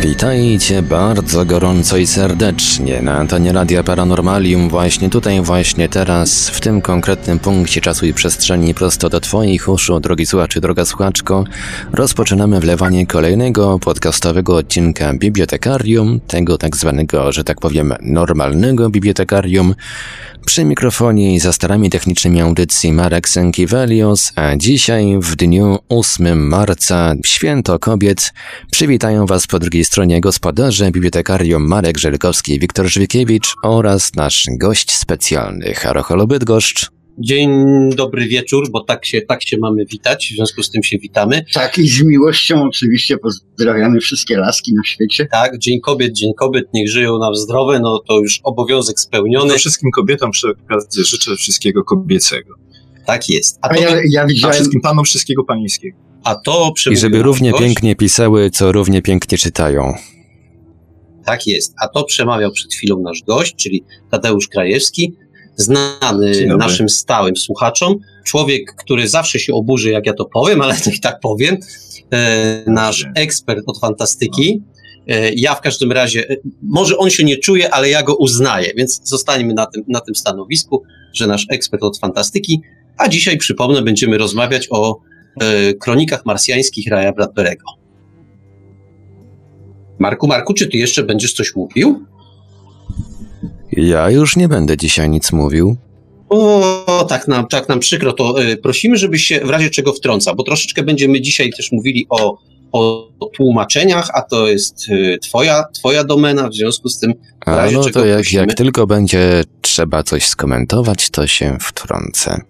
Witajcie bardzo gorąco i serdecznie na antenie Radia Paranormalium, właśnie tutaj, właśnie teraz, w tym konkretnym punkcie czasu i przestrzeni, prosto do Twoich uszu, drogi słuchaczu, droga słuchaczko. Rozpoczynamy wlewanie kolejnego podcastowego odcinka Bibliotekarium, tego tak zwanego, że tak powiem, normalnego bibliotekarium. Przy mikrofonie i za starami technicznymi audycji Marek Sękiewelios, a dzisiaj w dniu 8 marca, Święto Kobiet, przywitają Was po drugiej stronie gospodarze Bibliotekarium Marek Żelkowski i Wiktor Żwikiewicz oraz nasz gość specjalny, Halo Halo Bydgoszcz. Dzień dobry wieczór, bo tak się mamy witać, w związku z tym się witamy. Tak, i z miłością oczywiście pozdrawiamy wszystkie laski na świecie. Tak, Dzień Kobiet, niech żyją nam zdrowe, no to już obowiązek spełniony. To wszystkim kobietom przy okazji życzę wszystkiego kobiecego. Tak jest. Ja widziałem... A wszystkim panom wszystkiego panieńskiego. I żeby równie pięknie pisały, co równie pięknie czytają. Tak jest. A to przemawiał przed chwilą nasz gość, czyli Tadeusz Krajewski, znany naszym stałym słuchaczom. Człowiek, który zawsze się oburzy, jak ja to powiem, ale to i tak powiem. Nasz ekspert od fantastyki. Ja w każdym razie, może on się nie czuje, ale ja go uznaję, więc zostaniemy na tym stanowisku, że nasz ekspert od fantastyki. A dzisiaj, przypomnę, będziemy rozmawiać o kronikach marsjańskich Raya Bradbury'ego. Marku, czy ty jeszcze będziesz coś mówił? Ja już nie będę dzisiaj nic mówił. O, tak nam przykro, to prosimy, żebyś się w razie czego wtrącał, bo troszeczkę będziemy dzisiaj też mówili o tłumaczeniach, a to jest twoja domena, w związku z tym w razie no czego to jak tylko będzie trzeba coś skomentować, to się wtrącę.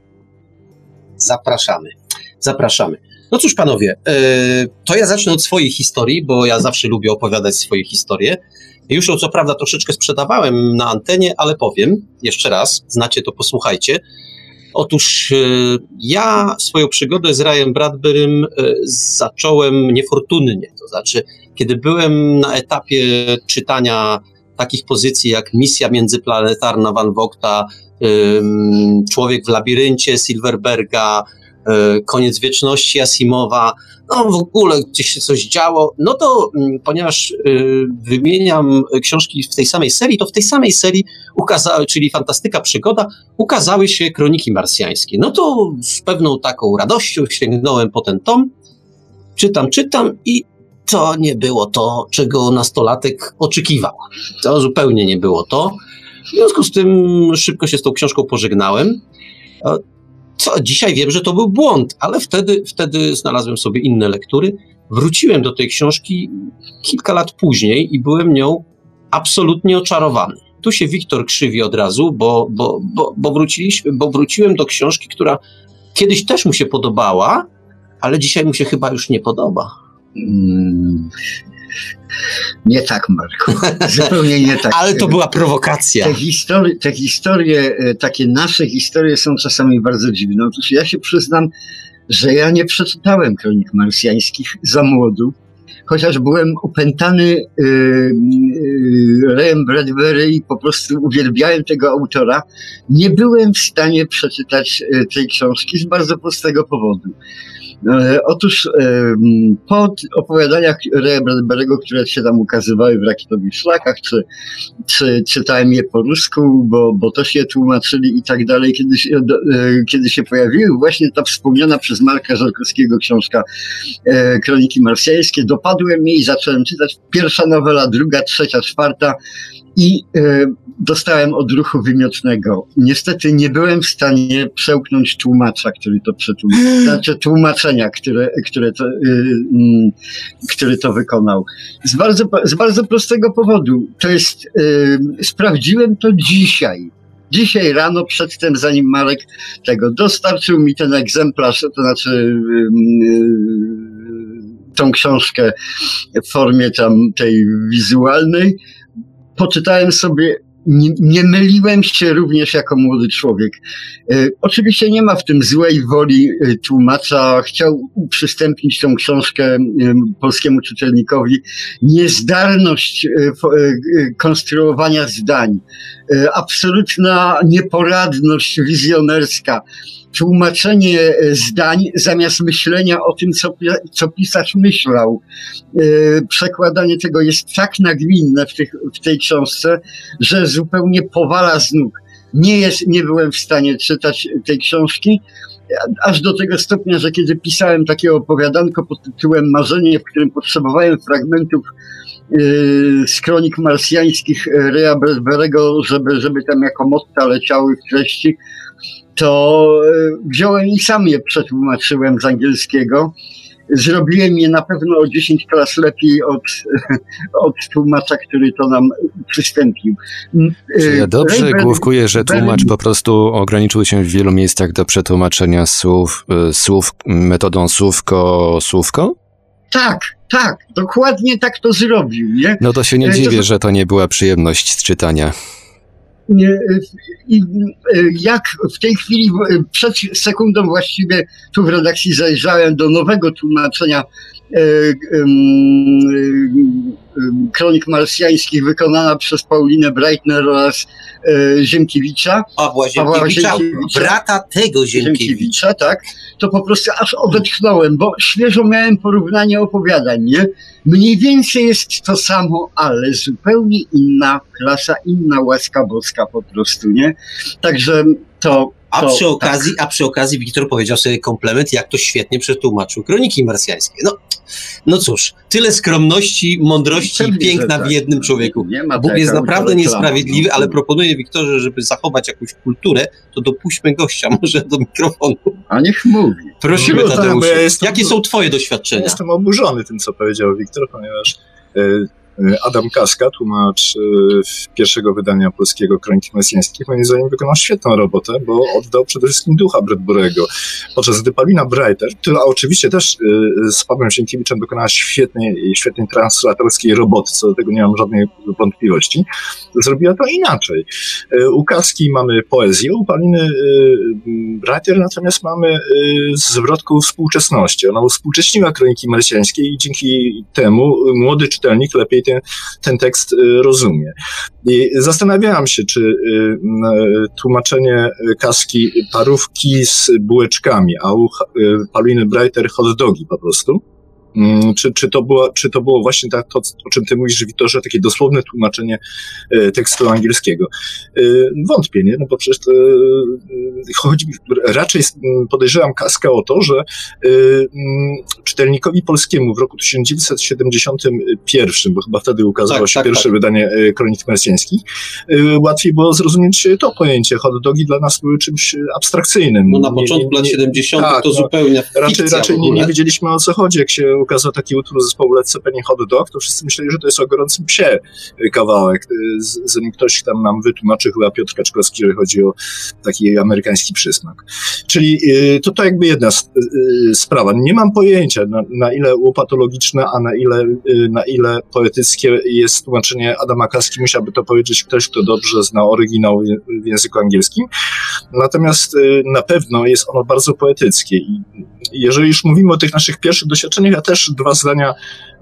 Zapraszamy. No cóż, panowie, to ja zacznę od swojej historii, bo ja zawsze lubię opowiadać swoje historie. Już ją co prawda troszeczkę sprzedawałem na antenie, ale powiem jeszcze raz, znacie to, posłuchajcie. Otóż ja swoją przygodę z Rayem Bradburym zacząłem niefortunnie. To znaczy, kiedy byłem na etapie czytania takich pozycji jak Misja Międzyplanetarna Van Vogta, Człowiek w labiryncie Silverberga, Koniec wieczności Asimowa, no w ogóle gdzieś się coś działo, no to ponieważ wymieniam książki w tej samej serii, to w tej samej serii czyli Fantastyka Przygoda, ukazały się Kroniki Marsjańskie. No to z pewną taką radością sięgnąłem po ten tom, czytam i to nie było to, czego nastolatek oczekiwał. To zupełnie nie było to. W związku z tym szybko się z tą książką pożegnałem. Co dzisiaj wiem, że to był błąd, ale wtedy znalazłem sobie inne lektury. Wróciłem do tej książki kilka lat później i byłem nią absolutnie oczarowany. Tu się Wiktor krzywi od razu, bo wróciłem do książki, która kiedyś też mu się podobała, ale dzisiaj mu się chyba już nie podoba. Nie tak, Marku. Zupełnie nie tak. Ale to była prowokacja. Te historie, takie nasze historie są czasami bardzo dziwne. Otóż ja się przyznam, że ja nie przeczytałem Kronik Marsjańskich za młodu, chociaż byłem opętany Rayem Bradbury i po prostu uwielbiałem tego autora. Nie byłem w stanie przeczytać tej książki z bardzo prostego powodu. Otóż po opowiadaniach Raya Bradbury'ego, które się tam ukazywały w Rakietowych Szlakach, czy czytałem je po rusku, bo to się tłumaczyli i tak dalej, kiedy się pojawiły właśnie ta wspomniana przez Marka Żelkowskiego książka Kroniki Marsjańskie, dopadłem jej i zacząłem czytać. Pierwsza nowela, druga, trzecia, czwarta i dostałem odruchu wymiotnego. Niestety nie byłem w stanie przełknąć tłumacza, który to przetłumaczył, znaczy tłumaczenia, który to wykonał. Z bardzo prostego powodu. To jest, sprawdziłem to dzisiaj. Dzisiaj rano, przedtem, zanim Marek tego dostarczył mi ten egzemplarz, to znaczy tą książkę w formie tam tej wizualnej, poczytałem sobie, nie myliłem się również jako młody człowiek. Oczywiście nie ma w tym złej woli tłumacza. Chciał uprzystępnić tą książkę polskiemu czytelnikowi. Niezdarność konstruowania zdań, absolutna nieporadność wizjonerska. tłumaczenie zdań zamiast myślenia o tym, co pisarz myślał. Przekładanie tego jest tak nagminne w tej książce, że zupełnie powala z nóg. Nie byłem w stanie czytać tej książki, aż do tego stopnia, że kiedy pisałem takie opowiadanko pod tytułem Marzenie, w którym potrzebowałem fragmentów z kronik marsjańskich Raya Bradbury'ego, żeby tam jako motta leciały w treści, to wziąłem i sam je przetłumaczyłem z angielskiego. Zrobiłem je na pewno o 10 klas lepiej od tłumacza, który to nam przystąpił. Czy ja dobrze główkuję, że tłumacz po prostu ograniczył się w wielu miejscach do przetłumaczenia słów metodą słówko? Tak, dokładnie tak to zrobił, nie? No to się nie dziwię, że to nie była przyjemność z czytania. Jak w tej chwili, przed sekundą właściwie tu w redakcji zajrzałem do nowego tłumaczenia kronik marsjańskich wykonana przez Paulinę Breitner oraz Ziemkiewicza. Pawła Ziemkiewicza, brata tego Ziemkiewicza. Tak. To po prostu aż odetchnąłem, bo świeżo miałem porównanie opowiadań, nie? Mniej więcej jest to samo, ale zupełnie inna klasa, inna łaska boska po prostu, nie? Także A przy okazji Wiktor powiedział sobie komplement, jak to świetnie przetłumaczył Kroniki Marsjańskie. No cóż, tyle skromności, mądrości i piękna w jednym człowieku. Bóg jest naprawdę niesprawiedliwy, ale proponuję Wiktorze, żeby zachować jakąś kulturę, to dopuśćmy gościa może do mikrofonu. A niech mówi. Prosimy, Tadeuszu. Jakie są twoje doświadczenia? Jestem oburzony tym, co powiedział Wiktor, ponieważ Adam Kaska, tłumacz pierwszego wydania polskiego Kroniki Marsjańskich, moim zdaniem wykonał świetną robotę, bo oddał przede wszystkim ducha Bradbury'ego. Podczas gdy Paulina Breitner, która oczywiście też z Pawłem Sienkiewiczem dokonała świetnej translatorskiej roboty, co do tego nie mam żadnej wątpliwości, zrobiła to inaczej. U Kaski mamy poezję, u Pauliny Breitner natomiast mamy zwrotką współczesności. Ona uwspółcześniła Kroniki Marsjańskie i dzięki temu młody czytelnik lepiej ten tekst rozumie. I zastanawiałam się, czy tłumaczenie Kaski parówki z bułeczkami, a u Pauliny Breitner hot dogi po prostu. Czy to było właśnie tak, to, o czym ty mówisz, Wiktorze, takie dosłowne tłumaczenie tekstu angielskiego? Wątpię, nie? No bo przecież raczej podejrzewam Kaskę o to, że czytelnikowi polskiemu w roku 1971, bo chyba wtedy ukazało się pierwsze wydanie Kronik Marsjańskich, łatwiej było zrozumieć to pojęcie. Hot dogi dla nas były czymś abstrakcyjnym. No na początku lat 70. to zupełnie raczej nie wiedzieliśmy, o co chodzi. Jak się ukazał taki utwór zespołu Led Zeppelin Hot Dog, to wszyscy myśleli, że to jest o gorącym psie kawałek. Zanim ktoś tam nam wytłumaczy, chyba Piotr Kaczkowski, że chodzi o taki amerykański przysmak. Czyli to jakby jedna sprawa. Nie mam pojęcia, na ile łopatologiczne, a na ile poetyckie jest tłumaczenie Adama Kaski. Musiałby to powiedzieć ktoś, kto dobrze zna oryginał w języku angielskim. Natomiast na pewno jest ono bardzo poetyckie i jeżeli już mówimy o tych naszych pierwszych doświadczeniach, ja też 2 zdania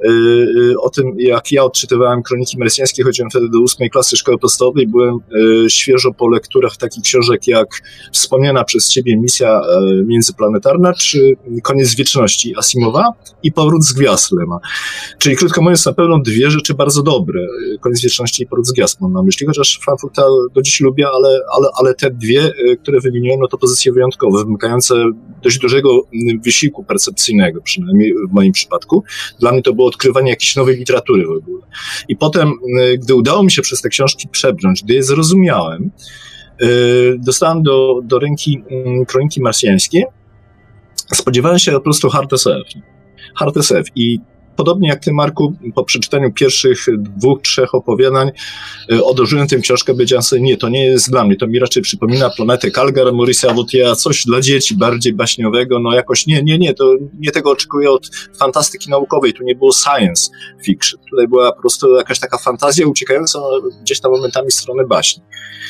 o tym, jak ja odczytywałem Kroniki Marsjańskie. Chodziłem wtedy do 8. klasy szkoły podstawowej. Byłem świeżo po lekturach takich książek jak wspomniana przez ciebie Misja Międzyplanetarna, czy Koniec Wieczności Asimowa i Powrót z Gwiazd Lema. Czyli krótko mówiąc, na pewno 2 rzeczy bardzo dobre. Koniec Wieczności i Powrót z Gwiazd mam na myśli, chociaż Frankfurta do dziś lubię, ale te 2, które wymieniłem, no to pozycje wyjątkowe, wymykające dość dużego wysiłku percepcyjnego, przynajmniej w moim przypadku. Dla mnie to było odkrywanie jakiejś nowej literatury w ogóle. I potem, gdy udało mi się przez te książki przebrnąć, gdy je zrozumiałem, dostałem do ręki Kroniki Marsjańskie, spodziewałem się po prostu hard SF. I podobnie jak ty, Marku, po przeczytaniu pierwszych 2-3 opowiadań odłożyłem tę książkę, powiedziałem sobie, nie, to nie jest dla mnie, to mi raczej przypomina Planetę Calgar, Maurice'a Wauthiera, coś dla dzieci, bardziej baśniowego, no jakoś nie, to nie tego oczekuję od fantastyki naukowej, tu nie było science fiction, tutaj była po prostu jakaś taka fantazja uciekająca gdzieś tam momentami w stronę baśni.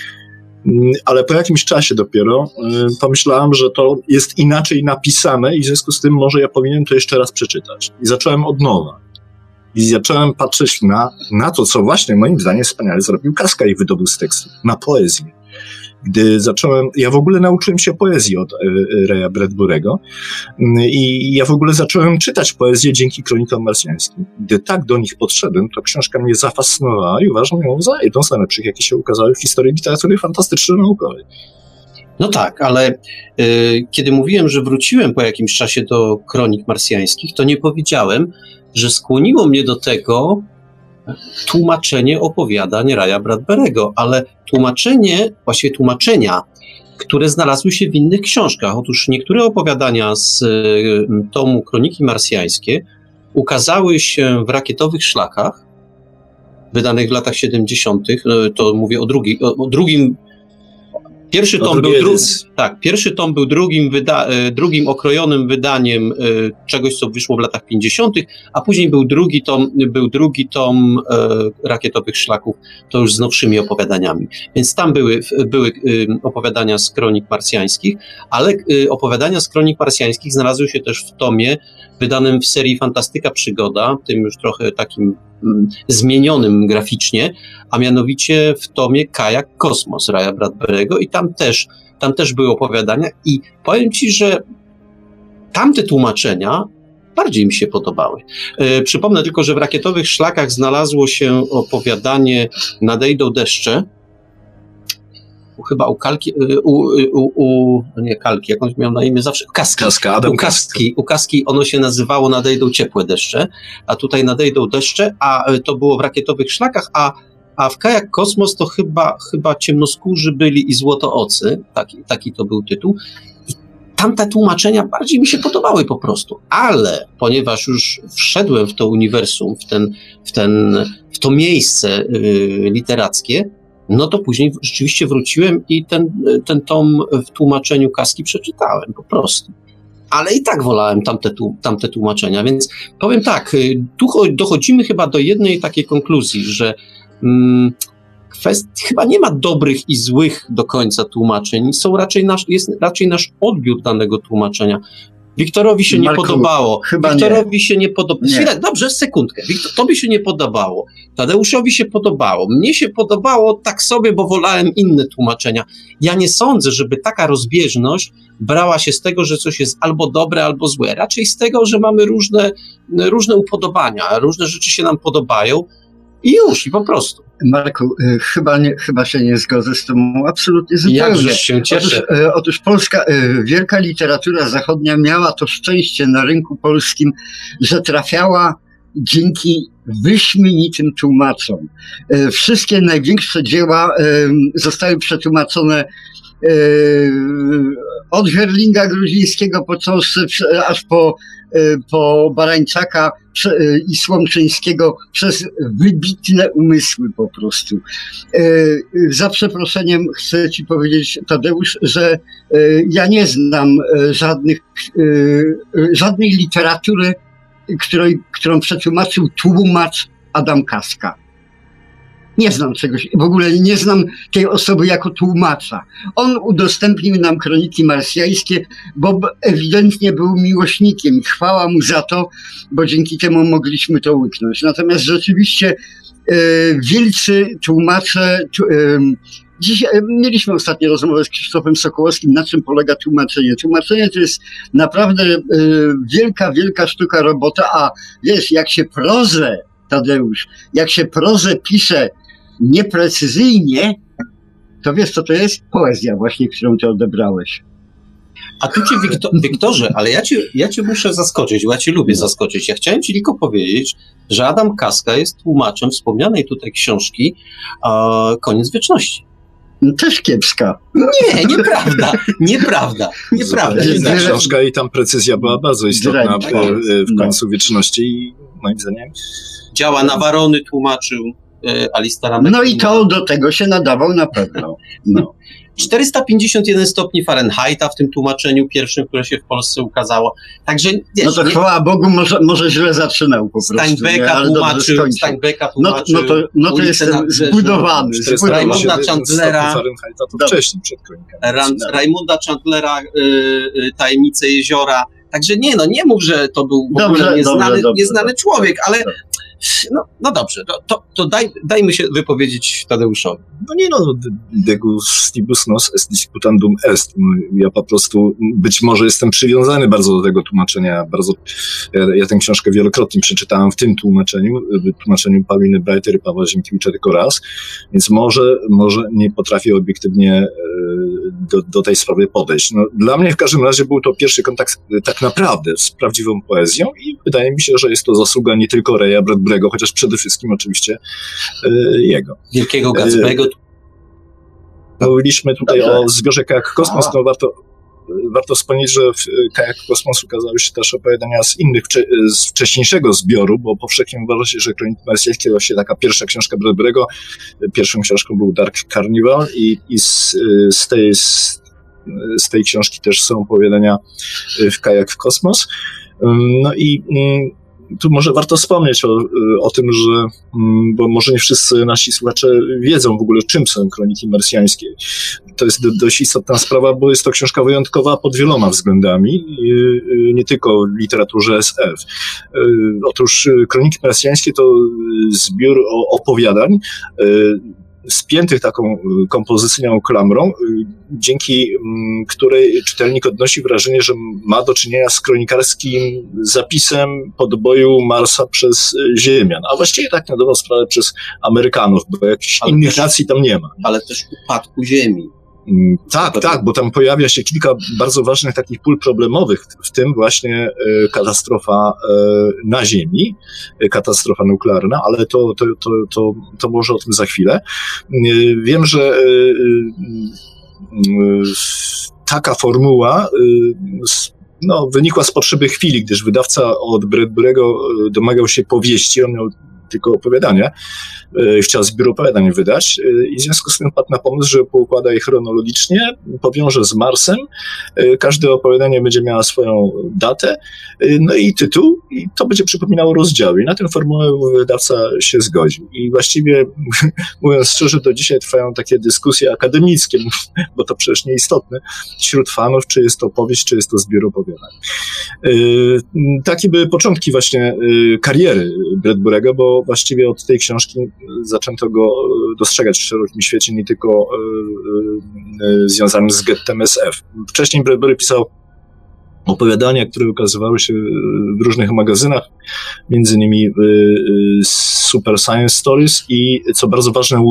Ale po jakimś czasie dopiero pomyślałem, że to jest inaczej napisane i w związku z tym może ja powinienem to jeszcze raz przeczytać. I zacząłem od nowa. I zacząłem patrzeć na to, co właśnie moim zdaniem wspaniale zrobił Kaska i wydobył z tekstu, na poezję. Gdy ja w ogóle nauczyłem się poezji od Raya Bradbury'ego i ja w ogóle zacząłem czytać poezję dzięki kronikom marsjańskim. Gdy tak do nich podszedłem, to książka mnie zafascynowała i uważam ją za jedną z najlepszych, jakie się ukazały w historii literatury fantastyczno-naukowej. No tak, ale kiedy mówiłem, że wróciłem po jakimś czasie do kronik marsjańskich, to nie powiedziałem, że skłoniło mnie do tego tłumaczenie opowiadań Raya Bradbury'ego, ale tłumaczenia, które znalazły się w innych książkach. Otóż niektóre opowiadania z tomu Kroniki Marsjańskie ukazały się w Rakietowych Szlakach, wydanych w latach 70., to mówię o drugim. Pierwszy tom był drugim okrojonym wydaniem czegoś, co wyszło w latach 50., a później był drugi tom Rakietowych Szlaków, to już z nowszymi opowiadaniami. Więc tam były opowiadania z kronik marsjańskich, ale opowiadania z kronik marsjańskich znalazły się też w tomie wydanym w serii Fantastyka Przygoda, tym już trochę takim zmienionym graficznie, a mianowicie w tomie Kajak Kosmos Raya Bradbury'ego i tam też były opowiadania i powiem ci, że tamte tłumaczenia bardziej mi się podobały. Przypomnę tylko, że w Rakietowych Szlakach znalazło się opowiadanie Nadejdą deszcze, chyba u Kalki, nie Kalki, jak on miał na imię zawsze, u Kaski ono się nazywało Nadejdą ciepłe deszcze, a tutaj Nadejdą deszcze, a to było w Rakietowych Szlakach, a w Kajak Kosmos to chyba Ciemnoskórzy byli i Złotoocy, taki to był tytuł. I tamte tłumaczenia bardziej mi się podobały po prostu, ale ponieważ już wszedłem w to uniwersum, w to miejsce literackie, no to później rzeczywiście wróciłem i ten tom w tłumaczeniu Kaski przeczytałem po prostu. Ale i tak wolałem tamte tłumaczenia, więc powiem tak, tu dochodzimy chyba do jednej takiej konkluzji, że chyba nie ma dobrych i złych do końca tłumaczeń, jest raczej nasz odbiór danego tłumaczenia. Wiktorowi się nie podobało. Wiktorowi się nie podobało. Dobrze, sekundkę. Tobie się nie podobało. Tadeuszowi się podobało. Mnie się podobało tak sobie, bo wolałem inne tłumaczenia. Ja nie sądzę, żeby taka rozbieżność brała się z tego, że coś jest albo dobre, albo złe. Raczej z tego, że mamy różne upodobania. Różne rzeczy się nam podobają i już, i po prostu. Marku, chyba się nie zgodzę z tobą absolutnie zupełnie. Jakżeż się cieszę. Otóż polska, wielka literatura zachodnia miała to szczęście na rynku polskim, że trafiała dzięki wyśmienitym tłumaczom. Wszystkie największe dzieła zostały przetłumaczone od Herlinga Gruzińskiego począwszy aż po Barańczaka i Słomczyńskiego przez wybitne umysły po prostu. Za przeproszeniem chcę ci powiedzieć, Tadeusz, że ja nie znam żadnej literatury, którą przetłumaczył tłumacz Adam Kaska. Nie znam czegoś, w ogóle nie znam tej osoby jako tłumacza. On udostępnił nam Kroniki Marsjańskie, bo ewidentnie był miłośnikiem i chwała mu za to, bo dzięki temu mogliśmy to łyknąć. Natomiast rzeczywiście wielcy tłumacze, dziś mieliśmy ostatnio rozmowę z Krzysztofem Sokołowskim, na czym polega tłumaczenie. Tłumaczenie to jest naprawdę wielka sztuka robota, a wiesz, Tadeusz, jak się prozę pisze nieprecyzyjnie, to wiesz, co to jest? Poezja właśnie, którą ty odebrałeś. A tu ci, Wiktorze, ale ja cię muszę zaskoczyć, bo ja cię lubię zaskoczyć. Ja chciałem ci tylko powiedzieć, że Adam Kaska jest tłumaczem wspomnianej tutaj książki Koniec wieczności. Też kiepska. Nie, nieprawda. Ta książka i tam precyzja była bardzo istotna w końcu wieczności i moim zdaniem działa Navarony tłumaczył Alistara No i to do tego się nadawał na pewno. No. 451 stopni Fahrenheita w tym tłumaczeniu pierwszym, które się w Polsce ukazało. Także wiesz, no to chwała Bogu, może źle zaczynał po prostu. Steinbecka tłumaczył. No to jestem zbudowany. Raimunda Chandlera. Fahrenheita to wcześniej przed kronikami. Raimunda Chandlera, Tajemnice jeziora. Także nie mów, że to był w ogóle nieznany człowiek, ale No dobrze, to dajmy się wypowiedzieć Tadeuszowi. De gustibus nos est disputandum est. Ja po prostu być może jestem przywiązany bardzo do tego tłumaczenia. Ja tę książkę wielokrotnie przeczytałem w tym tłumaczeniu Pauliny Breiter i Pawła Ziemkiewicza tylko raz, więc może nie potrafię obiektywnie do tej sprawy podejść. No, dla mnie w każdym razie był to pierwszy kontakt tak naprawdę z prawdziwą poezją i wydaje mi się, że jest to zasługa nie tylko Raya Bradbury'ego, chociaż przede wszystkim oczywiście jego. Wielkiego Gatsby'ego. Mówiliśmy tutaj o zbiorze Kajak Kosmos, no warto wspomnieć, że w Kajak Kosmos ukazały się też opowiadania z wcześniejszego zbioru, bo powszechnie uważa się, że Kroniki Marsjańskie to właśnie taka pierwsza książka Bradbury'ego. Pierwszą książką był Dark Carnival i z tej książki też są opowiadania w Kajak Kosmos. No i tu może warto wspomnieć o tym, że, bo może nie wszyscy nasi słuchacze wiedzą w ogóle, czym są Kroniki Marsjańskie. To jest dość istotna sprawa, bo jest to książka wyjątkowa pod wieloma względami, nie tylko w literaturze SF. Otóż Kroniki Marsjańskie to zbiór opowiadań, spiętych taką kompozycyjną klamrą, dzięki której czytelnik odnosi wrażenie, że ma do czynienia z kronikarskim zapisem podboju Marsa przez Ziemian, a właściwie tak na dobrą sprawę przez Amerykanów, bo jakichś innych nacji tam nie ma. Ale też upadku Ziemi. Tak, bo tam pojawia się kilka bardzo ważnych takich pól problemowych, w tym właśnie katastrofa na Ziemi, katastrofa nuklearna, ale to może o tym za chwilę. Wiem, że taka formuła wynikła z potrzeby chwili, gdyż wydawca od Bradbury'ego domagał się powieści, on miał tylko opowiadania, chciał zbiór opowiadań wydać i w związku z tym padł na pomysł, że poukłada je chronologicznie, powiąże z Marsem, każde opowiadanie będzie miało swoją datę, no i tytuł, i to będzie przypominało rozdziały. I na tę formułę wydawca się zgodził. I właściwie, mówiąc szczerze, do dzisiaj trwają takie dyskusje akademickie, bo to przecież nieistotne, wśród fanów, czy jest to powieść, czy jest to zbiór opowiadań. Takie były początki właśnie kariery Bradbury'ego, bo właściwie od tej książki zaczęto go dostrzegać w szerokim świecie, nie tylko związanym z gettem SF. Wcześniej Bradbury pisał opowiadania, które ukazywały się w różnych magazynach, między innymi Super Science Stories i, co bardzo ważne,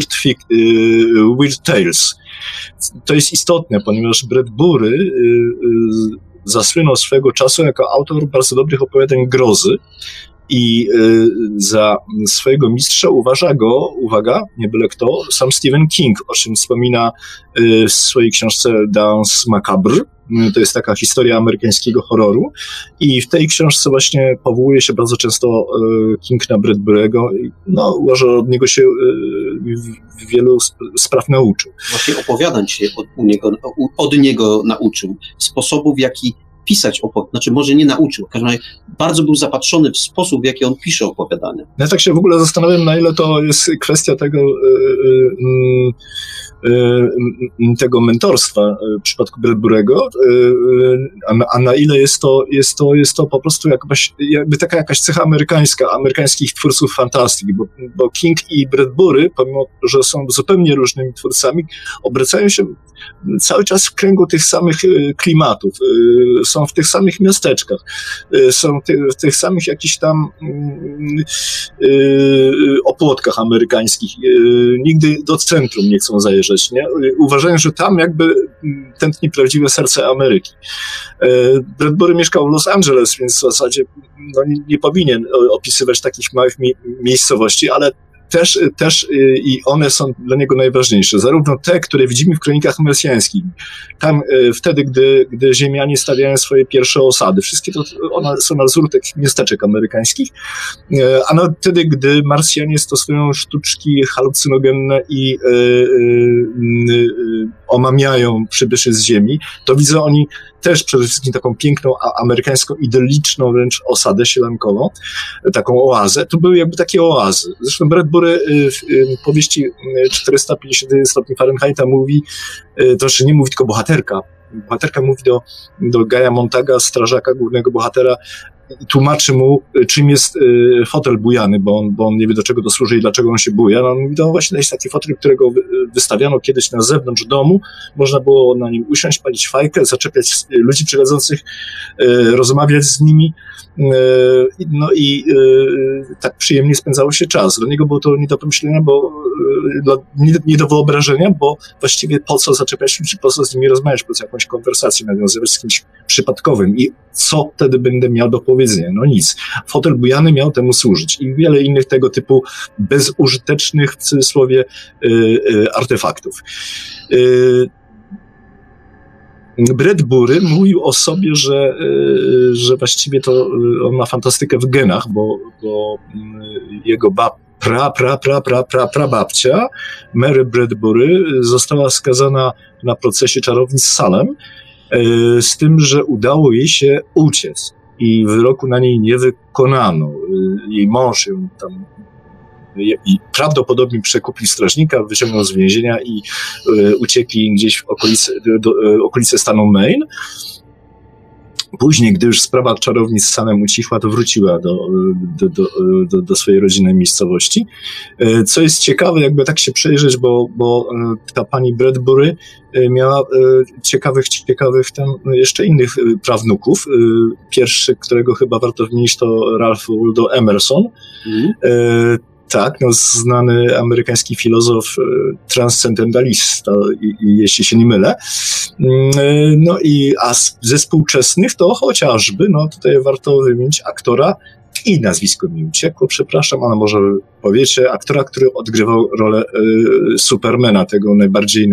Weird Tales. To jest istotne, ponieważ Bradbury zasłynął swego czasu jako autor bardzo dobrych opowiadań grozy, i za swojego mistrza uważa go, uwaga, nie byle kto, sam Stephen King, o czym wspomina w swojej książce Danse Macabre. To jest taka historia amerykańskiego horroru i w tej książce właśnie powołuje się bardzo często King na Bradbury'ego. No, uważa, że od niego się wielu spraw nauczył. Właśnie opowiadań się od niego nauczył. Sposobów, w jaki pisać znaczy może nie nauczył, w każdym razie bardzo był zapatrzony w sposób, w jaki on pisze opowiadania. Ja tak się w ogóle zastanawiam, na ile to jest kwestia tego mentorstwa w przypadku Bradbury'ego, a na ile jest to po prostu jakby taka jakaś cecha amerykańskich twórców fantastyki, bo King i Bradbury, pomimo że są zupełnie różnymi twórcami, obracają się cały czas w kręgu tych samych klimatów, są w tych samych miasteczkach, są w tych samych jakichś tam opłotkach amerykańskich, nigdy do centrum nie chcą zajeżdżać, nie? Uważają, że tam jakby tętni prawdziwe serce Ameryki. Bradbury mieszkał w Los Angeles, więc w zasadzie nie powinien opisywać takich małych miejscowości, ale też i one są dla niego najważniejsze. Zarówno te, które widzimy w Kronikach Marsjańskich. Tam wtedy, gdy Ziemianie stawiają swoje pierwsze osady. Wszystkie one są na wzór takich miasteczek amerykańskich. A nawet wtedy, gdy Marsjanie stosują sztuczki halucynogenne i omamiają przybyszy z Ziemi, to widzą oni też przede wszystkim taką piękną, amerykańską, idylliczną wręcz osadę sielankową, taką oazę. To były jakby takie oazy. Zresztą Bradbury w powieści 451 stopni Fahrenheita mówi, to znaczy nie mówi tylko bohaterka. Bohaterka mówi do Gaja Montaga, strażaka, głównego bohatera, tłumaczy mu, czym jest fotel bujany, bo on nie wie, do czego to służy i dlaczego on się buja. No on mówi, no właśnie, to jest taki fotel, którego wystawiano kiedyś na zewnątrz domu, można było na nim usiąść, palić fajkę, zaczepiać ludzi przychodzących, rozmawiać z nimi, no i tak przyjemnie spędzało się czas. Dla niego było to nie do pomyślenia, nie do wyobrażenia, bo właściwie po co zaczepiać ludzi, po co z nimi rozmawiać, po co jakąś konwersację nawiązywać z kimś przypadkowym i co wtedy będę miał do powiedzenia? No nic. Fotel bujany miał temu służyć i wiele innych tego typu bezużytecznych, w cudzysłowie, artefaktów. Bradbury mówił o sobie, że właściwie to on ma fantastykę w genach, bo jego prababcia Mary Bradbury została skazana na procesie czarownic Salem, z tym, że udało jej się uciec i wyroku na niej nie wykonano. Jej mąż ją tam i prawdopodobnie przekupili strażnika, wyciągnął z więzienia i uciekli gdzieś w okolice stanu Maine. Później, gdy już sprawa czarownic z Salem ucichła, to wróciła do swojej rodzinnej miejscowości. Co jest ciekawe, jakby tak się przejrzeć, bo ta pani Bradbury miała ciekawych tam jeszcze innych prawnuków. Pierwszy, którego chyba warto wymienić, to Ralph Waldo Emerson. Tak, no znany amerykański filozof, transcendentalista, jeśli się nie mylę. No a ze współczesnych to chociażby, no tutaj warto wymienić aktora, i nazwisko mi uciekło, przepraszam, ale może powiecie, aktora, który odgrywał rolę Supermana, tego najbardziej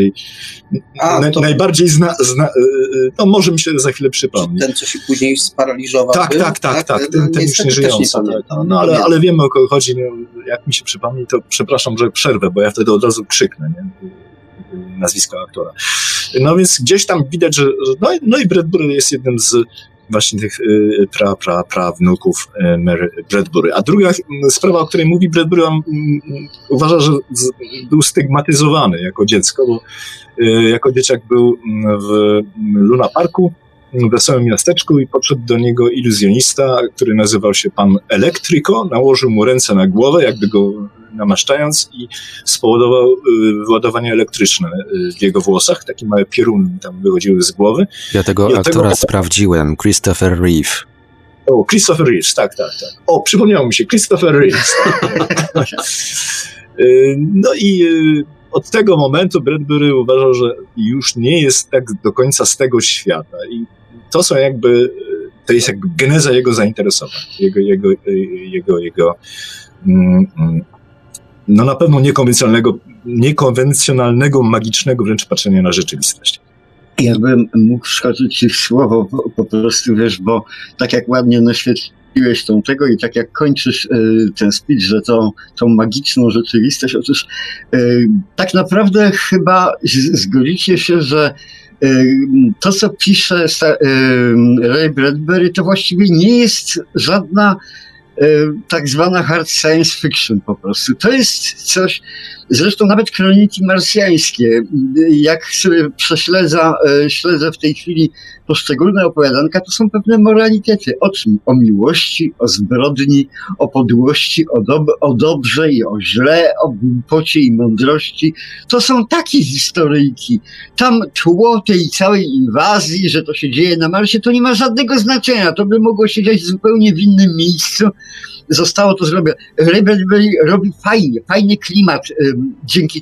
no może mi się za chwilę przypomni. Ten, co się później sparaliżował. Tak, ten już nie żyjący. No ale wiemy, o kogo chodzi, no, jak mi się przypomni, to przepraszam, że przerwę, bo ja wtedy od razu krzyknę, nie? Nazwisko aktora. No więc gdzieś tam widać, że no i Bradbury jest jednym z właśnie tych prawnuków Mary Bradbury. A druga sprawa, o której mówi Bradbury, on uważa, że był stygmatyzowany jako dziecko, bo jako dzieciak był w Luna Parku, w wesołym miasteczku, i podszedł do niego iluzjonista, który nazywał się pan Electrico, nałożył mu ręce na głowę, jakby go namaszczając, i spowodował wyładowanie elektryczne w jego włosach. Takie małe pioruny tam wychodziły z głowy. Ja tego aktora sprawdziłem. Christopher Reeve. O, Christopher Reeve, tak. O, przypomniało mi się, Christopher Reeve. No i od tego momentu Bradbury uważał, że już nie jest tak do końca z tego świata. I to jest jakby geneza jego zainteresowań, jego no na pewno niekonwencjonalnego, magicznego wręcz patrzenia na rzeczywistość. Jakbym mógł wskoczyć ci w słowo, po prostu, wiesz, bo tak jak ładnie naświetliłeś tego i tak jak kończysz ten speech, że tą magiczną rzeczywistość, otóż tak naprawdę chyba zgodzicie się, że to, co pisze Ray Bradbury, to właściwie nie jest żadna tak zwana hard science fiction po prostu. To jest coś, zresztą nawet kroniki marsjańskie, jak sobie śledzę w tej chwili poszczególne opowiadanka, to są pewne moralitety. O czym? O miłości, o zbrodni, o podłości, o dobrze i o źle, o głupocie i mądrości. To są takie historyjki. Tam tło tej całej inwazji, że to się dzieje na Marsie, to nie ma żadnego znaczenia. To by mogło się dziać zupełnie w innym miejscu. Zostało to zrobione. Ray Bradbury robi fajny klimat dzięki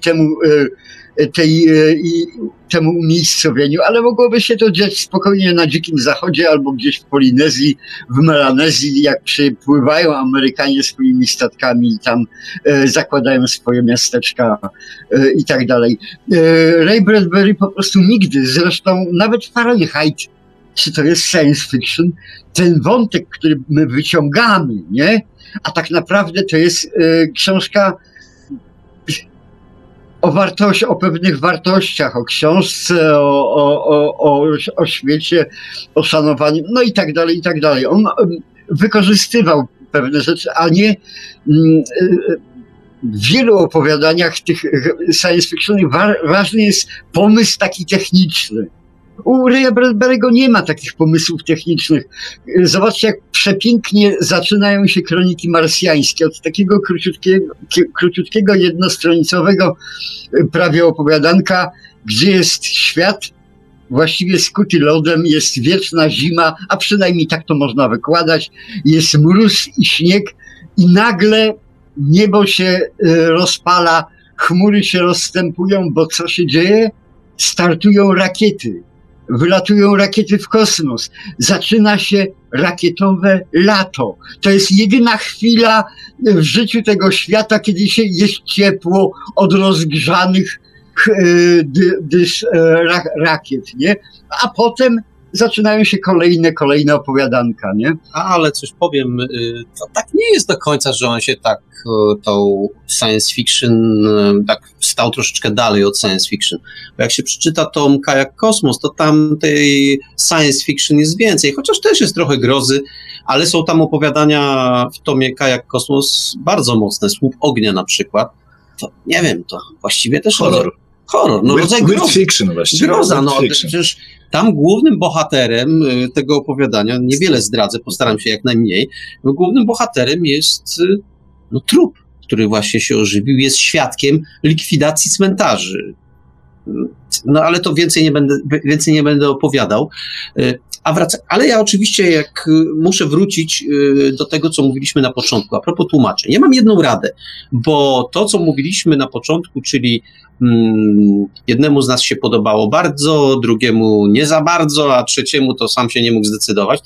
temu umiejscowieniu, ale mogłoby się to dziać spokojnie na Dzikim Zachodzie albo gdzieś w Polinezji, w Melanezji, jak przypływają Amerykanie swoimi statkami i tam zakładają swoje miasteczka i tak dalej. Ray Bradbury po prostu nigdy, zresztą nawet Fahrenheit, czy to jest science fiction, ten wątek, który my wyciągamy, nie? A tak naprawdę to jest książka o pewnych wartościach, o książce, o świecie, o szanowaniu, no i tak dalej. On wykorzystywał pewne rzeczy, a nie w wielu opowiadaniach tych science fiction ważny jest pomysł taki techniczny. U Raya Bradbury'ego nie ma takich pomysłów technicznych. Zobaczcie, jak przepięknie zaczynają się Kroniki Marsjańskie od takiego króciutkiego jednostronicowego prawie opowiadanka, gdzie jest świat właściwie skuty lodem, jest wieczna zima, a przynajmniej tak to można wykładać, jest mróz i śnieg i nagle niebo się rozpala, chmury się rozstępują, bo co się dzieje? Startują rakiety, wylatują rakiety w kosmos, zaczyna się rakietowe lato. To jest jedyna chwila w życiu tego świata, kiedy się jest ciepło od rozgrzanych rakiet, nie? A potem zaczynają się kolejne opowiadanka, nie? Ale coś powiem, to tak nie jest do końca, że on się tak tą science fiction tak stał troszeczkę dalej od science fiction. Bo jak się przeczyta tom Kajak Kosmos, to tam tej science fiction jest więcej, chociaż też jest trochę grozy, ale są tam opowiadania w tomie Kajak Kosmos bardzo mocne, Słup ognia na przykład. To nie wiem, to właściwie też horror, no rodzaj fiction właściwie. Groza, no przecież tam głównym bohaterem tego opowiadania, niewiele zdradzę, postaram się jak najmniej, głównym bohaterem jest trup, który właśnie się ożywił, jest świadkiem likwidacji cmentarzy. No ale to więcej nie będę opowiadał. Ale ja oczywiście muszę wrócić do tego, co mówiliśmy na początku, a propos tłumaczeń. Ja mam jedną radę, bo to, co mówiliśmy na początku, czyli jednemu z nas się podobało bardzo, drugiemu nie za bardzo, a trzeciemu to sam się nie mógł zdecydować,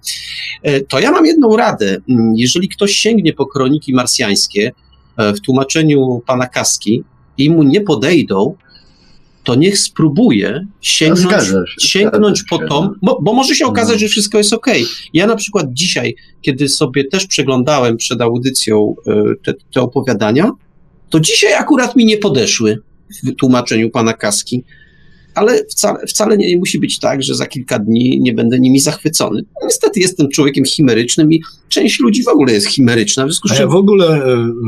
to ja mam jedną radę. Jeżeli ktoś sięgnie po Kroniki Marsjańskie w tłumaczeniu pana Kaski i mu nie podejdą, to niech spróbuje sięgnąć po tom, bo może się okazać, że wszystko jest okej. Ja na przykład dzisiaj, kiedy sobie też przeglądałem przed audycją te opowiadania, to dzisiaj akurat mi nie podeszły w tłumaczeniu pana Kaski, ale wcale nie musi być tak, że za kilka dni nie będę nimi zachwycony. Niestety jestem człowiekiem chimerycznym i część ludzi w ogóle jest chimeryczna. Ja w ogóle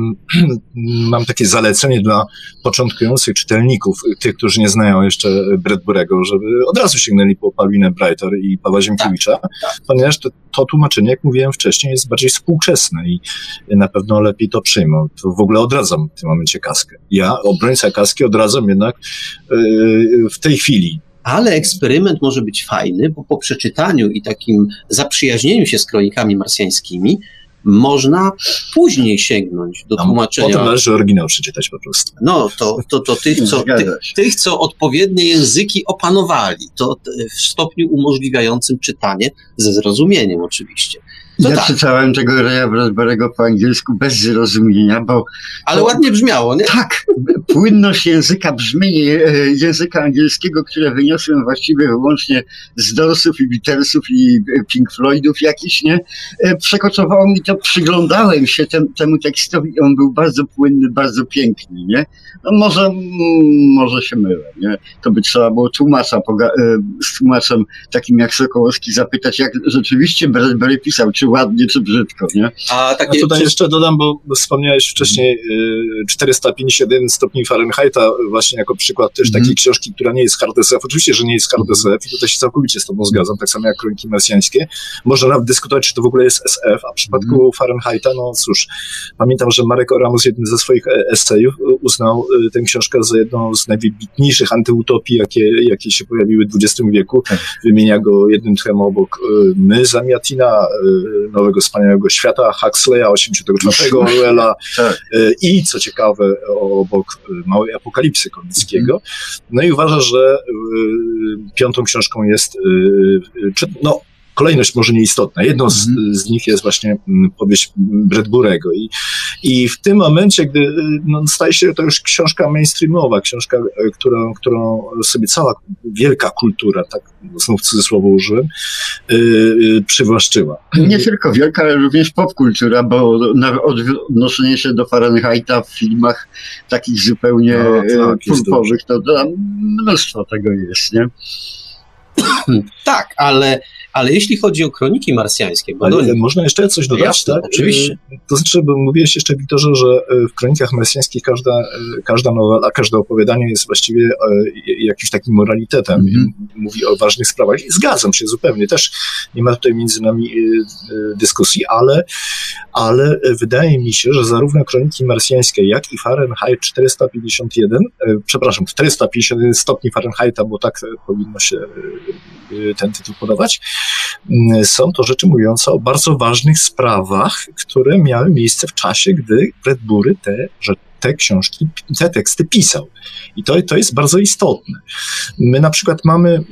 mam takie zalecenie dla początkujących czytelników, tych, którzy nie znają jeszcze Bradbury'ego, żeby od razu sięgnęli po Paulinę Brighter i Pawła Ziemkiewicza, ponieważ to tłumaczenie, jak mówiłem wcześniej, jest bardziej współczesne i na pewno lepiej to przyjmą. To w ogóle odradzam w tym momencie Kaskę. Ja, obrońca Kaski, odradzam jednak w tej chwili. Ale eksperyment może być fajny, bo po przeczytaniu i takim zaprzyjaźnieniu się z Kronikami Marsjańskimi można później sięgnąć do tłumaczenia. Potem należy oryginał przeczytać po prostu. No, to tych, co odpowiednie języki opanowali, to w stopniu umożliwiającym czytanie ze zrozumieniem oczywiście. Czytałem tego Raya Bradbury'ego po angielsku bez zrozumienia, ale ładnie brzmiało, nie? Tak, płynność języka, brzmienie języka angielskiego, które wyniosłem właściwie wyłącznie z Dorsów i Beatlesów i Pink Floydów jakiś, nie? Przekoczowało mi to, przyglądałem się temu tekstowi i on był bardzo płynny, bardzo piękny, nie? No może się mylę, nie? To by trzeba było z tłumaczem takim jak Sokołowski zapytać, jak rzeczywiście Bradbury pisał, czy ładnie, czy brzydko, nie? A tutaj jeszcze dodam, bo wspomniałeś wcześniej 451 stopni Fahrenheita właśnie jako przykład też takiej książki, która nie jest hard SF. Oczywiście, że nie jest hard SF i tutaj się całkowicie z tobą zgadzam, tak samo jak Kroniki Marsjańskie. Można nawet dyskutować, czy to w ogóle jest SF, a w przypadku Fahrenheita, no cóż, pamiętam, że Marek Oramus jednym ze swoich esejów uznał tę książkę za jedną z najwybitniejszych antyutopii, jakie się pojawiły w XX wieku. Wymienia go jednym tchem obok My Zamiatina, Nowego Wspaniałego Świata, Huxleya, 84 Orwella i co ciekawe obok Małej Apokalipsy Konwickiego. No i uważa, że piątą książką jest kolejność może nieistotna. Jedną z nich jest właśnie powieść Bradbury'ego. I w tym momencie, gdy staje się to już książka mainstreamowa, książka, którą sobie cała wielka kultura, tak znów w cudzysłowo użyłem, przywłaszczyła. Nie tylko wielka, ale również popkultura, bo odnoszenie się do Fahrenheita w filmach takich zupełnie pulpowych, to mnóstwo tego jest, nie? Tak, ale jeśli chodzi o kroniki marsjańskie... Bo ale można jeszcze coś dodać? Jasne, tak? Oczywiście. To znaczy, bo mówiłeś jeszcze, Wiktorze, że w kronikach marsjańskich każda nowela, każde opowiadanie jest właściwie jakimś takim moralitetem. Mówi o ważnych sprawach. I zgadzam się zupełnie. Też nie ma tutaj między nami dyskusji, ale wydaje mi się, że zarówno kroniki marsjańskie, jak i Fahrenheit 451 stopni Fahrenheita, bo tak powinno się ten tytuł podawać, są to rzeczy mówiące o bardzo ważnych sprawach, które miały miejsce w czasie, gdy Bradbury te książki, te teksty pisał. I to jest bardzo istotne. My na przykład mamy,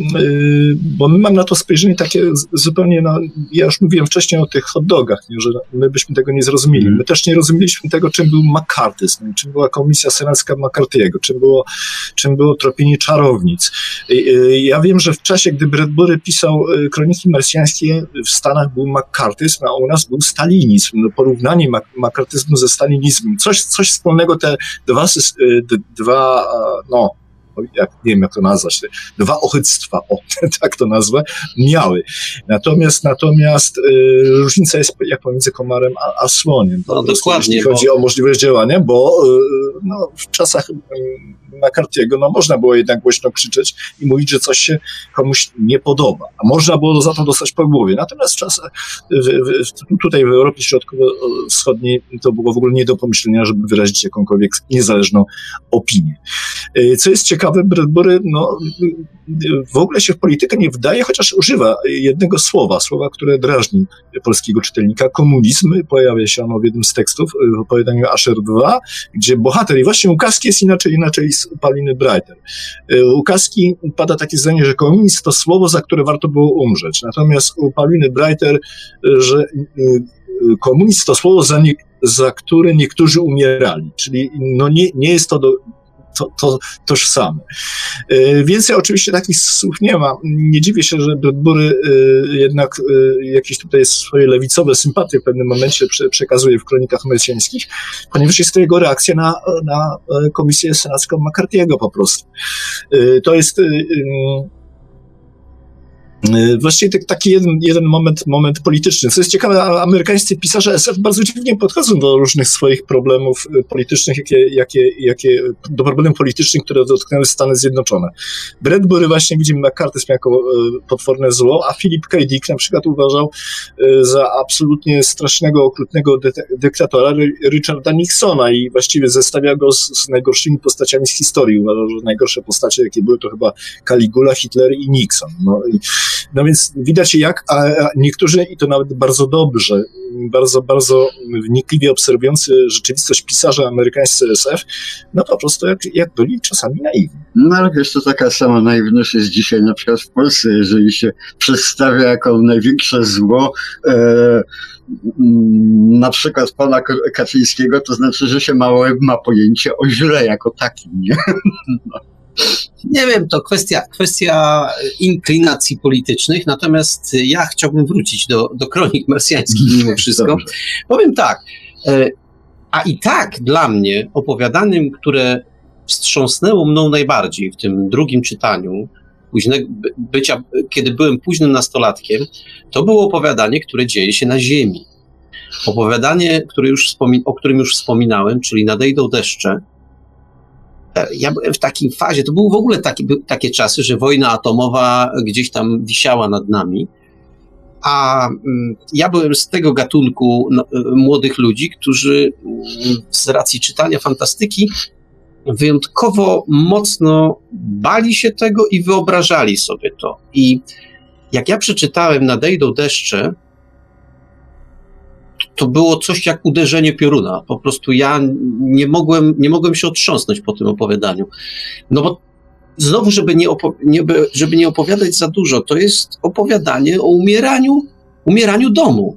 bo my mamy na to spojrzenie takie zupełnie, ja już mówiłem wcześniej o tych hot dogach, nie, że my byśmy tego nie zrozumieli. My też nie rozumieliśmy tego, czym był McCarthyzm, czym była komisja senacka McCarthy'ego, czym było tropienie czarownic. Ja wiem, że w czasie, gdy Bradbury pisał kroniki marsjańskie, w Stanach był McCarthyzm, a u nas był stalinizm. Porównanie McCarthyzmu ze stalinizmem. Coś wspólnego te dwa nie wiem jak to nazwać, dwa ochyctwa, tak to nazwę, miały. Natomiast różnica jest jak pomiędzy komarem a słoniem. No dokładnie. Jeśli chodzi o możliwość działania, bo w czasach McCarthy'ego można było jednak głośno krzyczeć i mówić, że coś się komuś nie podoba. A można było za to dostać po głowie. Natomiast tutaj w Europie Środkowo-Wschodniej to było w ogóle nie do pomyślenia, żeby wyrazić jakąkolwiek niezależną opinię. Co jest ciekawe, Bradbury w ogóle się w politykę nie wdaje, chociaż używa jednego słowa, które drażni polskiego czytelnika. Komunizm. Pojawia się ono w jednym z tekstów w opowiadaniu Asher 2, gdzie bohater, i właśnie u Kaski jest inaczej u Pauliny Breiter. U Kaski pada takie zdanie, że komunizm to słowo, za które warto było umrzeć. Natomiast u Pauliny Breiter, że komunizm to słowo, za które niektórzy umierali. Czyli nie jest to tożsame. Więcej oczywiście takich słów nie ma. Nie dziwię się, że Bradbury jednak jakieś tutaj swoje lewicowe sympatie w pewnym momencie przekazuje w kronikach marsjańskich, ponieważ jest to jego reakcja na komisję senacką McCarthy'ego po prostu. To jest właściwie taki jeden moment polityczny. Co jest ciekawe, amerykańscy pisarze SF bardzo dziwnie podchodzą do różnych swoich problemów politycznych, do problemów politycznych, które dotknęły Stany Zjednoczone. Bradbury właśnie widzimy McCarthyzm jako potworne zło, a Philip K. Dick na przykład uważał za absolutnie strasznego, okrutnego dyktatora Richarda Nixona i właściwie zestawia go z najgorszymi postaciami z historii. Uważał, że najgorsze postacie, jakie były, to chyba Caligula, Hitler i Nixon. No więc widać jak niektórzy, i to nawet bardzo dobrze, bardzo wnikliwie obserwujący rzeczywistość pisarze amerykańscy SF, po prostu jak byli czasami naiwni. No ale wiesz, to taka sama naiwność jest dzisiaj na przykład w Polsce, jeżeli się przedstawia jako największe zło na przykład pana Kaczyńskiego, to znaczy, że się mało ma pojęcie o źle jako takim, nie? No. Nie wiem, to kwestia inklinacji politycznych, natomiast ja chciałbym wrócić do kronik marsjańskich mimo wszystko. Dobrze. Powiem tak, a i tak dla mnie opowiadaniem, które wstrząsnęło mną najbardziej w tym drugim czytaniu, kiedy byłem późnym nastolatkiem, to było opowiadanie, które dzieje się na ziemi. Opowiadanie, o którym już wspominałem, czyli Nadejdą deszcze. Ja byłem w takiej fazie, to były w ogóle takie czasy, że wojna atomowa gdzieś tam wisiała nad nami, a ja byłem z tego gatunku młodych ludzi, którzy z racji czytania fantastyki wyjątkowo mocno bali się tego i wyobrażali sobie to. I jak ja przeczytałem Nadejdą deszcze, to było coś jak uderzenie pioruna. Po prostu ja nie mogłem się otrząsnąć po tym opowiadaniu. No bo znowu, żeby nie opowiadać za dużo, to jest opowiadanie o umieraniu domu.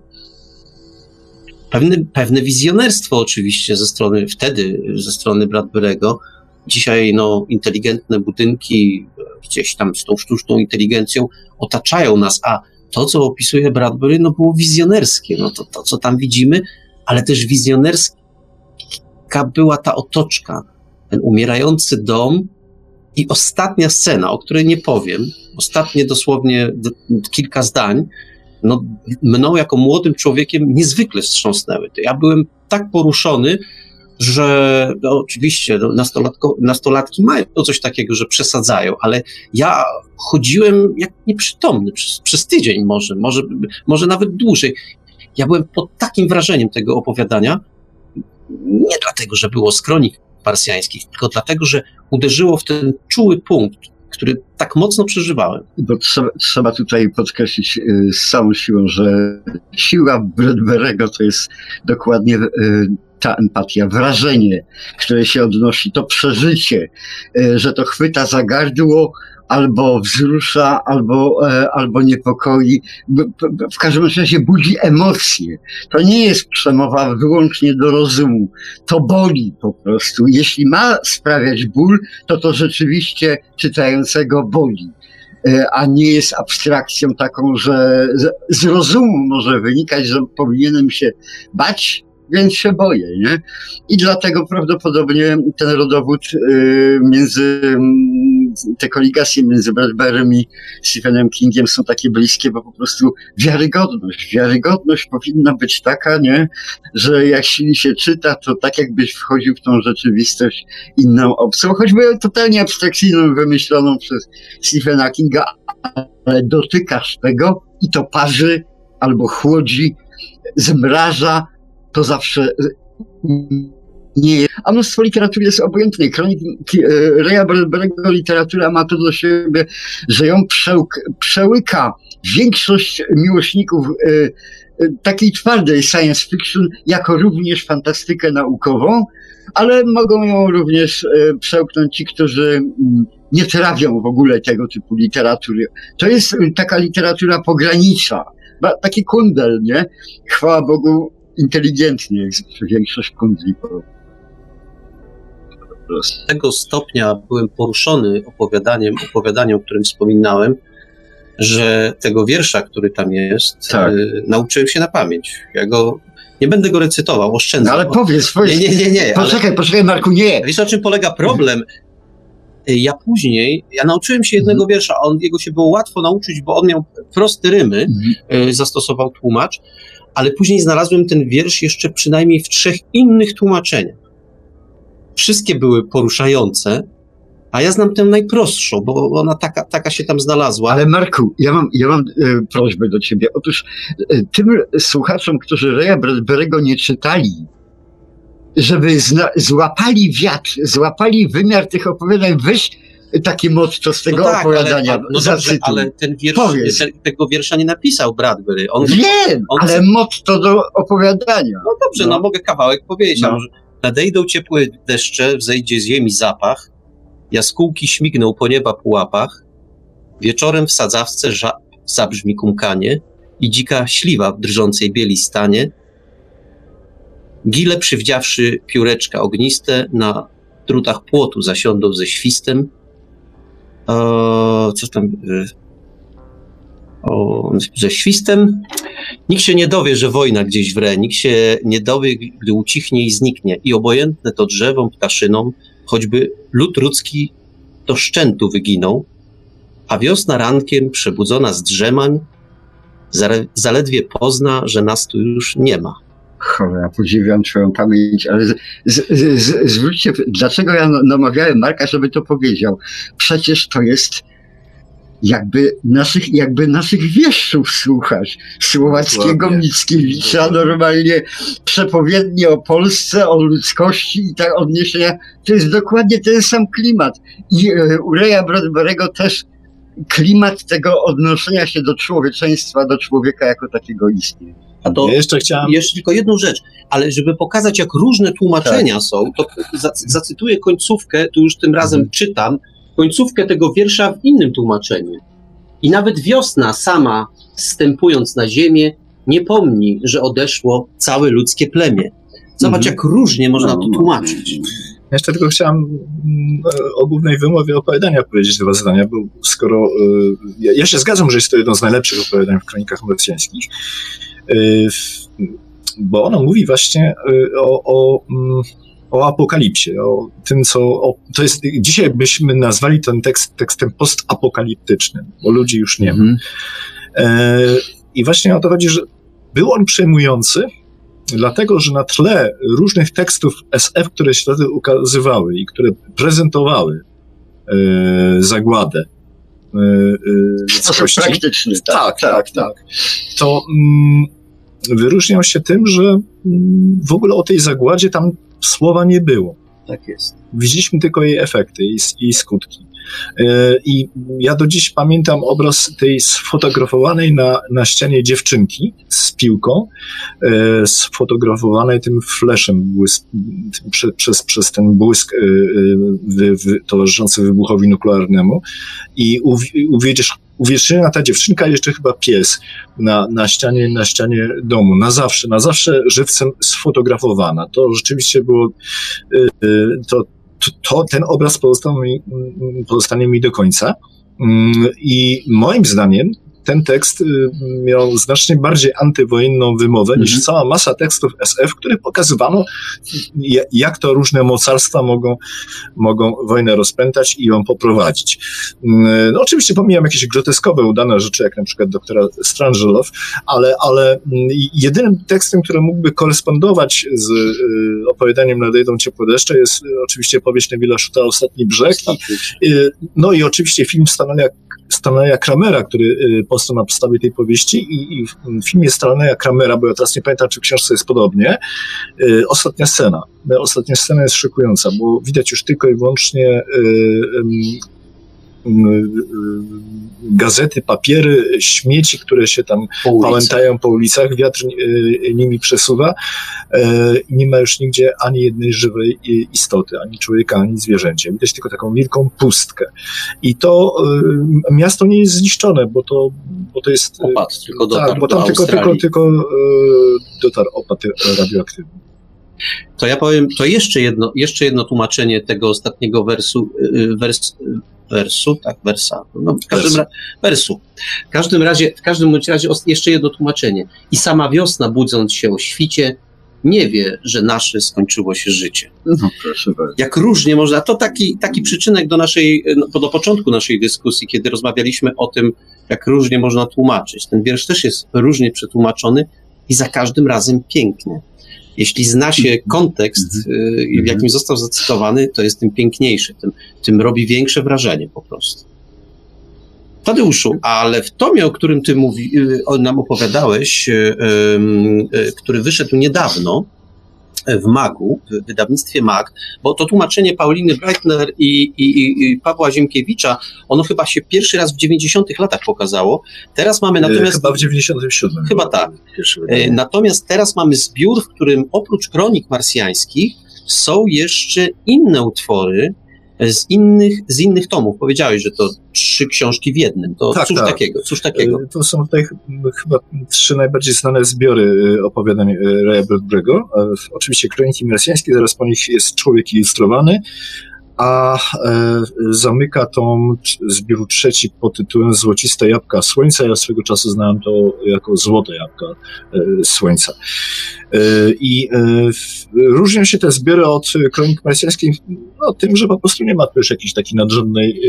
Pewne wizjonerstwo oczywiście ze strony Bradbury'ego. Dzisiaj inteligentne budynki gdzieś tam z tą sztuczną inteligencją otaczają nas, a to, co opisuje Bradbury, było wizjonerskie. To, co tam widzimy, ale też wizjonerska była ta otoczka, ten umierający dom I ostatnia scena, o której nie powiem, ostatnie dosłownie kilka zdań, no, mną jako młodym człowiekiem niezwykle wstrząsnęły. Ja byłem tak poruszony, że no, oczywiście nastolatki mają coś takiego, że przesadzają, ale ja chodziłem jak nieprzytomny przez tydzień może nawet dłużej. Ja byłem pod takim wrażeniem tego opowiadania, nie dlatego, że było z kronik marsjańskich, tylko dlatego, że uderzyło w ten czuły punkt, który tak mocno przeżywałem. Bo trzeba tutaj podkreślić z całą siłą, że siła Bradbury'ego to jest dokładnie ta empatia, wrażenie, które się odnosi, to przeżycie, że to chwyta za gardło, albo wzrusza, albo niepokoi. W każdym razie budzi emocje. To nie jest przemowa wyłącznie do rozumu. To boli po prostu. Jeśli ma sprawiać ból, to rzeczywiście czytającego boli. A nie jest abstrakcją taką, że z rozumu może wynikać, że powinienem się bać, więc się boję, nie? I dlatego prawdopodobnie ten rodowód te koligacje między Bradburym i Stephenem Kingiem są takie bliskie, bo po prostu wiarygodność powinna być taka, nie? Że jak się czyta, to tak jakbyś wchodził w tą rzeczywistość inną, obcą, choćby totalnie abstrakcyjną, wymyśloną przez Stephena Kinga, ale dotykasz tego i to parzy albo chłodzi, zmraża, to zawsze nie jest. A mnóstwo literatury jest obojętnej. Kroniki Raya Bradbury'ego literatura ma to do siebie, że ją przełyka większość miłośników takiej twardej science fiction jako również fantastykę naukową, ale mogą ją również przełknąć ci, którzy nie trawią w ogóle tego typu literatury. To jest taka literatura pogranicza, taki kundel, nie? Chwała Bogu, inteligentnie, jak większość kundli. Z tego stopnia byłem poruszony opowiadaniem, o którym wspominałem, że tego wiersza, który tam jest, tak. Nauczyłem się na pamięć. Ja nie będę go recytował, oszczędzę. No ale powiedz. Nie. Poczekaj, Marku, nie. Wiesz, o czym polega problem? Ja nauczyłem się jednego wiersza, jego się było łatwo nauczyć, bo on miał proste rymy, zastosował tłumacz, ale później znalazłem ten wiersz jeszcze przynajmniej w 3 innych tłumaczeniach. Wszystkie były poruszające, a ja znam tę najprostszą, bo ona taka się tam znalazła. Ale Marku, ja mam prośbę do ciebie. Otóż tym słuchaczom, którzy Raya Bradbury'ego nie czytali, żeby złapali wiatr, złapali wymiar tych opowiadań, weź takie motto z tego opowiadania. Ale ten wiersz, tego wiersza nie napisał Bradbury. Wiem, ale motto do opowiadania. No dobrze, mogę kawałek powiedzieć. No. Nadejdą ciepłe deszcze, wzejdzie z ziemi zapach, jaskółki śmigną po nieba pułapach, wieczorem w sadzawce żab zabrzmi kumkanie i dzika śliwa w drżącej bieli stanie. Gile przywdziawszy pióreczka ogniste, na drutach płotu zasiądą ze świstem. Co tam? Ze świstem. Nikt się nie dowie, że wojna gdzieś wre. Nikt się nie dowie, gdy ucichnie i zniknie. I obojętne to drzewom, ptaszynom, choćby lud ludzki do szczętu wyginął, a wiosna rankiem, przebudzona z drzemań, zaledwie pozna, że nas tu już nie ma. Cholera, podziwiam twoją pamięć, ale zwróćcie, dlaczego ja namawiałem Marka, żeby to powiedział? Przecież to jest jakby naszych wieszczów słuchać. Słowackiego, Mickiewicza, normalnie przepowiednie o Polsce, o ludzkości i tak odniesienia. To jest dokładnie ten sam klimat. I u Raya Bradbury'ego też klimat tego odnoszenia się do człowieczeństwa, do człowieka jako takiego istnieje. A to jeszcze tylko jedną rzecz, ale żeby pokazać, jak różne tłumaczenia są, to zacytuję końcówkę, tu już tym razem czytam, końcówkę tego wiersza w innym tłumaczeniu. I nawet wiosna sama, zstępując na ziemię, nie pomni, że odeszło całe ludzkie plemię. Zobacz, jak różnie można to tłumaczyć. Jeszcze tylko chciałem o głównej wymowie opowiadania powiedzieć 2 zdania, bo skoro ja się zgadzam, że jest to jedno z najlepszych opowiadań w kronikach marsjańskich, bo ono mówi właśnie o o apokalipsie, o tym, to jest, dzisiaj byśmy nazwali ten tekst tekstem postapokaliptycznym, bo ludzi już nie ma. I właśnie o to chodzi, że był on przejmujący, dlatego, że na tle różnych tekstów SF, które się wtedy ukazywały i które prezentowały zagładę ludzkości. Praktyczny. Tak. To wyróżniał się tym, że w ogóle o tej zagładzie tam słowa nie było. Tak jest. Widzieliśmy tylko jej efekty i skutki. I ja do dziś pamiętam obraz tej sfotografowanej na ścianie dziewczynki z piłką, sfotografowanej tym fleszem przez ten błysk towarzyszący wybuchowi nuklearnemu i uwieczniona ta dziewczynka, jeszcze chyba pies na ścianie domu, na zawsze żywcem sfotografowana. To rzeczywiście było ten obraz pozostanie mi do końca. I moim zdaniem ten tekst miał znacznie bardziej antywojenną wymowę niż cała masa tekstów SF, w których pokazywano, jak to różne mocarstwa mogą wojnę rozpętać i ją poprowadzić. No oczywiście pomijam jakieś groteskowe, udane rzeczy, jak na przykład doktora Strangelove, ale jedynym tekstem, który mógłby korespondować z opowiadaniem Nadejdą ciepłe deszcze, jest oczywiście powieść Neville'a Shuta Ostatni brzeg. No i oczywiście film Stanleya Kramera, który powstał na podstawie tej powieści i w filmie Stanleya Kramera, bo ja teraz nie pamiętam, czy w książce jest podobnie, ostatnia scena. Ostatnia scena jest szokująca, bo widać już tylko i wyłącznie gazety, papiery, śmieci, które się tam pałętają po ulicach, wiatr nimi przesuwa. Nie ma już nigdzie ani jednej żywej istoty, ani człowieka, ani zwierzęcia. Widać tylko taką wielką pustkę. I to miasto nie jest zniszczone, bo to jest... Opad, tylko dotarł tak, bo tam tylko dotarł opad radioaktywny. To ja powiem, to jeszcze jedno tłumaczenie tego ostatniego wersu, W każdym razie jeszcze jedno tłumaczenie. I sama wiosna, budząc się o świcie, nie wie, że nasze skończyło się życie. No, proszę bardzo. Jak różnie można, to taki przyczynek do początku naszej dyskusji, kiedy rozmawialiśmy o tym, jak różnie można tłumaczyć. Ten wiersz też jest różnie przetłumaczony i za każdym razem pięknie. Jeśli zna się kontekst, w jakim został zacytowany, to jest tym piękniejszy, tym robi większe wrażenie po prostu. Tadeuszu, ale w tomie, o którym ty nam opowiadałeś, który wyszedł niedawno w Magu, w wydawnictwie Mag, bo to tłumaczenie Pauliny Breitner i Pawła Ziemkiewicza, ono chyba się pierwszy raz w 90-tych latach pokazało. Teraz mamy natomiast... Chyba w 97. Chyba tak. Natomiast teraz mamy zbiór, w którym oprócz kronik marsjańskich są jeszcze inne utwory z innych tomów. Powiedziałeś, że to 3 książki w jednym. To tak, cóż takiego? To są tutaj chyba 3 najbardziej znane zbiory opowiadań Raya Bradburego. Oczywiście Kroniki Marsjańskie, zaraz po nich jest Człowiek ilustrowany, a zamyka tom zbioru 3 pod tytułem Złociste jabłka słońca. Ja swego czasu znałem to jako Złote jabłka słońca. I różnią się te zbiory od Kronik Marsjańskich tym, że po prostu nie ma tu już jakiejś takiej nadrzędnej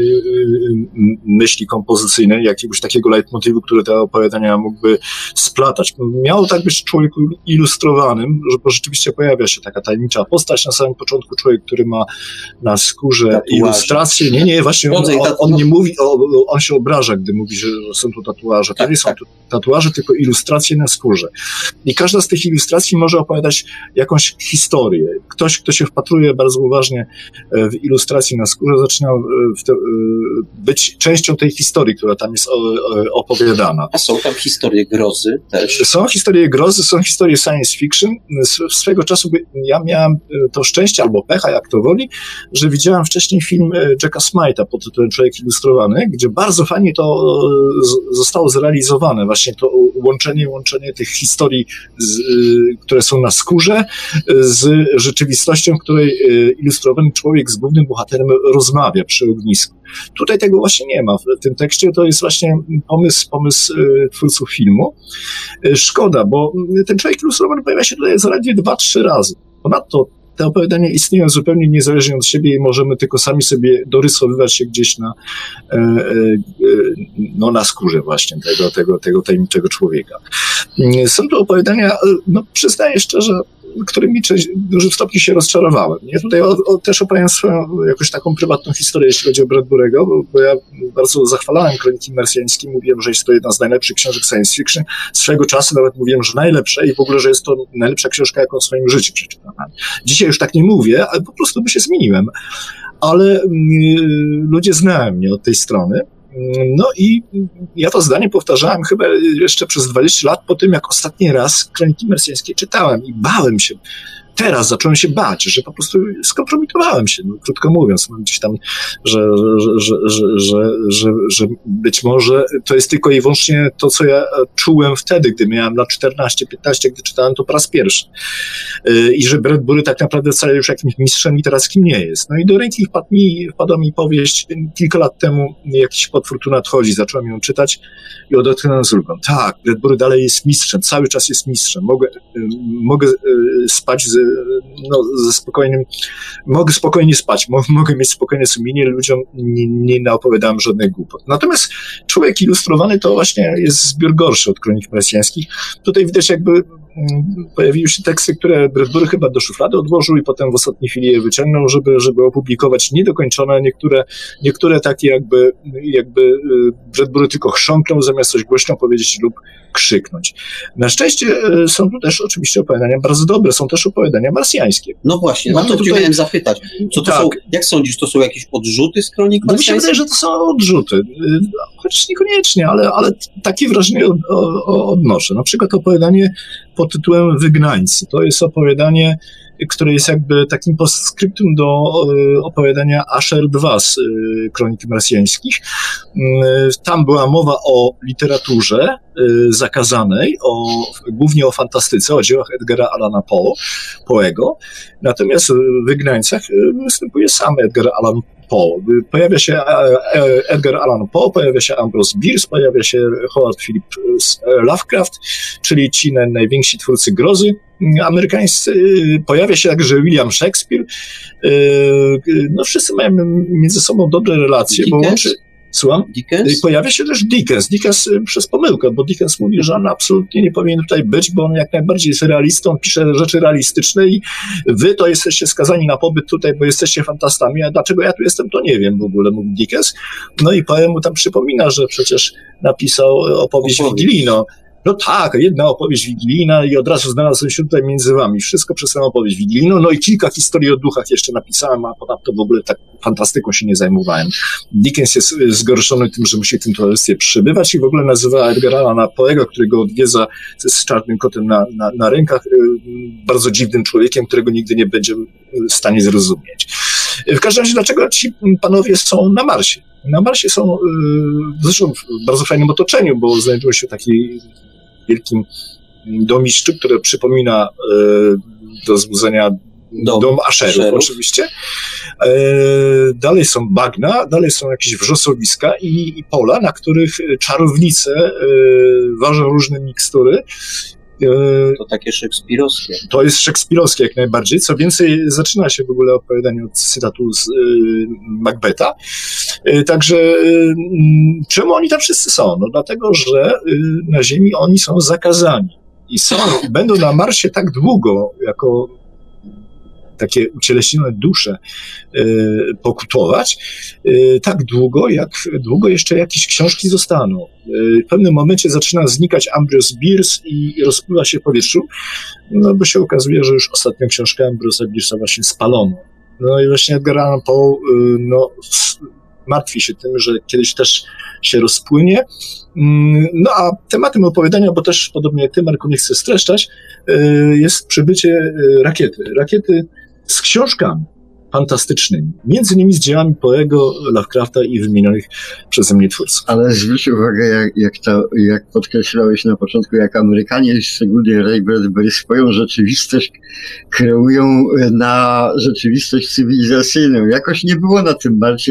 myśli kompozycyjnej, jakiegoś takiego leitmotywu, który te opowiadania mógłby splatać. Miało tak być człowieku ilustrowanym, bo rzeczywiście pojawia się taka tajemnicza postać na samym początku, człowiek, który ma na skórze ilustracje. Nie, właśnie on nie mówi, on się obraża, gdy mówi, że są tu tatuaże. To nie są tatuaże, tylko ilustracje na skórze. I każda z tych ilustracji może opowiadać jakąś historię. Ktoś, kto się wpatruje bardzo uważnie w ilustracji na skórze, zaczyna być częścią tej historii, która tam jest opowiadana. A są tam historie grozy też? Są historie grozy, są historie science fiction. Swego czasu ja miałem to szczęście albo pecha, jak to woli, że widziałem wcześniej film Jacka Smite'a pod tytułem Człowiek ilustrowany, gdzie bardzo fajnie to zostało zrealizowane. Właśnie to łączenie tych historii, które są na skórze, z rzeczywistością, w której ilustrowany człowiek z głównym bohaterem rozmawia przy ognisku. Tutaj tego właśnie nie ma. W tym tekście to jest właśnie pomysł twórców filmu. Szkoda, bo ten człowiek ilustrowany pojawia się tutaj zaledwie 2-3 razy. Ponadto te opowiadania istnieją zupełnie niezależnie od siebie i możemy tylko sami sobie dorysowywać się gdzieś na skórze właśnie tego tajemniczego człowieka. Są to opowiadania, przyznaję szczerze, którymi w dużym stopniu się rozczarowałem. Ja tutaj też opowiem swoją jakąś taką prywatną historię, jeśli chodzi o Bradbury'ego, bo ja bardzo zachwalałem Kroniki Marsjańskie, mówiłem, że jest to jedna z najlepszych książek science fiction. Swego czasu nawet mówiłem, że najlepsza i w ogóle, że jest to najlepsza książka, jaką w swoim życiu przeczytałem. Dzisiaj już tak nie mówię, ale po prostu by się zmieniłem. Ale ludzie znają mnie od tej strony. No i ja to zdanie powtarzałem chyba jeszcze przez 20 lat po tym, jak ostatni raz Kroniki Marsjańskie czytałem i bałem się. Teraz zacząłem się bać, że po prostu skompromitowałem się, krótko mówiąc, gdzieś tam, że być może to jest tylko i wyłącznie to, co ja czułem wtedy, gdy miałem lat 14-15, gdy czytałem to po raz pierwszy. I że Bradbury tak naprawdę wcale już jakimś mistrzem literackim nie jest. No i do ręki wpadła mi powieść kilka lat temu, jakiś potwór tu nadchodzi, zacząłem ją czytać i odetchnąłem z ulgą. Tak, Bradbury dalej jest mistrzem, cały czas jest mistrzem. Mogę spać ze spokojnym, mogę spokojnie spać, mogę mieć spokojne sumienie, ludziom nie naopowiadałem żadnych głupot. Natomiast Człowiek ilustrowany to właśnie jest zbiór gorszy od Kronik Marsjańskich. Tutaj widać jakby pojawiły się teksty, które Bradbury chyba do szuflady odłożył i potem w ostatniej chwili je wyciągnął, żeby opublikować niedokończone, niektóre takie jakby Bradbury tylko chrząknął, zamiast coś głośno powiedzieć lub krzyknąć. Na szczęście są tu też oczywiście opowiadania bardzo dobre, są też opowiadania marsjańskie. No właśnie, to tutaj miałem zapytać. Co to są, jak sądzisz, to są jakieś odrzuty z Kronik Marsjańskich? Mi się wydaje, że to są odrzuty, chociaż niekoniecznie, ale takie wrażenie odnoszę. Na przykład opowiadanie pod tytułem Wygnańcy. To jest opowiadanie, które jest jakby takim postscriptum do opowiadania Asher II z Kronik Marsjańskich. Tam była mowa o literaturze zakazanej, głównie o fantastyce, o dziełach Edgara Allana Poe'ego. Natomiast w Wygnańcach występuje sam Edgar Allan Poe. Pojawia się Edgar Allan Poe, pojawia się Ambrose Bierce, pojawia się Howard Philip Lovecraft, czyli ci najwięksi twórcy grozy amerykańscy. Pojawia się także William Shakespeare. No wszyscy mają między sobą dobre relacje, Dickens? Bo łączy... Słucham? Dickens? Pojawia się też Dickens. Dickens przez pomyłkę, bo Dickens mówi, że on absolutnie nie powinien tutaj być, bo on jak najbardziej jest realistą, on pisze rzeczy realistyczne i wy to jesteście skazani na pobyt tutaj, bo jesteście fantastami, a dlaczego ja tu jestem, to nie wiem w ogóle, mówi Dickens. No i Poe mu tam przypomina, że przecież napisał opowieść Wigilino. No tak, jedna opowieść wigilijna i od razu znalazłem się tutaj między wami. Wszystko przez tę opowieść wigilijną, no i kilka historii o duchach jeszcze napisałem, a ponadto w ogóle tak fantastyką się nie zajmowałem. Dickens jest zgorszony tym, że musi w tym towarzystwie przybywać i w ogóle nazywa Edgara Allana Poe'ego, którego odwiedza z czarnym kotem na rękach, bardzo dziwnym człowiekiem, którego nigdy nie będzie w stanie zrozumieć. W każdym razie, dlaczego ci panowie są na Marsie? Na Marsie są zresztą w bardzo fajnym otoczeniu, bo znajdują się w takiej wielkim domiszczu, które przypomina do zbudzenia dom Asherów oczywiście. Dalej są bagna, dalej są jakieś wrzosowiska i pola, na których czarownice ważą różne mikstury. To takie szekspirowskie. To jest szekspirowskie jak najbardziej. Co więcej, zaczyna się w ogóle opowiadanie od cytatu z Macbetha. Także czemu oni tam wszyscy są? No dlatego, że na Ziemi oni są zakazani. I będą na Marsie tak długo, jako takie ucieleśnione dusze pokutować, tak długo, jak długo jeszcze jakieś książki zostaną. W pewnym momencie zaczyna znikać Ambrose Bierce i rozpływa się w powietrzu, no bo się okazuje, że już ostatnią książkę Ambrose'a Bierce'a właśnie spalono. No i właśnie Edgar Allan Poe martwi się tym, że kiedyś też się rozpłynie. No a tematem opowiadania, bo też podobnie jak ty, Marku, nie chcę streszczać, jest przybycie rakiety. Rakiety z książkami fantastycznymi, między innymi z dziełami Poe'ego, Lovecrafta i wymienionych przeze mnie twórców. Ale zwróć uwagę, jak podkreślałeś na początku, jak Amerykanie, szczególnie Ray Bradbury, swoją rzeczywistość kreują na rzeczywistość cywilizacyjną. Jakoś nie było na tym Marsie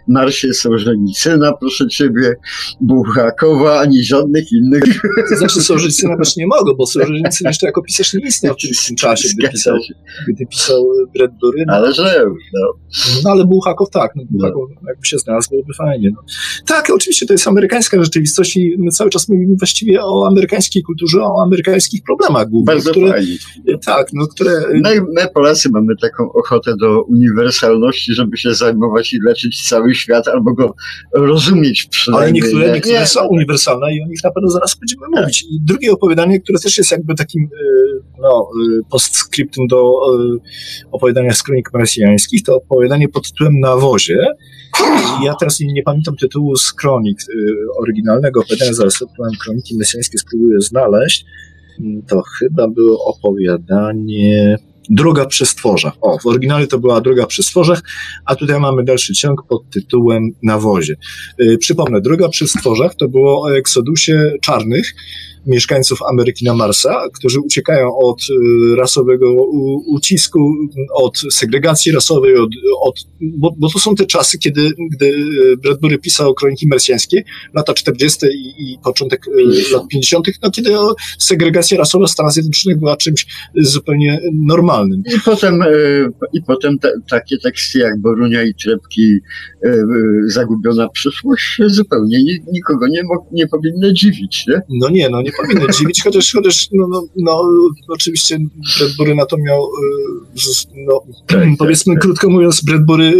Marsie Sołżenicyna, proszę ciebie, Bułhakowa, ani żadnych innych. To znaczy Sołżenicyna też nie mogę, bo Sołżenicyn jeszcze jako pisarz nie istniał w tym czasie, gdy pisał Bradbury. Ale że, no ale Bułhakow tak, Bułhakow jakby się znalazł, byłoby fajnie. No. Tak, oczywiście to jest amerykańska rzeczywistość i my cały czas mówimy właściwie o amerykańskiej kulturze, o amerykańskich problemach głównie. Bardzo fajnie. Tak, które... My Polacy mamy taką ochotę do uniwersalności, żeby się zajmować i leczyć cały świat, albo go rozumieć przynajmniej. Ale niektóre są uniwersalne i o nich na pewno zaraz będziemy mówić. I drugie opowiadanie, które też jest jakby takim postscriptum do opowiadania z kronik mesjańskich, to opowiadanie pod tytułem Na wozie. Ja teraz nie pamiętam tytułu z kronik oryginalnego opowiadania, zaraz tytułem Kroniki Mesjańskie spróbuję znaleźć. To chyba było opowiadanie Droga przy stworzach. W oryginale to była Droga przy stworzach, a tutaj mamy dalszy ciąg pod tytułem Na wozie. Przypomnę, Droga przy stworzach to było o eksodusie czarnych mieszkańców Ameryki na Marsa, którzy uciekają od rasowego ucisku, od segregacji rasowej, bo to są te czasy, gdy Bradbury pisał Kroniki Marsjańskie, lata 40. i początek lat 50., kiedy segregacja rasowa w Stanach Zjednoczonych była czymś zupełnie normalnym. I potem takie teksty jak Borunia i Trepki, Zagubiona przyszłość zupełnie nikogo nie powinny dziwić, nie? Nie powinny dziwić, chociaż oczywiście Bradbury na to miał, powiedzmy krótko mówiąc, Bradbury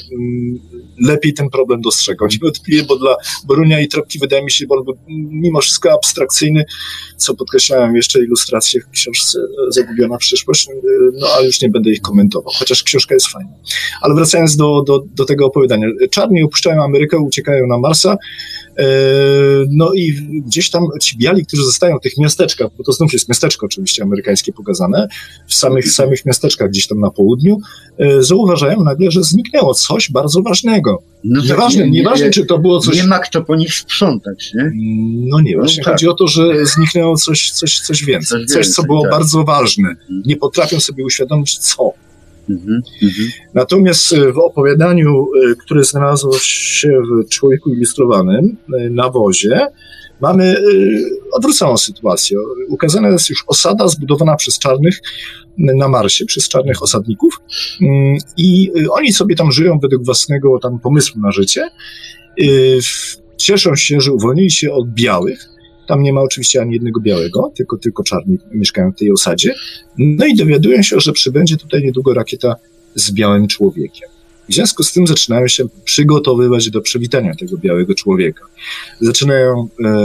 lepiej ten problem dostrzegał. Niewątpliwie, bo dla Borunia i Trepki wydaje mi się, bo on był mimo wszystko abstrakcyjny, co podkreślałem jeszcze ilustracje w książce Zagubiona przyszłość, ale już nie będę ich komentował, chociaż książka jest fajna. Ale wracając do tego opowiadania. Czarni opuszczają Amerykę, uciekają na Marsa, i gdzieś tam ci biali, którzy zostają w tych miasteczkach, bo to znów jest miasteczko oczywiście amerykańskie pokazane, w samych miasteczkach gdzieś tam na południu, zauważają nagle, że zniknęło coś bardzo ważnego. Nieważne, czy to było coś... Nie ma kto po nich sprzątać, nie? Właśnie chodzi o to, że zniknęło coś więcej. Coś, co było bardzo ważne. Nie potrafią sobie uświadomić, co. Natomiast w opowiadaniu, które znalazło się w Człowieku Ilustrowanym, Na wozie, mamy odwróconą sytuację. Ukazana jest już osada zbudowana przez czarnych na Marsie, przez czarnych osadników i oni sobie tam żyją według własnego tam pomysłu na życie. Cieszą się, że uwolnili się od białych. Tam nie ma oczywiście ani jednego białego, tylko czarni mieszkają w tej osadzie. No i dowiadują się, że przybędzie tutaj niedługo rakieta z białym człowiekiem. W związku z tym zaczynają się przygotowywać do przywitania tego białego człowieka. Zaczynają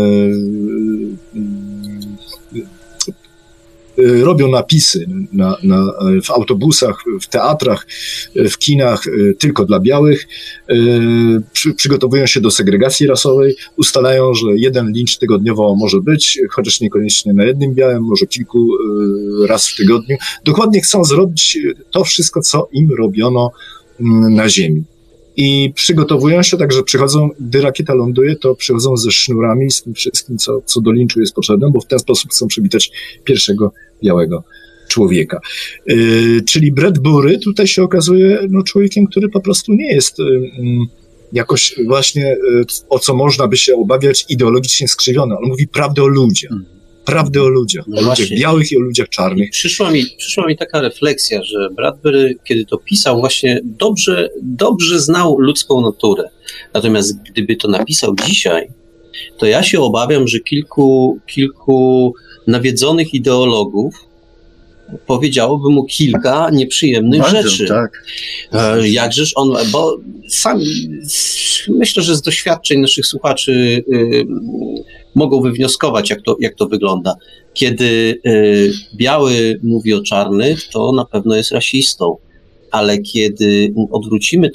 robią napisy w autobusach, w teatrach, w kinach tylko dla białych, przygotowują się do segregacji rasowej, ustalają, że jeden lincz tygodniowo może być, chociaż niekoniecznie na jednym białym, może kilku raz w tygodniu. Dokładnie chcą zrobić to wszystko, co im robiono na ziemi. I przygotowują się, także przychodzą, gdy rakieta ląduje, to przychodzą ze sznurami, z tym wszystkim, co do linczu jest potrzebne, bo w ten sposób chcą przywitać pierwszego białego człowieka. Czyli Bradbury tutaj się okazuje człowiekiem, który po prostu nie jest jakoś właśnie, o co można by się obawiać, ideologicznie skrzywiony. On mówi prawdę o ludziach. Prawdę o ludziach. O ludziach białych i o ludziach czarnych. Przyszła mi taka refleksja, że Bradbury, kiedy to pisał, właśnie dobrze znał ludzką naturę. Natomiast gdyby to napisał dzisiaj, to ja się obawiam, że kilku nawiedzonych ideologów powiedziałoby mu kilka nieprzyjemnych rzeczy. Tak. Jakżeż on, bo sam myślę, że z doświadczeń naszych słuchaczy mogą wywnioskować, jak to wygląda. Kiedy biały mówi o czarnych, to na pewno jest rasistą, ale kiedy odwrócimy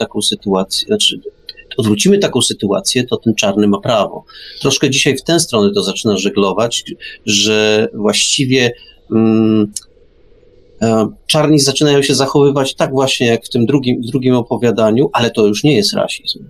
taką sytuację, to ten czarny ma prawo. Troszkę dzisiaj w tę stronę to zaczyna żeglować, że właściwie czarni zaczynają się zachowywać tak właśnie jak w tym drugim opowiadaniu, ale to już nie jest rasizm.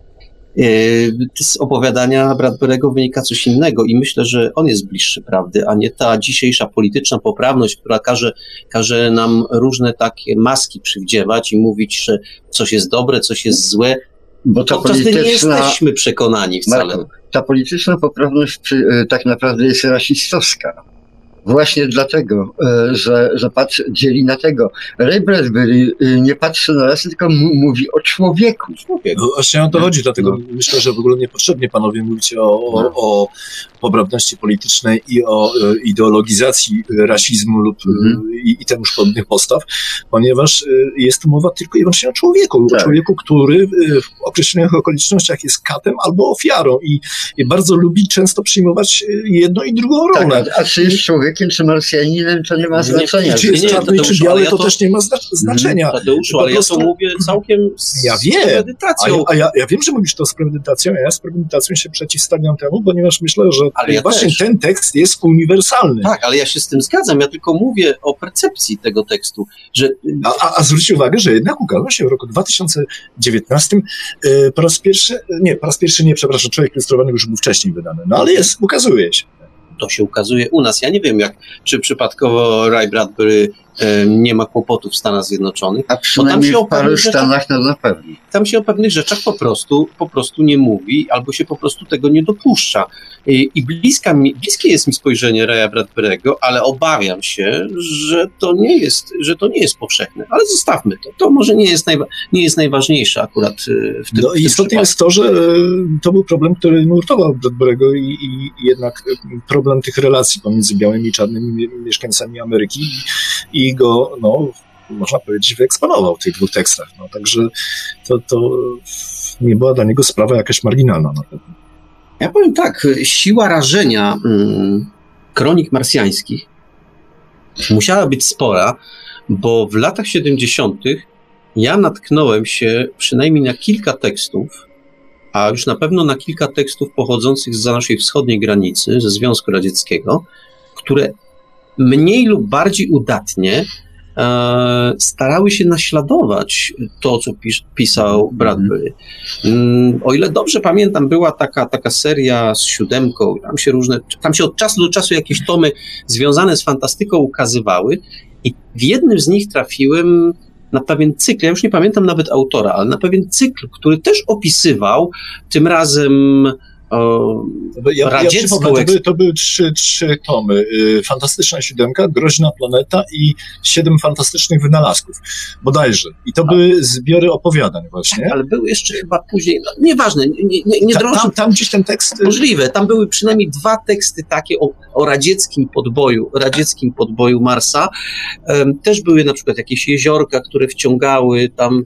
Z opowiadania Bradbury'ego wynika coś innego i myślę, że on jest bliższy prawdy, a nie ta dzisiejsza polityczna poprawność, która każe nam różne takie maski przywdziewać i mówić, że coś jest dobre, coś jest złe. Bo ta Podczas gdy nie polityczna, jesteśmy przekonani wcale. Marku, ta polityczna poprawność tak naprawdę jest rasistowska. Właśnie dlatego, że dzieli na tego. Ray Bradbury nie patrzy na rasę, tylko mówi o człowieku. No, właśnie o to chodzi, dlatego myślę, że w ogóle niepotrzebnie panowie mówicie o poprawności politycznej i o ideologizacji rasizmu lub i temuż podobnych postaw, ponieważ jest tu mowa tylko i wyłącznie o człowieku, tak. O człowieku, który w określonych okolicznościach jest katem albo ofiarą i bardzo lubi często przyjmować jedną i drugą rolę. Tak, a czy jest człowiekiem, czy Marsjaninem, to nie ma znaczenia. Czy jest czarny, czy biały, to też nie ma znaczenia. Tadeuszu, ale ja to mówię całkiem z premedytacją. Ja wiem, że mówisz to z premedytacją, a ja z premedytacją się przeciwstawiam temu, ponieważ myślę, że właśnie ten tekst jest uniwersalny. Tak, ale ja się z tym zgadzam. Ja tylko mówię o percepcji tego tekstu. Że... A zwróć uwagę, że jednak ukazał się w roku 2019 po raz pierwszy, Człowiek Ilustrowany już był wcześniej wydany, no ale ukazuje się. To się ukazuje u nas. Ja nie wiem, czy przypadkowo Ray Bradbury nie ma kłopotów w Stanach Zjednoczonych. A przynajmniej w paru stanach na pewno. Tam się o pewnych rzeczach po prostu nie mówi, albo się po prostu tego nie dopuszcza. I bliskie jest mi spojrzenie Raya Bradbury'ego, ale obawiam się, że to nie jest powszechne. Ale zostawmy to. To może nie jest najważniejsze akurat w tym No i istotne jest to, że to był problem, który nurtował Bradbury'ego i jednak problem tych relacji pomiędzy białymi i czarnymi mieszkańcami Ameryki i go, można powiedzieć, wyeksponował w tych dwóch tekstach. No, także to nie była dla niego sprawa jakaś marginalna na pewno. Ja powiem tak, siła rażenia kronik marsjańskich musiała być spora, bo w latach 70. ja natknąłem się przynajmniej na kilka tekstów, a już na pewno na kilka tekstów pochodzących zza naszej wschodniej granicy, ze Związku Radzieckiego, które mniej lub bardziej udatnie starały się naśladować to, co pisał Bradbury. O ile dobrze pamiętam, była taka seria z siódemką, tam się od czasu do czasu jakieś tomy związane z fantastyką ukazywały i w jednym z nich trafiłem na pewien cykl, ja już nie pamiętam nawet autora, ale na pewien cykl, który też opisywał tym razem radziecką... To były trzy tomy. Fantastyczna siódemka, Groźna planeta i 7 fantastycznych wynalazków. Bodajże. I to były zbiory opowiadań właśnie. Ale były jeszcze chyba później... Nieważne, nie drążę. Tam gdzieś ten tekst... Możliwe. Tam były przynajmniej 2 teksty takie o radzieckim podboju Marsa. Też były na przykład jakieś jeziorka, które wciągały tam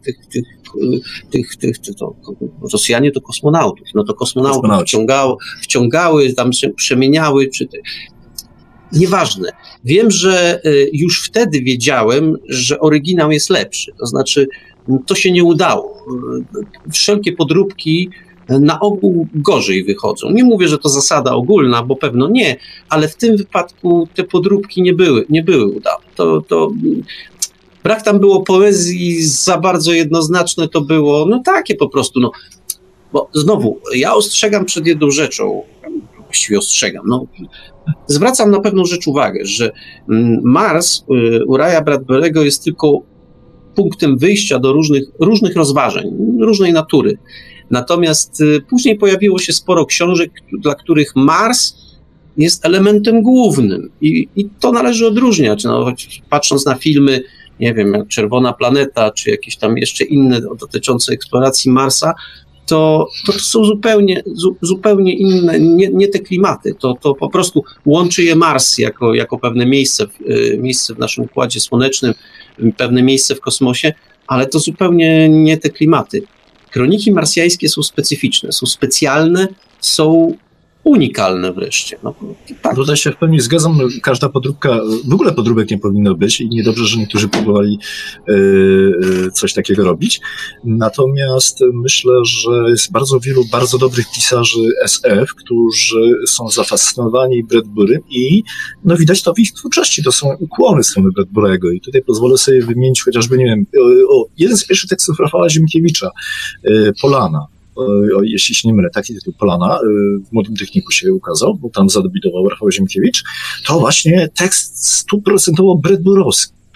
Rosjanie to kosmonautów. No to kosmonautów wciągały, tam przemieniały. Nieważne. Wiem, że już wtedy wiedziałem, że oryginał jest lepszy. To znaczy, to się nie udało. Wszelkie podróbki na ogół gorzej wychodzą. Nie mówię, że to zasada ogólna, bo pewno nie, ale w tym wypadku te podróbki nie były udane. Brak tam było poezji, za bardzo jednoznaczne to było, takie po prostu, bo znowu, ja ostrzegam przed jedną rzeczą, właściwie zwracam na pewną rzecz uwagę, że Mars u Raya Bradbury'ego jest tylko punktem wyjścia do różnych rozważań, różnej natury. Natomiast później pojawiło się sporo książek, dla których Mars jest elementem głównym i to należy odróżniać, patrząc na filmy, nie wiem, jak Czerwona Planeta, czy jakieś tam jeszcze inne dotyczące eksploracji Marsa, to są zupełnie inne, nie te klimaty. To po prostu łączy je Mars jako pewne miejsce w naszym Układzie Słonecznym, pewne miejsce w kosmosie, ale to zupełnie nie te klimaty. Kroniki marsjańskie są specyficzne, są specjalne, są unikalne wreszcie. Tak. Tutaj się w pełni zgadzam, każda podróbka, w ogóle podróbek nie powinno być i niedobrze, że niektórzy próbowali coś takiego robić. Natomiast myślę, że jest bardzo wielu bardzo dobrych pisarzy SF, którzy są zafascynowani Bradburym i widać to w ich twórczości, to są ukłony strony Bradbury'ego i tutaj pozwolę sobie wymienić chociażby, nie wiem, jeden z pierwszych tekstów Rafała Ziemkiewicza, Polana. Jeśli się nie mylę, taki tytuł Polana w Młodym Techniku się ukazał, bo tam zadebiutował Rafał Ziemkiewicz, to właśnie tekst 100% bradburowski.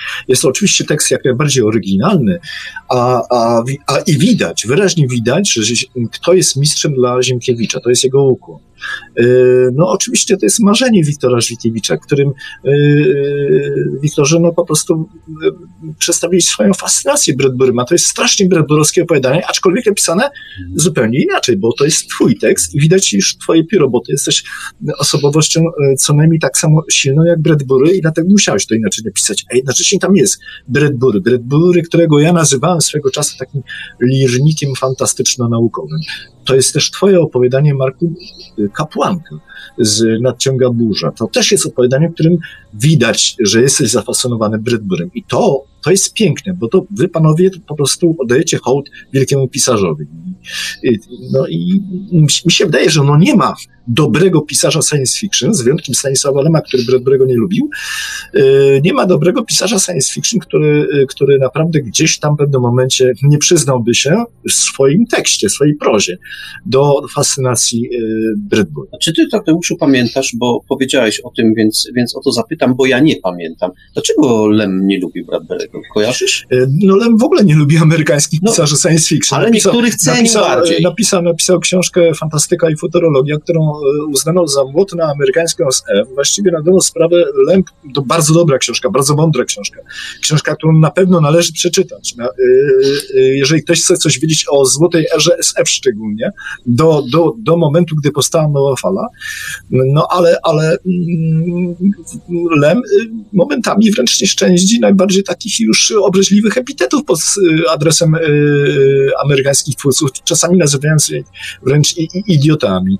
Jest to oczywiście tekst jak najbardziej oryginalny, i widać, wyraźnie widać, że kto jest mistrzem dla Ziemkiewicza, to jest jego ukłon. No oczywiście to jest marzenie Wiktora Żwikiewicza, którym Wiktorze po prostu przedstawili swoją fascynację Bradburym, a to jest strasznie bradburowskie opowiadanie, aczkolwiek napisane zupełnie inaczej, bo to jest twój tekst i widać już twoje pióro, bo ty jesteś osobowością co najmniej tak samo silną jak Bradbury i dlatego musiałeś to inaczej napisać, a jednocześnie tam jest Bradbury, którego ja nazywałem swego czasu takim lirnikiem fantastyczno-naukowym. To jest też twoje opowiadanie, Marku, Kapłanka z Nadciąga burza. To też jest opowiadanie, w którym widać, że jesteś zafascynowany Bradburym. I to jest piękne, bo to wy, panowie, po prostu oddajecie hołd wielkiemu pisarzowi. No i mi się wydaje, że nie ma dobrego pisarza science fiction, z wyjątkiem Stanisława Lema, który Bradburego nie lubił. Nie ma dobrego pisarza science fiction, który naprawdę gdzieś tam w pewnym momencie nie przyznałby się w swoim tekście, w swojej prozie do fascynacji Bradbury. A czy ty, Tadeuszu, pamiętasz, bo powiedziałeś o tym, więc o to zapytam, bo ja nie pamiętam. Dlaczego Lem nie lubił Bradburego? Kojarzysz? No Lem w ogóle nie lubi amerykańskich pisarzy science fiction. Ale niektórych cenił bardziej. Napisał książkę Fantastyka i futurologia, którą uznano za młot na amerykańską SF. Właściwie na dobrą sprawę Lem to bardzo dobra książka, bardzo mądra książka. Książka, którą na pewno należy przeczytać. Jeżeli ktoś chce coś wiedzieć o złotej erze SF szczególnie, do momentu, gdy powstała nowa fala. No ale Lem momentami wręcz nie szczęści najbardziej takich już obraźliwych epitetów pod adresem amerykańskich twórców, czasami nazywając je wręcz idiotami.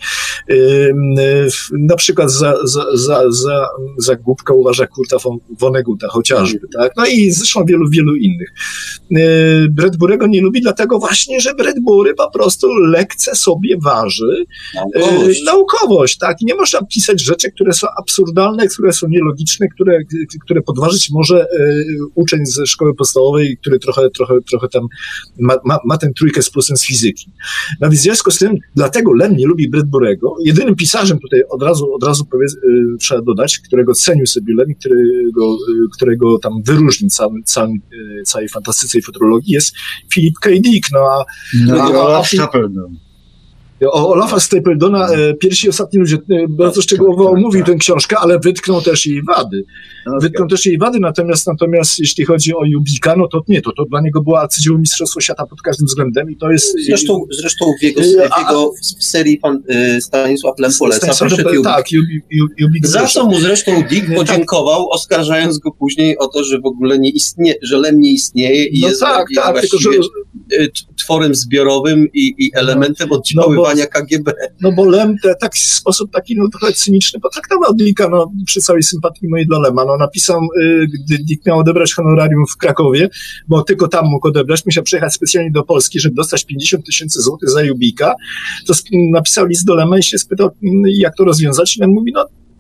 Na przykład za głupkę uważa Kurta Vonneguta chociażby, tak? No i zresztą wielu innych. Bradburego nie lubi dlatego właśnie, że Bradbury po prostu lekce sobie waży naukowość, tak? I nie można pisać rzeczy, które są absurdalne, które są nielogiczne, które podważyć może uczeń ze szkoły podstawowej, który trochę tam ma tę trójkę z plusem z fizyki. No więc w związku z tym, dlatego Lem nie lubi Bradburego. Jedynym pisarzem tutaj od razu trzeba dodać, którego cenił sobie Lem, którego tam wyróżnił całej fantastyce i futurologii, jest Philip K. Dick. Olaf Stapledon. O Olafa Stapledona Pierwsi i ostatni ludzie bardzo szczegółowo omówił tę książkę, ale wytknął też jej wady. Natomiast jeśli chodzi o Jubika, no to nie, to dla niego było arcydzieło mistrzostwo świata pod każdym względem i to jest... Zresztą w jego serii Stanisław Lem poleca. Tak, Jubik. Za co mu zresztą Dick podziękował, oskarżając go później o to, że w ogóle nie istnieje, że Lem nie istnieje i jest właściwie tworem zbiorowym i elementem oddziaływania KGB. No bo Lem w sposób taki trochę cyniczny potraktował Dicka, przy całej sympatii mojej dla Lema. Napisał, gdy Dick miał odebrać honorarium w Krakowie, bo tylko tam mógł odebrać, musiał przyjechać specjalnie do Polski, żeby dostać 50 000 złotych za Jubika, to napisał list do Lema i się spytał, jak to rozwiązać. I Lem mówi,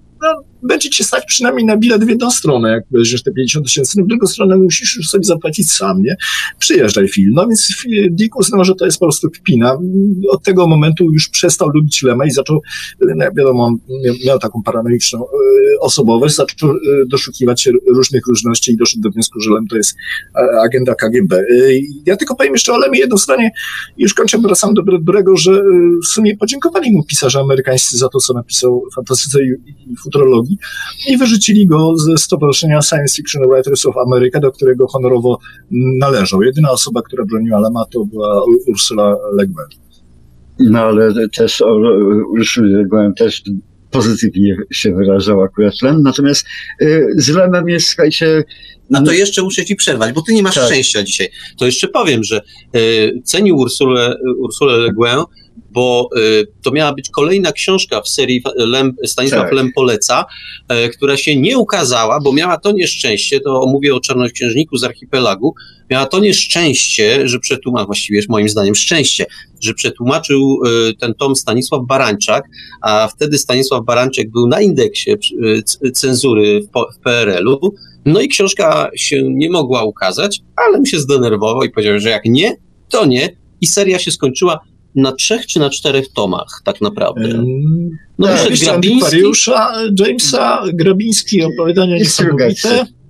będzie cię stać przynajmniej na bilet w jedną stronę, jak weźmiesz te 50 000, w drugą stronę musisz już sobie zapłacić sam, nie? Przyjeżdżaj, Phil. No więc Dick uznał, że to jest po prostu kpina. Od tego momentu już przestał lubić Lema i zaczął, wiadomo, miał taką paranoiczną osobowość, zaczął doszukiwać się różnych różności i doszedł do wniosku, że Lem to jest agenda KGB. Ja tylko powiem jeszcze o Lemie jedną zdanie, już kończę, wracam do Bradburego, że w sumie podziękowali mu pisarze amerykańscy za to, co napisał w fantastyce i futurologii i wyrzucili go ze Stowarzyszenia Science Fiction Writers of America, do którego honorowo należał. Jedyna osoba, która broniła Lema, to była Ursula Le Guin. No ale też Ursula Le Guin też pozytywnie się wyrażał akurat Lem, natomiast z Lemem jest, słuchajcie... A to jeszcze muszę ci przerwać, bo ty nie masz szczęścia dzisiaj. To jeszcze powiem, że cenił Ursulę Le Guin, bo to miała być kolejna książka w serii Stanisław Lem poleca, która się nie ukazała, bo miała to nieszczęście, to mówię o Czarnoksiężniku z Archipelagu, miała to nieszczęście, że właściwie jest moim zdaniem szczęście, że przetłumaczył ten tom Stanisław Barańczak, a wtedy Stanisław Barańczak był na indeksie cenzury w PRL-u, no i książka się nie mogła ukazać, ale mi się zdenerwował i powiedział, że jak nie, to nie i seria się skończyła na 3 czy na 4 tomach, tak naprawdę. Grabiński, Jamesa, Grabiński, opowiadania niesamowite.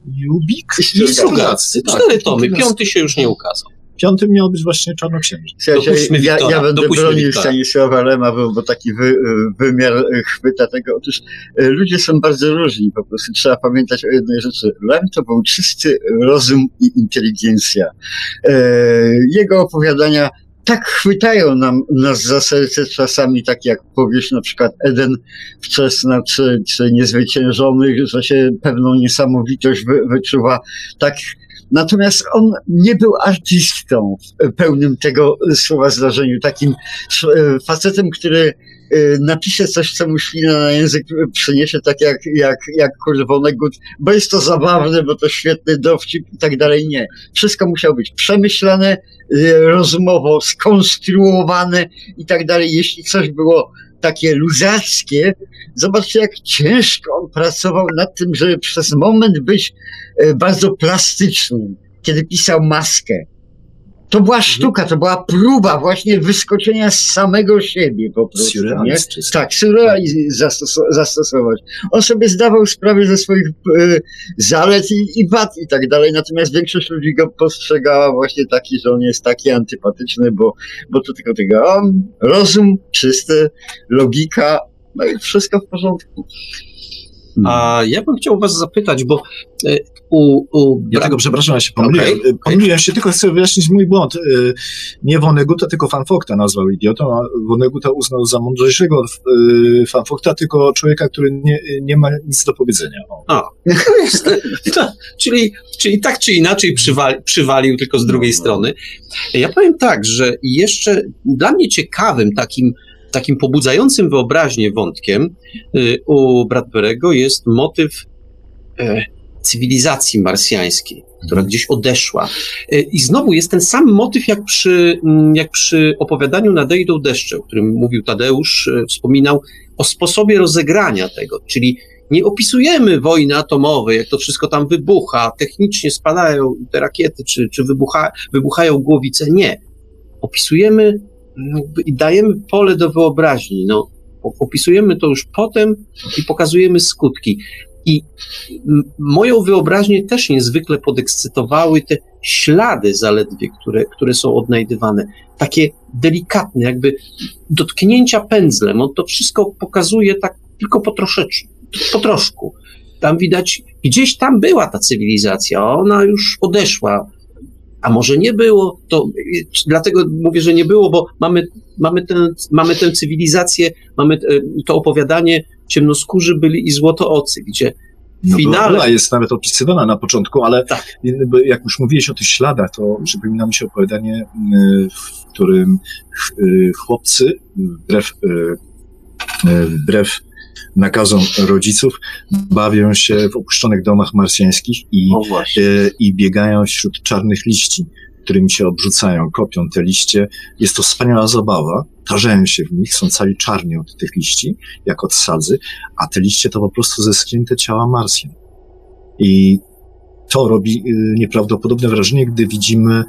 Jubik I Strugacy. 4 tomy, 5 się już nie ukazał. 5 miał być właśnie Czarnoksiężnik. Ja będę bronił Stanisława Lema, bo taki wymiar chwyta tego. Otóż ludzie są bardzo różni, po prostu trzeba pamiętać o jednej rzeczy. Lem to był czysty rozum i inteligencja. Jego opowiadania tak chwytają nas za serce czasami, tak jak powieść na przykład Eden Wczesna, czy Niezwyciężony, że się pewną niesamowitość wyczuwa. Tak. Natomiast on nie był artystą w pełnym tego słowa znaczeniu, takim facetem, który napisze coś, co mu ślina na język przyniesie, tak jak Vonnegut, bo jest to zabawne, bo to świetny dowcip i tak dalej. Nie. Wszystko musiało być przemyślane, rozumowo skonstruowane i tak dalej. Jeśli coś było takie luzackie, zobaczcie, jak ciężko on pracował nad tym, żeby przez moment być bardzo plastycznym, kiedy pisał Maskę. To była sztuka, to była próba właśnie wyskoczenia z samego siebie po prostu. Tak, surrealizm zastosować. On sobie zdawał sprawę ze swoich zalet i wad i tak dalej, natomiast większość ludzi go postrzegała właśnie taki, że on jest taki antypatyczny, bo to tylko tego rozum, czysty, logika, no i wszystko w porządku. A ja bym chciał was zapytać, bo Ja tego, przepraszam, ja się pomyliłem. Okay. Pomyliłem się, tylko chcę wyjaśnić mój błąd. Nie Vonneguta, tylko Van Vogta nazwał idiotą, a Vonneguta uznał za mądrzejszego Van Vogta, tylko człowieka, który nie ma nic do powiedzenia. Czyli tak czy inaczej przywalił tylko z drugiej strony. Ja powiem tak, że jeszcze dla mnie ciekawym takim pobudzającym wyobraźnię wątkiem u Bradbury'ego jest motyw cywilizacji marsjańskiej, która gdzieś odeszła. I znowu jest ten sam motyw, jak przy opowiadaniu Nade idą deszcze, o którym mówił Tadeusz, wspominał o sposobie rozegrania tego, czyli nie opisujemy wojny atomowej, jak to wszystko tam wybucha, technicznie spadają te rakiety, czy wybuchają głowice. Nie. Opisujemy i dajemy pole do wyobraźni. No, opisujemy to już potem i pokazujemy skutki. I moją wyobraźnię też niezwykle podekscytowały te ślady zaledwie, które są odnajdywane. Takie delikatne, jakby dotknięcia pędzlem. On to wszystko pokazuje tak tylko po troszku. Tam widać, gdzieś tam była ta cywilizacja, ona już odeszła. A może nie było, to dlatego mówię, że nie było, bo mamy tę cywilizację, mamy to opowiadanie Ciemnoskórzy byli i Złotoocy, gdzie w finale... Ona jest nawet opisywana na początku, ale tak. Jak już mówiłeś o tych śladach, to przypomina mi się opowiadanie, w którym chłopcy wbrew nakazom rodziców bawią się w opuszczonych domach marsjańskich i biegają wśród czarnych liści, którymi się obrzucają, kopią te liście. Jest to wspaniała zabawa, tarzają się w nich, są cali czarni od tych liści, jak od sadzy, a te liście to po prostu zeschnięte ciała Marsjan. I to robi nieprawdopodobne wrażenie, gdy widzimy,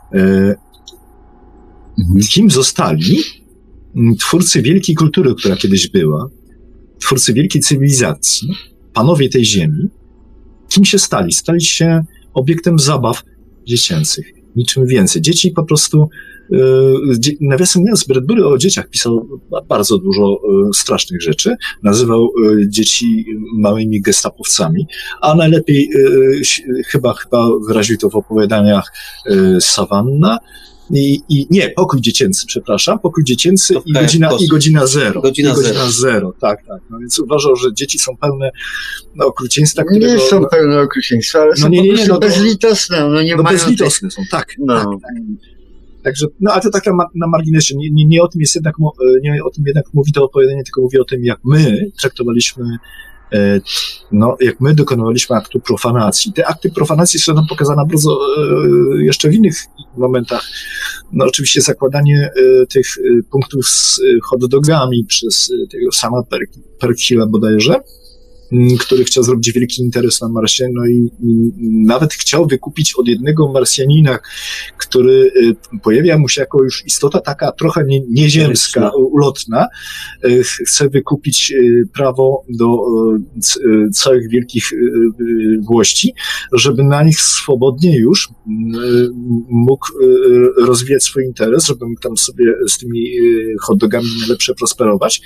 kim zostali twórcy wielkiej kultury, która kiedyś była, twórcy wielkiej cywilizacji, panowie tej ziemi. Kim się stali? Stali się obiektem zabaw dziecięcych. Niczym więcej. Dzieci po prostu, nawiasem mówiąc, Bradbury o dzieciach pisał bardzo dużo strasznych rzeczy. Nazywał dzieci małymi gestapowcami, a najlepiej chyba wyraził to w opowiadaniach Savanna. Pokój dziecięcy, przepraszam, pokój dziecięcy i godzina zero. Godzina zero, tak. No więc uważał, że dzieci są pełne okrucieństwa, którego... Nie są pełne okrucieństwa, ale są bezlitosne. Bezlitosne są, tak. Także, ale to tak na marginesie, nie o tym jest jednak, nie o tym jednak mówi to opowiadanie, tylko mówi o tym, jak my traktowaliśmy, jak my dokonywaliśmy aktu profanacji. Te akty profanacji są nam pokazane bardzo jeszcze w innych momentach. No oczywiście zakładanie tych punktów z hot dogami przez tego sama Perkilla bodajże, który chciał zrobić wielki interes na Marsie, no i nawet chciał wykupić od jednego Marsjanina, który pojawia mu się jako już istota taka trochę nieziemska, ulotna, chce wykupić prawo do całych wielkich włości, żeby na nich swobodnie już mógł rozwijać swój interes, żeby mógł tam sobie z tymi hot dogami najlepsze prosperować.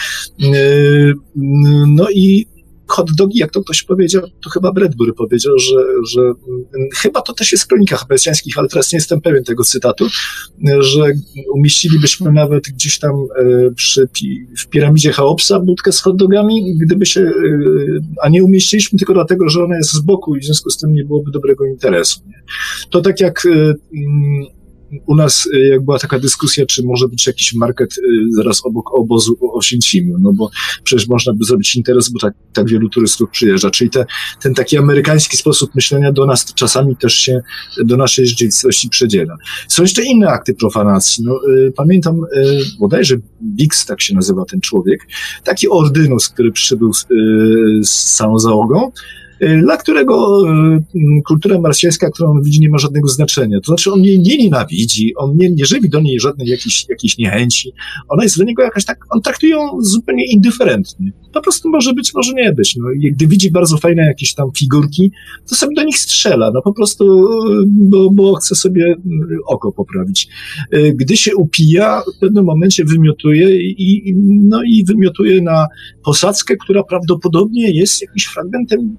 No i hot dogi, jak to ktoś powiedział, to chyba Bradbury powiedział, że chyba to też jest w kronikach marsjańskich, ale teraz nie jestem pewien tego cytatu, że umieścilibyśmy nawet gdzieś tam w piramidzie Cheopsa budkę z hot dogami, gdyby się, a nie umieściliśmy tylko dlatego, że ona jest z boku i w związku z tym nie byłoby dobrego interesu. Nie? To tak jak u nas, jak była taka dyskusja, czy może być jakiś market zaraz obok obozu w Oświęcimiu, no bo przecież można by zrobić interes, bo tak wielu turystów przyjeżdża, czyli ten taki amerykański sposób myślenia do nas czasami też się, do naszej rzeczywistości przedziela. Są jeszcze inne akty profanacji. No, pamiętam, bodajże Bix, tak się nazywa ten człowiek, taki ordynus, który przybył z całą załogą, dla którego kultura marsjańska, którą on widzi, nie ma żadnego znaczenia. To znaczy on jej nie nienawidzi, on nie żywi do niej żadnej jakiejś niechęci. Ona jest dla niego jakaś tak, on traktuje ją zupełnie indyferentnie. Po prostu może być, może nie być. No, gdy widzi bardzo fajne jakieś tam figurki, to sobie do nich strzela. No po prostu, bo chce sobie oko poprawić. Gdy się upija, w pewnym momencie wymiotuje i wymiotuje na posadzkę, która prawdopodobnie jest jakimś fragmentem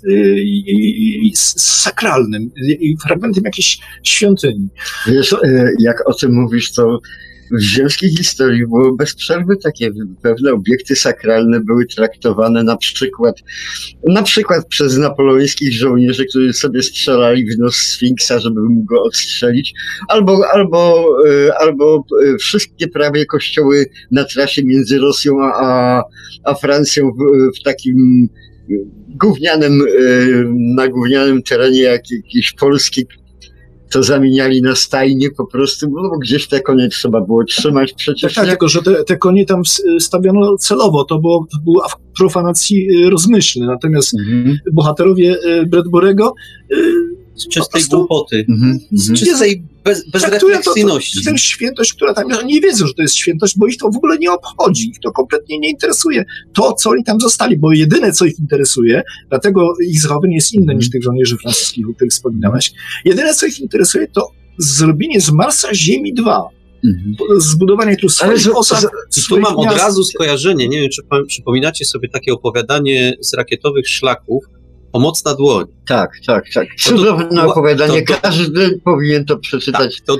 sakralnym, fragmentem jakiejś świątyni. Wiesz, jak o tym mówisz, to w ziemskiej historii było bez przerwy takie pewne obiekty sakralne były traktowane na przykład przez napoleońskich żołnierzy, którzy sobie strzelali w nos Sfinksa, żeby mógł go odstrzelić, albo wszystkie prawie kościoły na trasie między Rosją a Francją w takim na gównianym terenie jakiejś Polski, to zamieniali na stajnie po prostu, bo gdzieś te konie trzeba było trzymać przecież. Tak, tylko że te konie tam stawiano celowo, to było profanacji rozmyślne, natomiast bohaterowie Bradbury'ego z czystej głupoty, z czystej bezrefleksyjności. To jest świętość, która tam jest, oni nie wiedzą, że to jest świętość, bo ich to w ogóle nie obchodzi, ich to kompletnie nie interesuje. To, co oni tam zostali, bo jedyne, co ich interesuje, dlatego ich zachowanie jest inne niż tych żołnierzy francuskich, o których wspominałeś, jedyne, co ich interesuje, to zrobienie z Marsa Ziemi 2. Zbudowanie tu swoich osad. Tu mam od razu skojarzenie, nie wiem, czy przypominacie sobie takie opowiadanie z rakietowych szlaków, Pomocna dłoń. Tak. Cudowne opowiadanie. Każdy powinien to przeczytać. Tak, to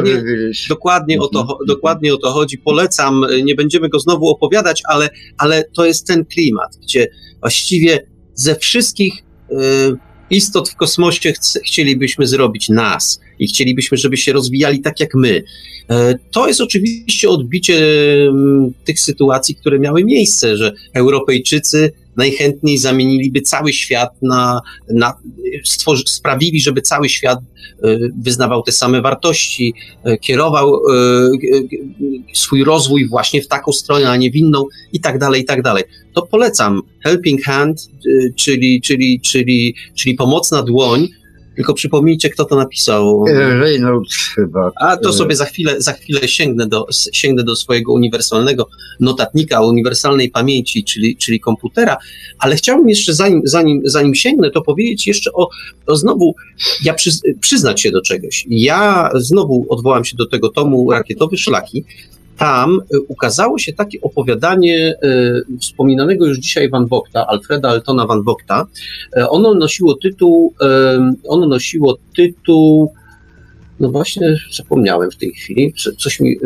dokładnie o to chodzi. Polecam. Nie będziemy go znowu opowiadać, ale to jest ten klimat, gdzie właściwie ze wszystkich istot w kosmosie chcielibyśmy zrobić nas i chcielibyśmy, żeby się rozwijali tak jak my. To jest oczywiście odbicie tych sytuacji, które miały miejsce, że Europejczycy najchętniej zamieniliby cały świat sprawili, żeby cały świat wyznawał te same wartości, kierował swój rozwój właśnie w taką stronę, a nie w inną i tak dalej, i tak dalej. To polecam. Helping Hand, czyli pomocna dłoń. Tylko przypomnijcie, kto to napisał. Reynolds chyba. A to sobie za chwilę sięgnę do swojego uniwersalnego notatnika, uniwersalnej pamięci, czyli komputera, ale chciałbym jeszcze, zanim sięgnę, to powiedzieć jeszcze o znowu, przyznać się do czegoś. Ja znowu odwołam się do tego tomu Rakietowe Szlaki. Tam ukazało się takie opowiadanie wspominanego już dzisiaj Van Vogta, Alfreda Eltona Van Vogta. Ono nosiło tytuł, no właśnie zapomniałem w tej chwili, coś mi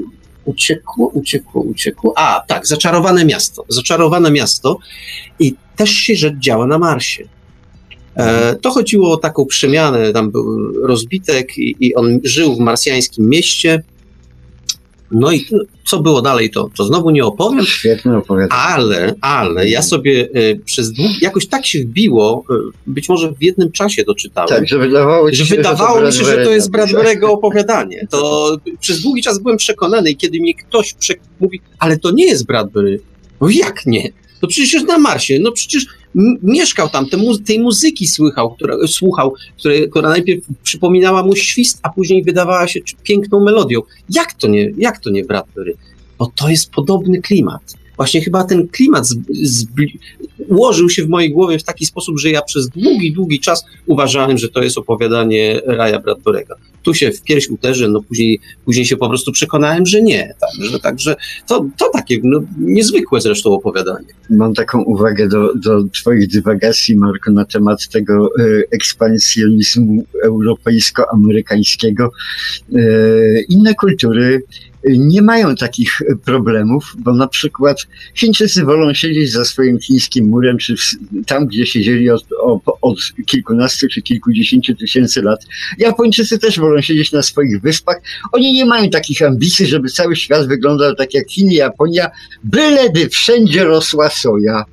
uciekło. A, tak, Zaczarowane miasto i też się rzecz działa na Marsie. To chodziło o taką przemianę, tam był rozbitek i on żył w marsjańskim mieście. No i co było dalej, to znowu nie opowiem. Świetne opowiadanie. Ale ja sobie jakoś tak się wbiło, być może w jednym czasie to czytałem. Tak, że wydawało mi się, że to jest Bradbury'ego opowiadanie. To przez długi czas byłem przekonany i kiedy mi ktoś mówi, ale to nie jest Bradbury. No jak nie? No przecież jest na Marsie, no przecież mieszkał tam, tej muzyki słuchał, która najpierw przypominała mu świst, a później wydawała się piękną melodią. Jak to nie Bradbury? Bo to jest podobny klimat. Właśnie chyba ten klimat ułożył się w mojej głowie w taki sposób, że ja przez długi czas uważałem, że to jest opowiadanie Raya Bradbury'ego. Tu się w pierś uderzę, no później się po prostu przekonałem, że nie. Także to takie niezwykłe zresztą opowiadanie. Mam taką uwagę do twoich dywagacji, Marko, na temat tego ekspansjonizmu europejsko-amerykańskiego. Inne kultury nie mają takich problemów, bo na przykład Chińczycy wolą siedzieć za swoim chińskim murem, czy tam, gdzie siedzieli od kilkunastu czy kilkudziesięciu tysięcy lat. Japończycy też wolą siedzieć na swoich wyspach. Oni nie mają takich ambicji, żeby cały świat wyglądał tak jak Chiny, Japonia, byleby wszędzie rosła soja.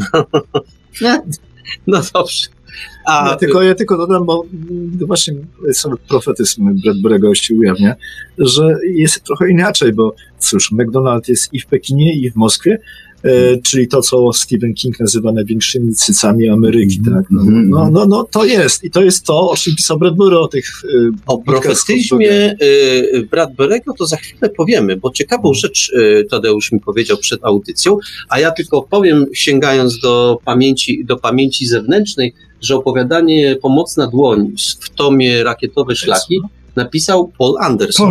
No dobrze. Ja tylko dodam, bo właśnie sobie profetyzm Bradbury'ego się ujawnia, że jest trochę inaczej, bo cóż, McDonald's jest i w Pekinie, i w Moskwie, czyli to, co Stephen King nazywa największymi cycami Ameryki, tak? No, to jest. I to jest to, o czym pisał Bradbury, o tych... O profetyzmie Bradbury'ego to za chwilę powiemy, bo ciekawą rzecz Tadeusz mi powiedział przed audycją, a ja tylko powiem, sięgając do pamięci zewnętrznej, że opowiadanie Pomocna dłoń w tomie Rakietowe szlaki napisał Paul Anderson.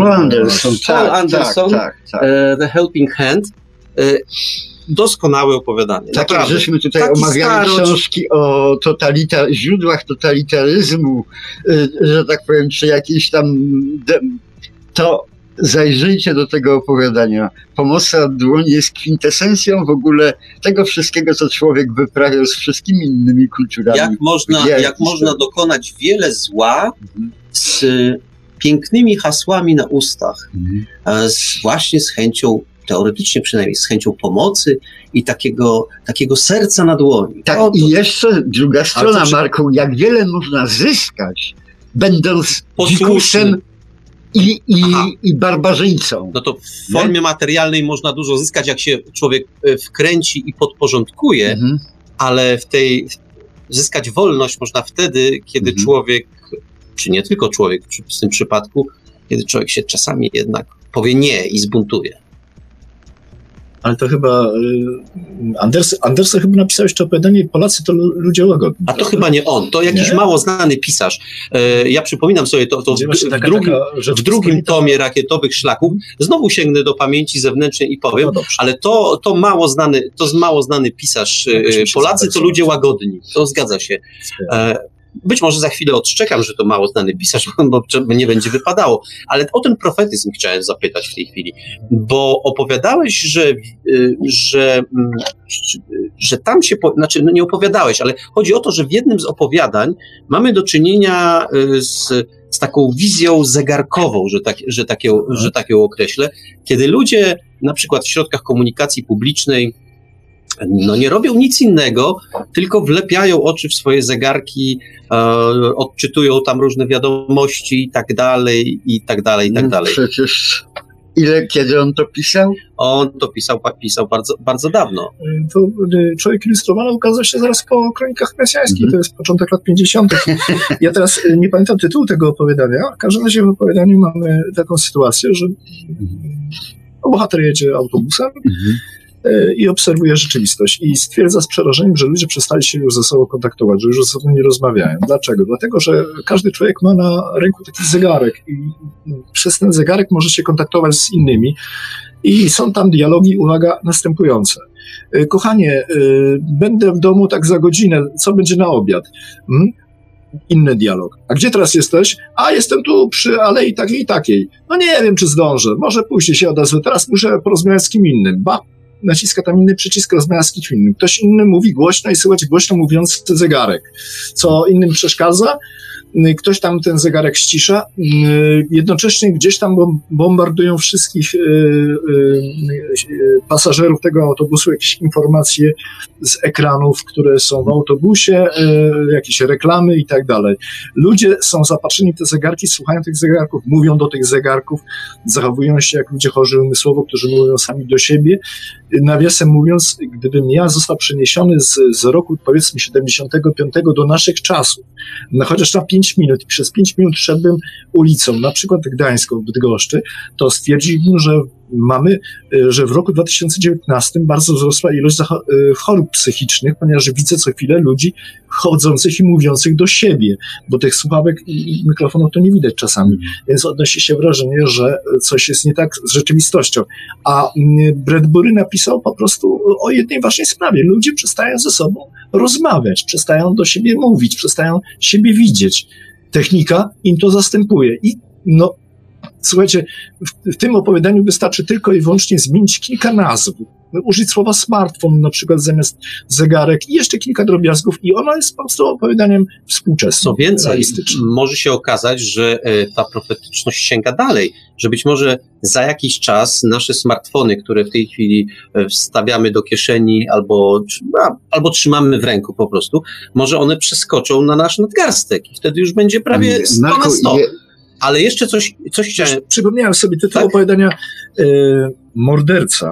Tak. The Helping Hand. Doskonałe opowiadanie. Tak jak żeśmy tutaj omawiali książki o źródłach totalitaryzmu, że tak powiem, czy jakieś tam, to zajrzyjcie do tego opowiadania. Pomocna dłoń jest kwintesencją w ogóle tego wszystkiego, co człowiek wyprawiał z wszystkimi innymi kulturami. Jak można dokonać wiele zła z pięknymi hasłami na ustach, właśnie z chęcią, teoretycznie przynajmniej, z chęcią pomocy i takiego serca na dłoni. Tak, i jeszcze druga strona, Marku, jak wiele można zyskać, będąc dzikusem i barbarzyńcą. No to w formie materialnej można dużo zyskać, jak się człowiek wkręci i podporządkuje, ale zyskać wolność można wtedy, kiedy człowiek, czy nie tylko człowiek w tym przypadku, kiedy człowiek się czasami jednak powie nie i zbuntuje. Ale to chyba Andersen chyba napisał jeszcze opowiadanie Polacy to ludzie łagodni. A to chyba nie on, to jakiś mało znany pisarz. Ja przypominam sobie to w drugim tomie Rakietowych szlaków. Znowu sięgnę do pamięci zewnętrznej i powiem, ale to mało znany pisarz. Polacy to ludzie łagodni. To zgadza się. Być może za chwilę odszczekam, że to mało znany pisarz, bo nie będzie wypadało. Ale o ten profetyzm chciałem zapytać w tej chwili, bo opowiadałeś, że tam się, znaczy nie opowiadałeś, ale chodzi o to, że w jednym z opowiadań mamy do czynienia z taką wizją zegarkową, że tak ją określę, kiedy ludzie na przykład w środkach komunikacji publicznej nie robią nic innego, tylko wlepiają oczy w swoje zegarki, odczytują tam różne wiadomości i tak dalej, i tak dalej, i tak dalej. Przecież kiedy on to pisał? On to pisał bardzo, bardzo dawno. To Człowiek ilustrowany ukazał się zaraz po Kronikach Mesjańskich, to jest początek lat 50. Ja teraz nie pamiętam tytułu tego opowiadania, w każdym razie w opowiadaniu mamy taką sytuację, że bohater jedzie autobusem, i obserwuje rzeczywistość i stwierdza z przerażeniem, że ludzie przestali się już ze sobą kontaktować, że już ze sobą nie rozmawiają. Dlaczego? Dlatego, że każdy człowiek ma na ręku taki zegarek i przez ten zegarek może się kontaktować z innymi i są tam dialogi, uwaga, następujące. Kochanie, będę w domu tak za godzinę, co będzie na obiad? Inny dialog. A gdzie teraz jesteś? A jestem tu przy alei takiej i takiej. No nie wiem, czy zdążę. Może później się odezwę. Teraz muszę porozmawiać z kim innym. Naciska tam inny przycisk, rozmawia z kimś innym. Ktoś inny mówi głośno i słychać głośno mówiący zegarek. Co innym przeszkadza? ktoś tam ten zegarek ścisza, jednocześnie gdzieś tam bombardują wszystkich pasażerów tego autobusu jakieś informacje z ekranów, które są w autobusie, jakieś reklamy i tak dalej. Ludzie są zapatrzeni w te zegarki, słuchają tych zegarków, mówią do tych zegarków, zachowują się jak ludzie chorzy umysłowo, którzy mówią sami do siebie. Nawiasem mówiąc, gdybym ja został przeniesiony z roku, powiedzmy 75 do naszych czasów, chociaż na 5 minut i przez 5 minut szedłbym ulicą, na przykład gdańską w Bydgoszczy, to stwierdziłbym, że w roku 2019 bardzo wzrosła ilość chorób psychicznych, ponieważ widzę co chwilę ludzi chodzących i mówiących do siebie, bo tych słuchawek i mikrofonów to nie widać czasami, więc odnosi się wrażenie, że coś jest nie tak z rzeczywistością. A Bradbury napisał po prostu o jednej ważnej sprawie. Ludzie przestają ze sobą rozmawiać, przestają do siebie mówić, przestają siebie widzieć. Technika im to zastępuje. I słuchajcie, w tym opowiadaniu wystarczy tylko i wyłącznie zmienić kilka nazw, użyć słowa smartfon na przykład zamiast zegarek i jeszcze kilka drobiazgów i ono jest po prostu opowiadaniem współczesnym. Co więcej, może się okazać, że ta profetyczność sięga dalej, że być może za jakiś czas nasze smartfony, które w tej chwili wstawiamy do kieszeni albo trzymamy w ręku po prostu, może one przeskoczą na nasz nadgarstek i wtedy już będzie prawie 100 na 100. Ale jeszcze coś chciałem... Przypomniałem sobie tytuł opowiadania Morderca.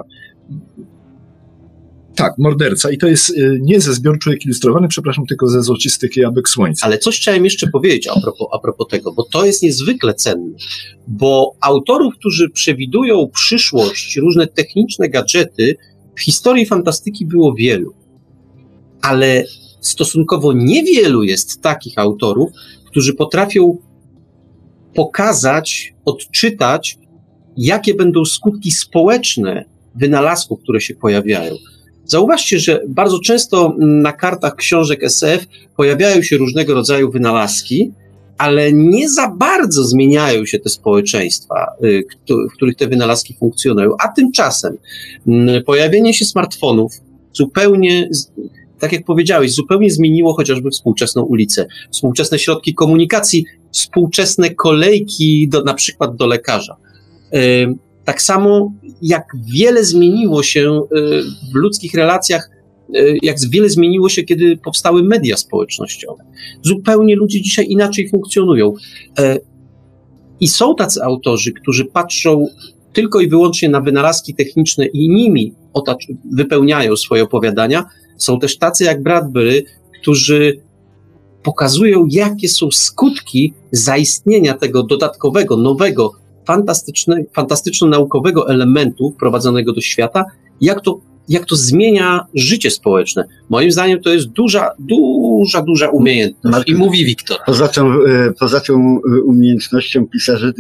Tak, Morderca. I to jest nie ze zbioru Człowiek Ilustrowany, przepraszam, tylko ze Złocisty Jabłek Słońca. Ale coś chciałem jeszcze powiedzieć a propos tego, bo to jest niezwykle cenne. Bo autorów, którzy przewidują przyszłość, różne techniczne gadżety, w historii fantastyki było wielu. Ale stosunkowo niewielu jest takich autorów, którzy potrafią pokazać, odczytać, jakie będą skutki społeczne wynalazków, które się pojawiają. Zauważcie, że bardzo często na kartach książek SF pojawiają się różnego rodzaju wynalazki, ale nie za bardzo zmieniają się te społeczeństwa, w których te wynalazki funkcjonują. A tymczasem pojawienie się smartfonów zupełnie, tak jak powiedziałeś, zupełnie zmieniło chociażby współczesną ulicę, współczesne środki komunikacji, współczesne kolejki na przykład do lekarza. Tak samo jak wiele zmieniło się w ludzkich relacjach, jak wiele zmieniło się, kiedy powstały media społecznościowe. Zupełnie ludzie dzisiaj inaczej funkcjonują. I są tacy autorzy, którzy patrzą tylko i wyłącznie na wynalazki techniczne i nimi wypełniają swoje opowiadania. Są też tacy jak Bradbury, którzy pokazują, jakie są skutki zaistnienia tego dodatkowego, nowego, fantastyczno-naukowego elementu wprowadzonego do świata, jak to zmienia życie społeczne. Moim zdaniem to jest duża umiejętność. I mówi Wiktor. Poza tą umiejętnością pisarzy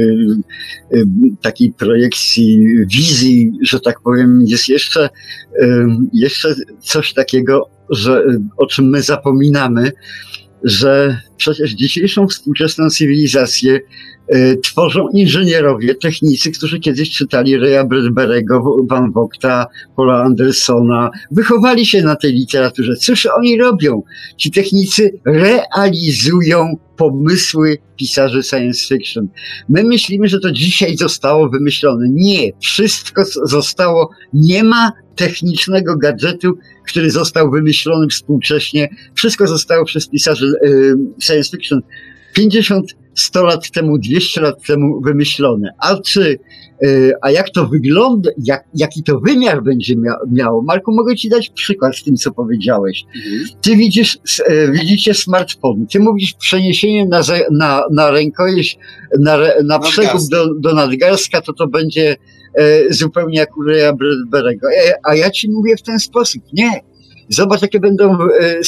takiej projekcji, wizji, że tak powiem, jest jeszcze coś takiego, o czym my zapominamy, że przecież dzisiejszą współczesną cywilizację tworzą inżynierowie, technicy, którzy kiedyś czytali Raya Bradbury'ego, Van Vogta, Paula Andersona, wychowali się na tej literaturze. Cóż oni robią? Ci technicy realizują pomysły pisarzy science fiction. My myślimy, że to dzisiaj zostało wymyślone. Nie, wszystko zostało, nie ma technicznego gadżetu, który został wymyślony współcześnie. Wszystko zostało przez pisarzy science fiction 50-100 lat temu, 200 lat temu wymyślone. A jak to wygląda, jaki to wymiar będzie miało? Marku, mogę ci dać przykład z tym, co powiedziałeś. Ty widzicie smartfon. Ty mówisz przeniesienie na rękojeść, na przekop do nadgarstka, to będzie zupełnie jak u Raya Bradbury'ego. A ja ci mówię w ten sposób. Nie. Zobacz, jakie będą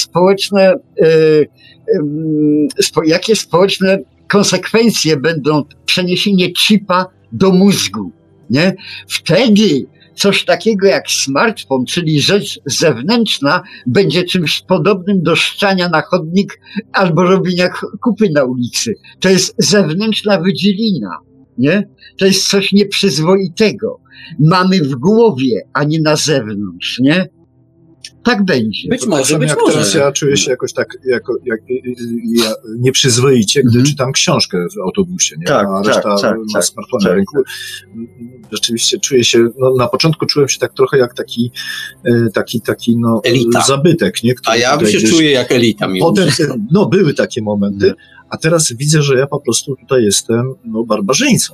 jakie społeczne konsekwencje będą przeniesienie chipa do mózgu, nie? Wtedy coś takiego jak smartfon, czyli rzecz zewnętrzna, będzie czymś podobnym do szczania na chodnik albo robienia kupy na ulicy. To jest zewnętrzna wydzielina, nie? To jest coś nieprzyzwoitego. Mamy w głowie, a nie na zewnątrz, nie? tak będzie. Być może, być jak może. Teraz ja czuję się jakoś tak ja nieprzyzwoicie, gdy czytam książkę w autobusie, nie? Tak, a reszta ma smartfon na ręku. Rzeczywiście czuję się, na początku czułem się tak trochę jak taki elita. zabytek, nie? A ja się czuję jak elita. Potem, były takie momenty, a teraz widzę, że ja po prostu tutaj jestem, barbarzyńcą.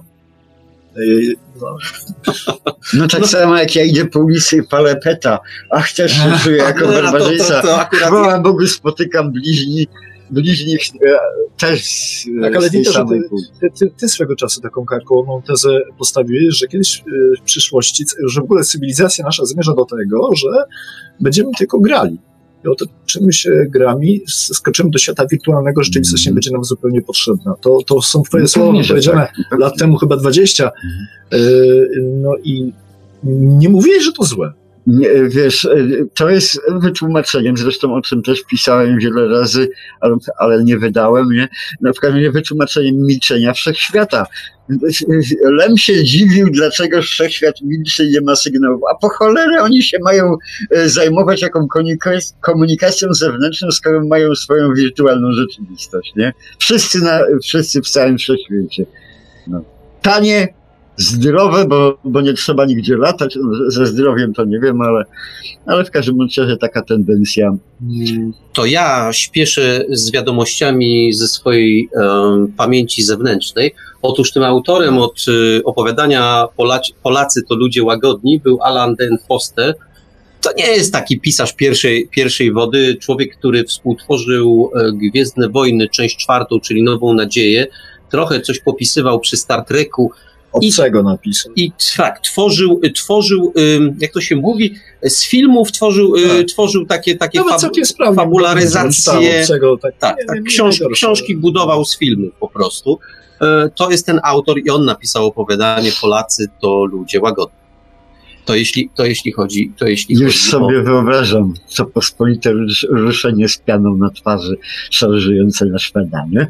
Tak samo jak ja idę po ulicy i palę peta. Ach, też się czuję jako barbarzyńca. Chwała Bogu, spotykam bliźnich też ale z tej samej ty swego czasu taką karkołomną tezę postawiłeś, że kiedyś w przyszłości, że w ogóle cywilizacja nasza zmierza do tego, że będziemy tylko grali. I otoczymy się grami, skoczymy do świata wirtualnego, rzeczywistość nie będzie nam zupełnie potrzebna. To są twoje słowa powiedziane lat temu, chyba 20. I nie mówiłeś, że to złe. Nie, wiesz, to jest wytłumaczeniem, zresztą o czym też pisałem wiele razy, ale nie wydałem, nie? Na przykład wytłumaczeniem milczenia wszechświata. Lem się dziwił, dlaczego wszechświat milczy i nie ma sygnałów. A po cholerę oni się mają zajmować jaką komunikacją zewnętrzną, skoro mają swoją wirtualną rzeczywistość, nie? Wszyscy w całym wszechświecie. Tanie, zdrowe, bo nie trzeba nigdzie latać. Ze zdrowiem to nie wiem, ale w każdym razie taka tendencja. To ja śpieszę z wiadomościami ze swojej pamięci zewnętrznej. Otóż tym autorem od opowiadania Polacy to ludzie łagodni był Alan Den Foster. To nie jest taki pisarz pierwszej wody, człowiek, który współtworzył Gwiezdne Wojny, część 4, czyli Nową Nadzieję. Trochę coś popisywał przy Star Treku. Obcego napisał. I tak, tworzył, jak to się mówi, z filmów tworzył takie fabularyzacje. Książki budował z filmów po prostu. To jest ten autor i on napisał opowiadanie Polacy to ludzie łagodni. To jeśli chodzi sobie wyobrażam, co pospolite ruszenie z pianą na twarzy szarżujące na śniadanie.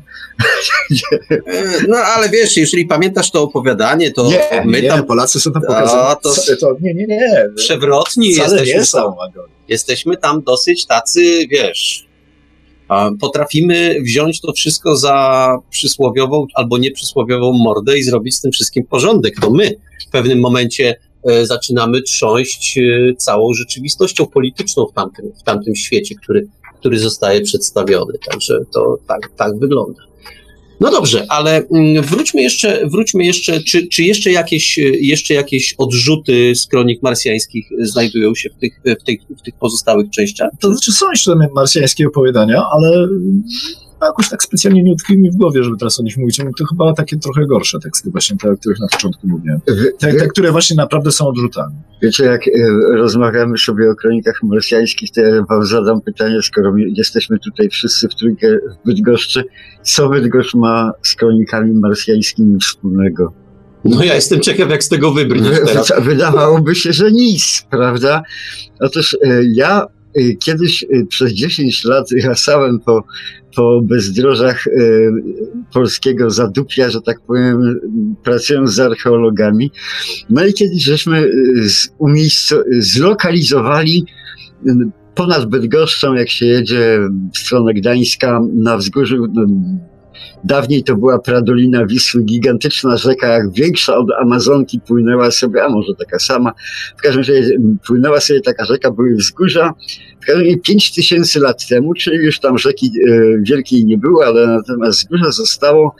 Ale wiesz, jeżeli pamiętasz to opowiadanie, to Polacy są tam pokazani. Nie. Przewrotni jesteśmy tam dosyć tacy, wiesz, potrafimy wziąć to wszystko za przysłowiową albo nieprzysłowiową mordę i zrobić z tym wszystkim porządek. To my w pewnym momencie zaczynamy trząść całą rzeczywistością polityczną w tamtym świecie, który zostaje przedstawiony. Także to tak wygląda. No dobrze, ale wróćmy jeszcze, czy jeszcze jakieś odrzuty z kronik marsjańskich znajdują się w tych pozostałych częściach? To znaczy są jeszcze marsjańskie opowiadania, ale jakoś tak specjalnie nie utkwi mi w głowie, żeby teraz o nich mówić. To chyba takie trochę gorsze teksty właśnie, te, o których na początku mówiłem. Te, które właśnie naprawdę są odrzutami. Wiecie, jak rozmawiamy sobie o kronikach marsjańskich, to ja wam zadam pytanie, skoro jesteśmy tutaj wszyscy w trójkę w Bydgoszczy, co Bydgoszcz ma z kronikami marsjańskimi wspólnego? No ja jestem ciekaw, jak z tego wybrniesz teraz. Wydawałoby się, że nic, prawda? Otóż ja kiedyś przez 10 lat hasałem po bezdrożach polskiego zadupia, że tak powiem, pracując z archeologami. No i kiedyś żeśmy zlokalizowali ponad Bydgoszczą, jak się jedzie w stronę Gdańska, na wzgórzu. Dawniej to była Pradolina Wisły, gigantyczna rzeka, jak większa od Amazonki, płynęła sobie, a może taka sama. W każdym razie płynęła sobie taka rzeka, były wzgórza. W każdym razie 5000 lat temu, czyli już tam rzeki wielkiej nie było, ale natomiast wzgórza zostało.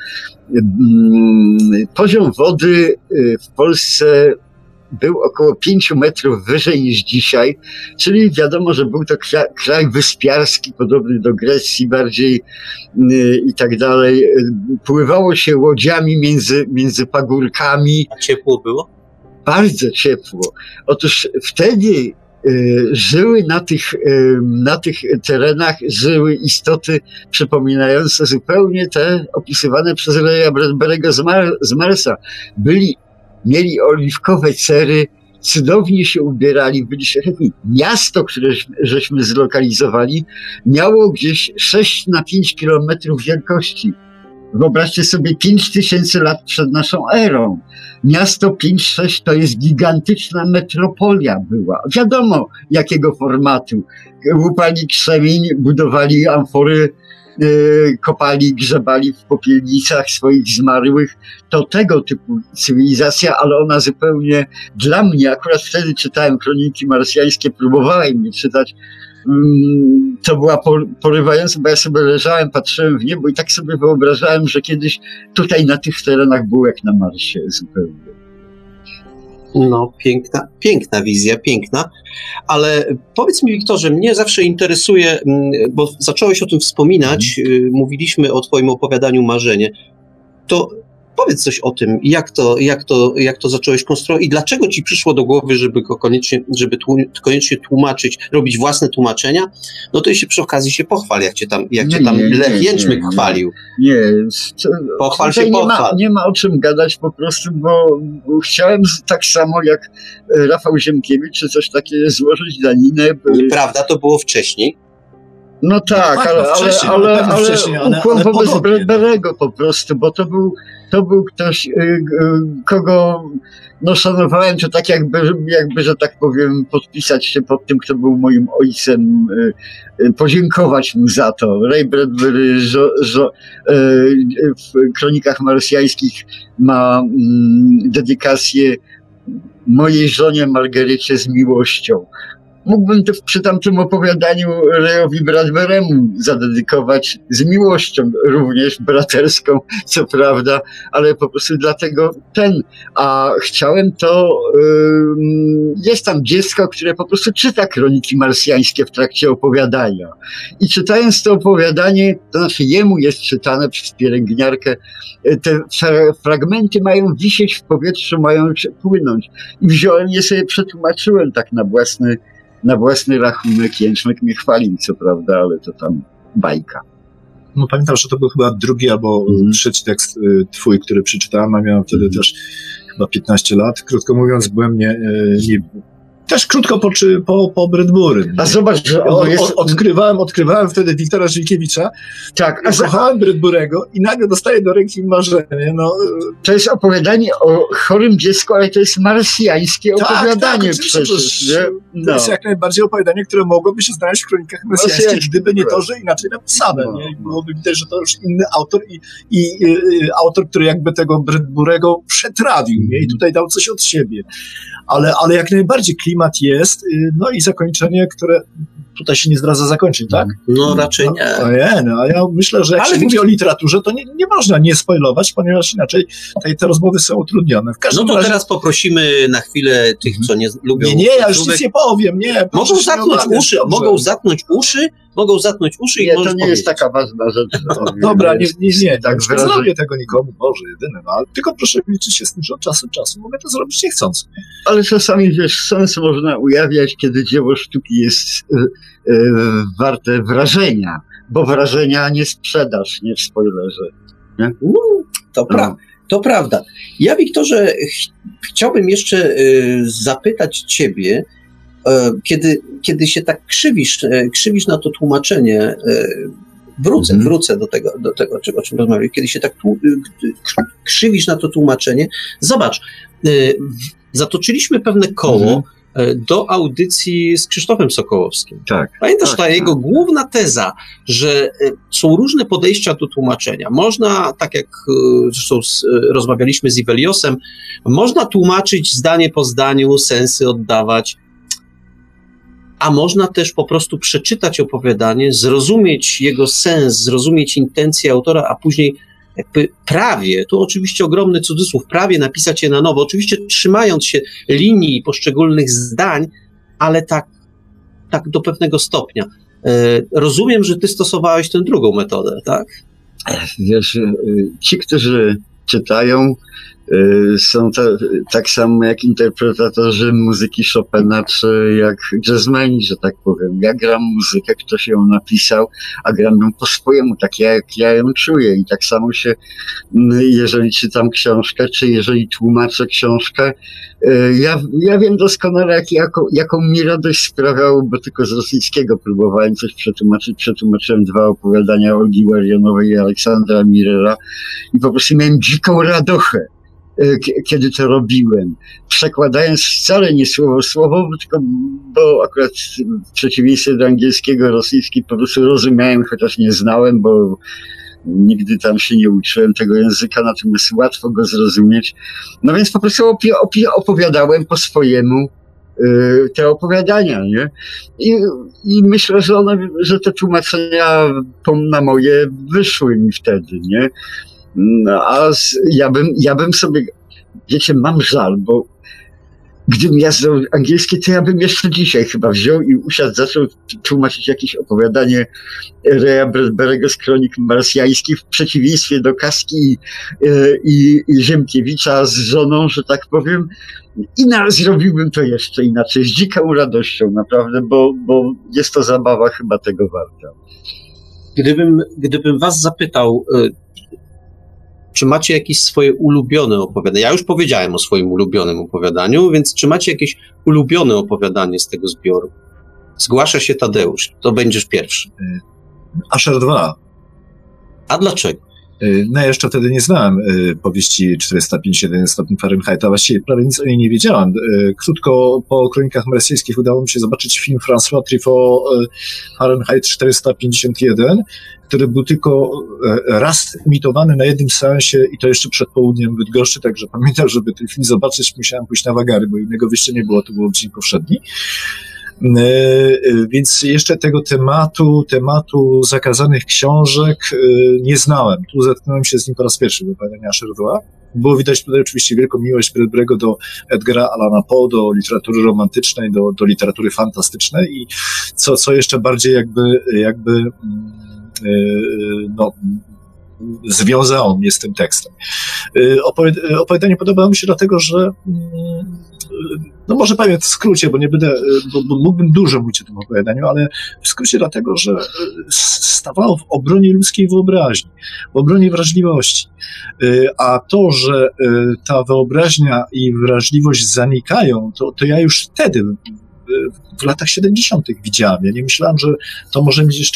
Poziom wody w Polsce był około 5 metrów wyżej niż dzisiaj, czyli wiadomo, że był to kraj wyspiarski, podobny do Grecji bardziej i tak dalej. Pływało się łodziami między pagórkami. A ciepło było? Bardzo ciepło. Otóż wtedy żyły na tych terenach istoty przypominające zupełnie te opisywane przez Raya Bradbury'ego z Marsa. Mieli oliwkowe cery, cudownie się ubierali, byli szlachetni. Miasto, które żeśmy zlokalizowali, miało gdzieś 6 na 5 kilometrów wielkości. Wyobraźcie sobie 5000 lat przed naszą erą. Miasto 5-6 to jest gigantyczna metropolia była. Wiadomo jakiego formatu. Łupali krzemień, budowali amfory, kopali, grzebali w popielnicach swoich zmarłych. To tego typu cywilizacja, ale ona zupełnie dla mnie, akurat wtedy czytałem Kroniki Marsjańskie, próbowałem je czytać, to była porywająca, bo ja sobie leżałem, patrzyłem w niebo i tak sobie wyobrażałem, że kiedyś tutaj na tych terenach było jak na Marsie zupełnie. No, piękna wizja, piękna, ale powiedz mi, Wiktorze, mnie zawsze interesuje, bo zacząłeś o tym wspominać, mówiliśmy o twoim opowiadaniu Marzenie, to powiedz coś o tym, jak to zacząłeś konstruować i dlaczego ci przyszło do głowy, żeby koniecznie tłumaczyć, robić własne tłumaczenia? No to się przy okazji się pochwal, jak cię tam Lech Jęczmyk chwalił. Nie, pochwal się. Nie ma o czym gadać po prostu, bo chciałem tak samo jak Rafał Ziemkiewicz, czy coś takiego złożyć daninę. Nieprawda, to było wcześniej. No tak, ale ukłon wobec Bradberego po prostu, bo to był ktoś, kogo szanowałem, to tak jakby, że tak powiem, podpisać się pod tym, kto był moim ojcem, podziękować mu za to. Ray Bradbury w Kronikach Marsjańskich ma dedykację mojej żonie Margarycie z miłością. Mógłbym to przy tamtym opowiadaniu Rayowi Bradberemu zadedykować z miłością, również braterską, co prawda, ale po prostu dlatego a chciałem jest tam dziecko, które po prostu czyta Kroniki Marsjańskie w trakcie opowiadania. I czytając to opowiadanie, to znaczy jemu jest czytane przez pielęgniarkę, te fragmenty mają wisieć w powietrzu, mają płynąć. I wziąłem je sobie, przetłumaczyłem tak na własny rachunek. Jęczmek mnie chwalił, co prawda, ale to tam bajka. No pamiętam, że to był chyba drugi albo trzeci tekst twój, który przeczytałem, a miałem wtedy też chyba 15 lat. Krótko mówiąc, byłem też krótko po Bradbury. A zobacz, że odkrywałem wtedy Wiktora Żywkiewicza. Tak, a słuchałem Bradburego i nagle dostaję do ręki Marzenie. To jest opowiadanie o chorym dziecku, ale to jest marsjańskie opowiadanie przecież. To jest jak najbardziej opowiadanie, które mogłoby się znaleźć w Kronikach Marsjańskich, gdyby nie to, że inaczej napisane. Nie? Byłoby widać, że to już inny autor i autor, który jakby tego Bradburego przetrawił, nie? I tutaj dał coś od siebie. Ale jak najbardziej klimat jest, no i zakończenie, które tutaj się nie zdradza zakończeń, tak? No raczej nie. A ja myślę, że jak się mówi o literaturze, to nie można nie spoilować, ponieważ inaczej te rozmowy są utrudnione. No to teraz poprosimy na chwilę tych, co nie lubią. Nie, ja już nic nie powiem, nie. Mogą zatnąć uszy i to nie jest taka ważna rzecz. Dobra, nie, tak nie zrobię tego nikomu, Boże, jedyny, ale tylko proszę liczyć się z tym, że od czasu do czasu mogę to zrobić niechcący. Ale czasami, sens można ujawniać, kiedy dzieło sztuki jest warte wrażenia, bo wrażenia nie sprzedasz, nie w spoilerze. Nie? To prawda. Ja, Wiktorze, chciałbym jeszcze zapytać ciebie, kiedy się tak krzywisz na to tłumaczenie, wrócę do tego, o czym rozmawialiśmy, kiedy się tak krzywisz na to tłumaczenie, zobacz, zatoczyliśmy pewne koło do audycji z Krzysztofem Sokołowskim. Tak. Pamiętasz, ta jego główna teza, że są różne podejścia do tłumaczenia. Można, tak jak zresztą rozmawialiśmy z Iveliosem, można tłumaczyć zdanie po zdaniu, sensy oddawać, a można też po prostu przeczytać opowiadanie, zrozumieć jego sens, zrozumieć intencję autora, a później jakby prawie, tu oczywiście ogromny cudzysłów, prawie napisać je na nowo, oczywiście trzymając się linii poszczególnych zdań, ale tak do pewnego stopnia. Rozumiem, że ty stosowałeś tę drugą metodę, tak? Wiesz, ci, którzy czytają, Są tak samo jak interpretatorzy muzyki Chopina, czy jak jazzmeni, że tak powiem. Ja gram muzykę, ktoś ją napisał, a gram ją po swojemu, tak jak ja ją czuję. I tak samo się, jeżeli czytam książkę, czy jeżeli tłumaczę książkę, ja wiem doskonale, jaką mi radość sprawiało, bo tylko z rosyjskiego próbowałem coś przetłumaczyć. Przetłumaczyłem 2 opowiadania Olgi Łarionowej i Aleksandra Mirera i po prostu miałem dziką radochę, kiedy to robiłem. Przekładając wcale nie słowo w słowo, tylko bo akurat w przeciwieństwie do angielskiego, rosyjski po prostu rozumiałem, chociaż nie znałem, bo nigdy tam się nie uczyłem tego języka, natomiast łatwo go zrozumieć. No więc po prostu opowiadałem po swojemu te opowiadania, nie? I myślę, że te tłumaczenia na moje wyszły mi wtedy, nie? No, ja bym sobie, wiecie, mam żal, bo gdybym ja znał angielski, to ja bym jeszcze dzisiaj chyba wziął i usiadł, zaczął tłumaczyć jakieś opowiadanie Raya Bradbury'ego z Kronik Marsjańskich, w przeciwieństwie do Kaski i Ziemkiewicza z żoną, że tak powiem. I zrobiłbym to jeszcze inaczej, z dziką radością, naprawdę, bo jest to zabawa chyba tego warta. Gdybym was zapytał, czy macie jakieś swoje ulubione opowiadanie? Ja już powiedziałem o swoim ulubionym opowiadaniu, więc czy macie jakieś ulubione opowiadanie z tego zbioru? Zgłasza się Tadeusz, to będziesz pierwszy. Asher 2. A dlaczego? No ja jeszcze wtedy nie znałem powieści 451 stopni Fahrenheita, właściwie prawie nic o niej nie wiedziałem. Krótko po Kronikach Marsjańskich udało mi się zobaczyć film François Truffaut Fahrenheit 451, który był tylko raz emitowany na jednym seansie i to jeszcze przed południem w Bydgoszczy, także pamiętam, żeby ten film zobaczyć, musiałem pójść na wagary, bo innego wyjścia nie było, to było w dzień powszedni. Więc jeszcze tego tematu zakazanych książek nie znałem. Tu zetknąłem się z nim po raz pierwszy w opowiadaniu Asher 2. Było widać tutaj oczywiście wielką miłość Bradbury'ego do Edgara Allana Poe, do literatury romantycznej, do literatury fantastycznej i co jeszcze bardziej jakby związało mnie z tym tekstem. Opowiadanie podobało mi się dlatego, że no może powiem w skrócie, bo nie będę, bo mógłbym dużo mówić o tym opowiadaniu, ale w skrócie dlatego, że stawało w obronie ludzkiej wyobraźni, w obronie wrażliwości. A to, że ta wyobraźnia i wrażliwość zanikają, to ja już wtedy w latach 70. widziałem. Ja nie myślałem, że to może mieć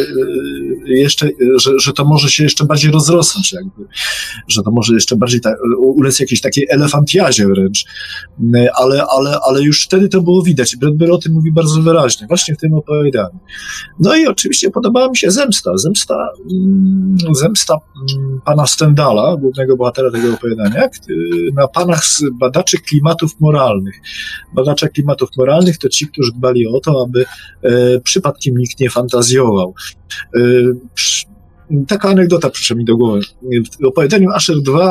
że to może się jeszcze bardziej rozrosnąć, jakby, że to może jeszcze bardziej ulec jakiejś takiej elefantiazie wręcz. Ale już wtedy to było widać. Bradbury o tym mówi bardzo wyraźnie, właśnie w tym opowiadaniu. No i oczywiście podobała mi się zemsta pana Stendhala, głównego bohatera tego opowiadania, na panach z badaczy klimatów moralnych. Badacze klimatów moralnych to ci, którzy dbali o to, aby przypadkiem nikt nie fantazjował. Taka anegdota przyszła mi do głowy. W opowiadaniu Asher 2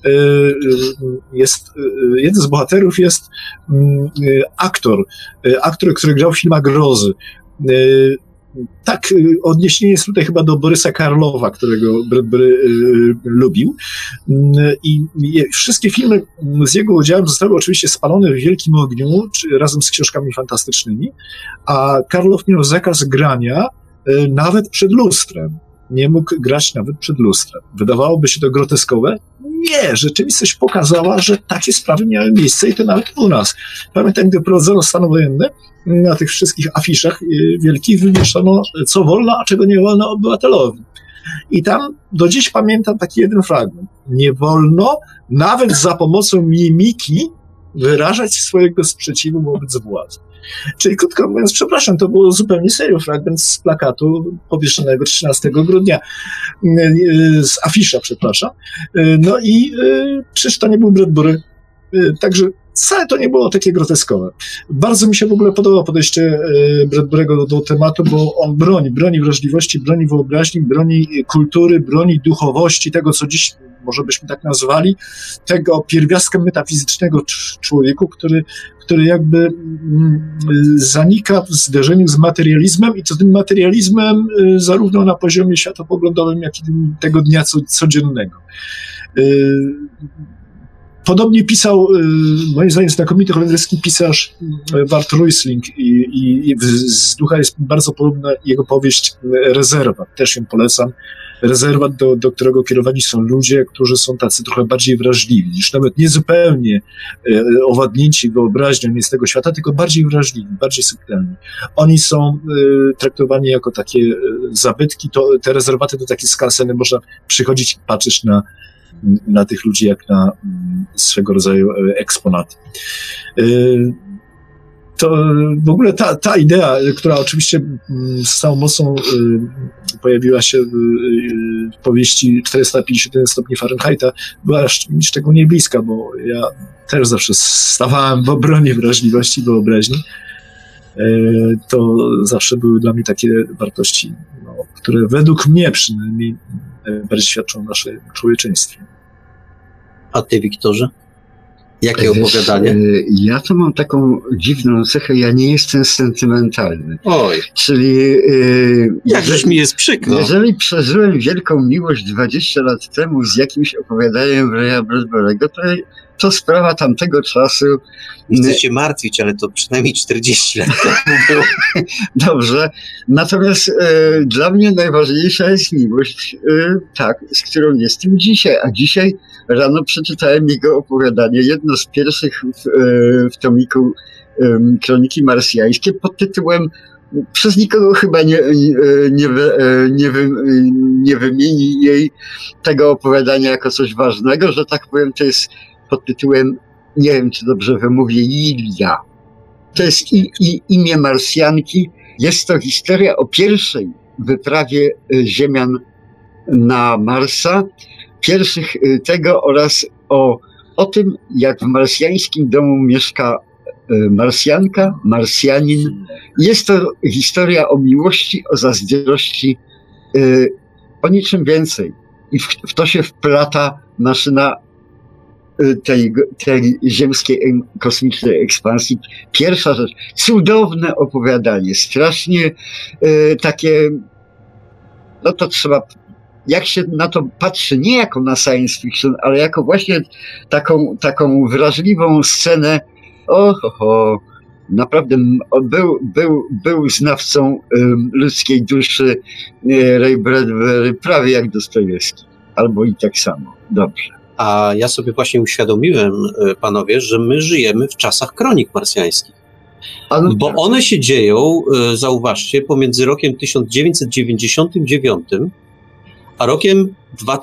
jeden z bohaterów jest aktor, który grał w filmach grozy. Tak, odniesienie jest tutaj chyba do Borysa Karlowa, którego Bradbury lubił. I wszystkie filmy z jego udziałem zostały oczywiście spalone w wielkim ogniu, razem z książkami fantastycznymi, a Karlow miał zakaz grania nawet przed lustrem. Nie mógł grać nawet przed lustrem. Wydawałoby się to groteskowe? Nie, rzeczywistość pokazała, że takie sprawy miały miejsce i to nawet u nas. Pamiętam, gdy prowadzono stan wojenny, na tych wszystkich afiszach wielkich wywieszono, co wolno, a czego nie wolno obywatelowi. I tam do dziś pamiętam taki jeden fragment. Nie wolno nawet za pomocą mimiki wyrażać swojego sprzeciwu wobec władzy. Czyli krótko mówiąc, przepraszam, to było zupełnie serio fragment z plakatu powieszonego 13 grudnia, z afisza, przepraszam. No i czyż to nie był Bradbury? Także wcale to nie było takie groteskowe. Bardzo mi się w ogóle podobało podejście Bradbury'ego do tematu, bo on broni wrażliwości, broni wyobraźni, broni kultury, broni duchowości, tego, co dziś może byśmy tak nazwali, tego pierwiastka metafizycznego człowieku, który jakby zanika w zderzeniu z materializmem i co tym materializmem zarówno na poziomie światopoglądowym, jak i tego dnia codziennego. Podobnie pisał, moim zdaniem, znakomity holenderski pisarz Bart Ruysling i z ducha jest bardzo podobna jego powieść Rezerwat, też ją polecam. Rezerwat, do którego kierowani są ludzie, którzy są tacy trochę bardziej wrażliwi, niż nawet nie zupełnie owadnięci wyobraźnią nie z tego świata, tylko bardziej wrażliwi, bardziej subtelni. Oni są traktowani jako takie zabytki, te rezerwaty to takie skanseny, można przychodzić i patrzeć na tych ludzi jak na swego rodzaju eksponaty. To w ogóle ta idea, która oczywiście z całą mocą pojawiła się w powieści 451 stopni Fahrenheita, była szczególnie bliska, bo ja też zawsze stawałem w obronie wrażliwości, wyobraźni. To zawsze były dla mnie takie wartości, które według mnie przynajmniej bardziej świadczą o naszym człowieczeństwie. A ty, Wiktorze? Jakie opowiadanie? Ja to mam taką dziwną cechę, ja nie jestem sentymentalny. Oj. Czyli... Jakżeś mi jest przykro. Jeżeli przeżyłem wielką miłość 20 lat temu z jakimś opowiadaniem Raya Bradbury'ego, to sprawa tamtego czasu... Nie chcę się martwić, ale to przynajmniej 40 lat temu było. Dobrze. Natomiast dla mnie najważniejsza jest miłość, z którą jestem dzisiaj. A dzisiaj rano przeczytałem jego opowiadanie, jedno z pierwszych w tomiku Kroniki Marsjańskie pod tytułem, przez nikogo chyba nie wymieni jej tego opowiadania jako coś ważnego, że tak powiem, to jest pod tytułem, nie wiem czy dobrze wymówię, Lilia. To jest imię Marsjanki. Jest to historia o pierwszej wyprawie Ziemian na Marsa, pierwszych tego oraz o tym, jak w marsjańskim domu mieszka Marsjanka, Marsjanin. Jest to historia o miłości, o zazdrości, o niczym więcej. I w to się wplata maszyna tej ziemskiej kosmicznej ekspansji. Pierwsza rzecz, cudowne opowiadanie, strasznie takie, no to trzeba, jak się na to patrzy, nie jako na science fiction, ale jako właśnie taką wrażliwą scenę, naprawdę był znawcą ludzkiej duszy Ray Bradbury, prawie jak Dostojewski, albo i tak samo. Dobrze. A ja sobie właśnie uświadomiłem, panowie, że my żyjemy w czasach kronik marsjańskich. Bo one się dzieją, zauważcie, pomiędzy rokiem 1999 a rokiem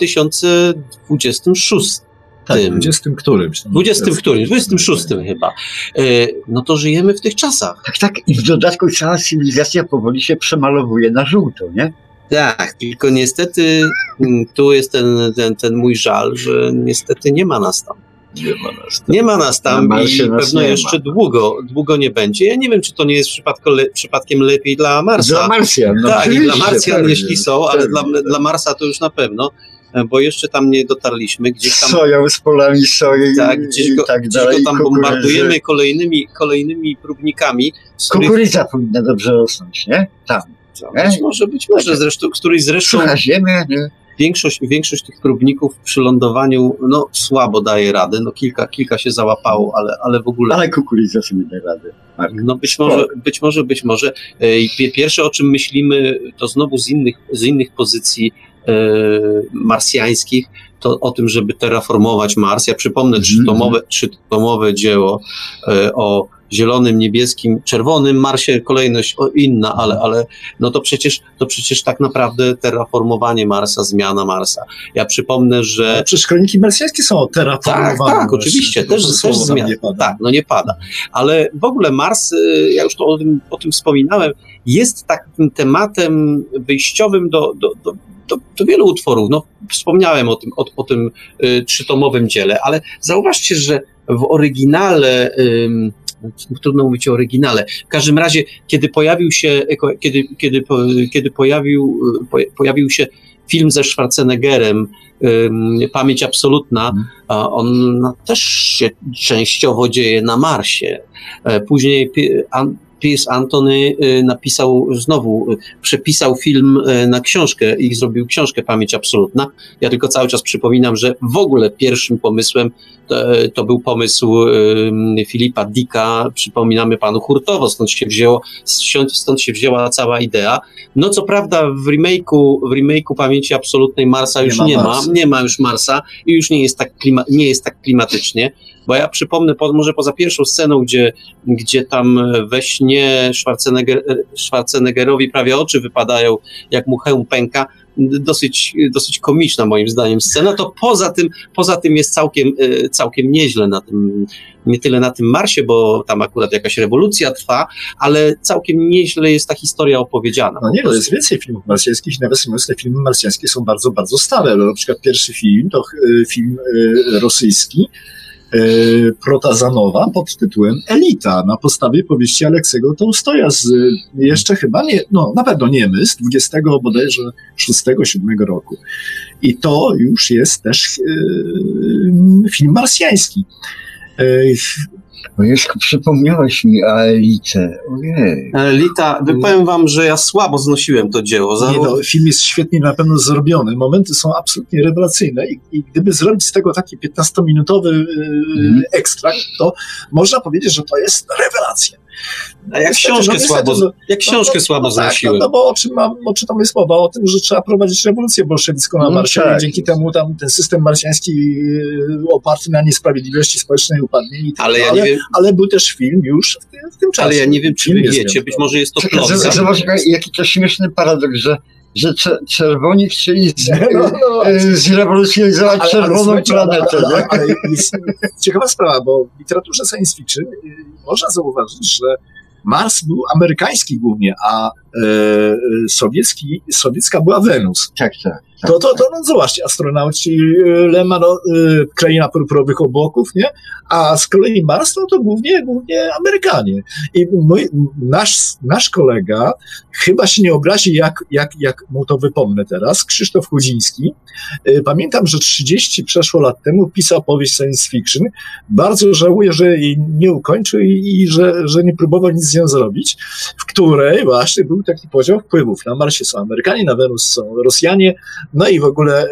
2026. Tak, 20 którymś. 26 chyba. No to żyjemy w tych czasach. Tak. I w dodatku cała cywilizacja powoli się przemalowuje na żółto, nie? Tak, tylko niestety tu jest ten mój żal, że niestety nie ma nas tam. Nie ma nas tam i pewno jeszcze długo nie będzie. Ja nie wiem, czy to nie jest przypadkiem lepiej dla Marsa. Dla Marsjan. No tak, i dla Marsjan, jeśli są, ale dla Marsa to już na pewno, bo jeszcze tam nie dotarliśmy. Gdzieś tam soją z polami soi gdzieś go tam bombardujemy kolejnymi próbnikami. Kukurydza powinna dobrze rosnąć, nie? Tam. Być może, zresztą, któryś zresztą... Sucha ziemia, nie? Większość tych próbników przy lądowaniu, słabo daje radę, kilka się załapało, ale w ogóle... Ale kukurydza sobie da radę. No być może. Pierwsze, o czym myślimy, to znowu z innych pozycji marsjańskich, to o tym, żeby terraformować Mars. Ja przypomnę trzytomowe dzieło o zielonym, niebieskim, czerwonym Marsie, kolejność inna, ale no to przecież tak naprawdę terraformowanie Marsa, zmiana Marsa. Ja przypomnę, że... No, przecież kroniki marsjańskie są o terraformowaniu. Tak, oczywiście, też zmiana. Tak, nie pada. Ale w ogóle Mars, ja już o tym wspominałem, jest takim tematem wyjściowym do wielu utworów. No, wspomniałem o tym trzytomowym dziele, ale zauważcie, że w oryginale, trudno mówić o oryginale, w każdym razie, kiedy pojawił się film ze Schwarzeneggerem, Pamięć absolutna, on też się częściowo dzieje na Marsie. Później Pierce Anthony przepisał film na książkę i zrobił książkę Pamięć Absolutna. Ja tylko cały czas przypominam, że w ogóle pierwszym pomysłem to był pomysł Philipa Dicka, przypominamy panu hurtowo, stąd się wzięła cała idea. No co prawda w remake'u Pamięci Absolutnej Marsa już nie ma już Marsa i już nie jest tak klimatycznie, bo ja przypomnę może poza pierwszą sceną, gdzie tam we śnie Schwarzeneggerowi prawie oczy wypadają, jak mu hełm pęka, dosyć komiczna moim zdaniem scena, to poza tym jest całkiem nieźle na tym, nie tyle na tym Marsie, bo tam akurat jakaś rewolucja trwa, ale całkiem nieźle jest ta historia opowiedziana. No nie, to jest więcej filmów marsjańskich, nawiasem te filmy marsjańskie są bardzo, bardzo stare. Na przykład pierwszy film to film rosyjski Protazanowa pod tytułem Elita, na podstawie powieści Aleksego Tołstoja z jeszcze chyba na pewno Niemys, 20 bodajże 6-7 roku. I to już jest też film marsjański. Jeśku, przypomniałeś mi o Elicie. Ojej. Elita, powiem wam, że ja słabo znosiłem to dzieło. Film jest świetnie na pewno zrobiony. Momenty są absolutnie rewelacyjne i gdyby zrobić z tego taki 15-minutowy ekstrakt, to można powiedzieć, że to jest rewelacja. A jak książkę słabo znosiłem. No bo o czym tam jest mowa? O tym, że trzeba prowadzić rewolucję bolszewicką na Marsie i dzięki temu tam ten system marsjański oparty na niesprawiedliwości społecznej upadnie. Ale był też film już w tym czasie. Ale ja nie wiem, czy wy wiecie, być może jest to plot. Jaki to śmieszny paradoks, że czerwoni chcieli zrewolucjonizować czerwoną planetę. Ale jest ciekawa sprawa, bo w literaturze science fiction można zauważyć, że Mars był amerykański głównie, a sowiecka była Wenus. Tak. To zobaczcie, astronauci, kraina purpurowych obłoków, nie? A z kolei Mars, to głównie Amerykanie. I nasz kolega chyba się nie obrazi, jak mu to wypomnę teraz, Krzysztof Chudziński. Pamiętam, że 30 przeszło lat temu pisał powieść science fiction. Bardzo żałuję, że jej nie ukończył i że nie próbował nic z nią zrobić, w której właśnie był taki podział wpływów. Na Marsie są Amerykanie, na Wenus są Rosjanie, no i w ogóle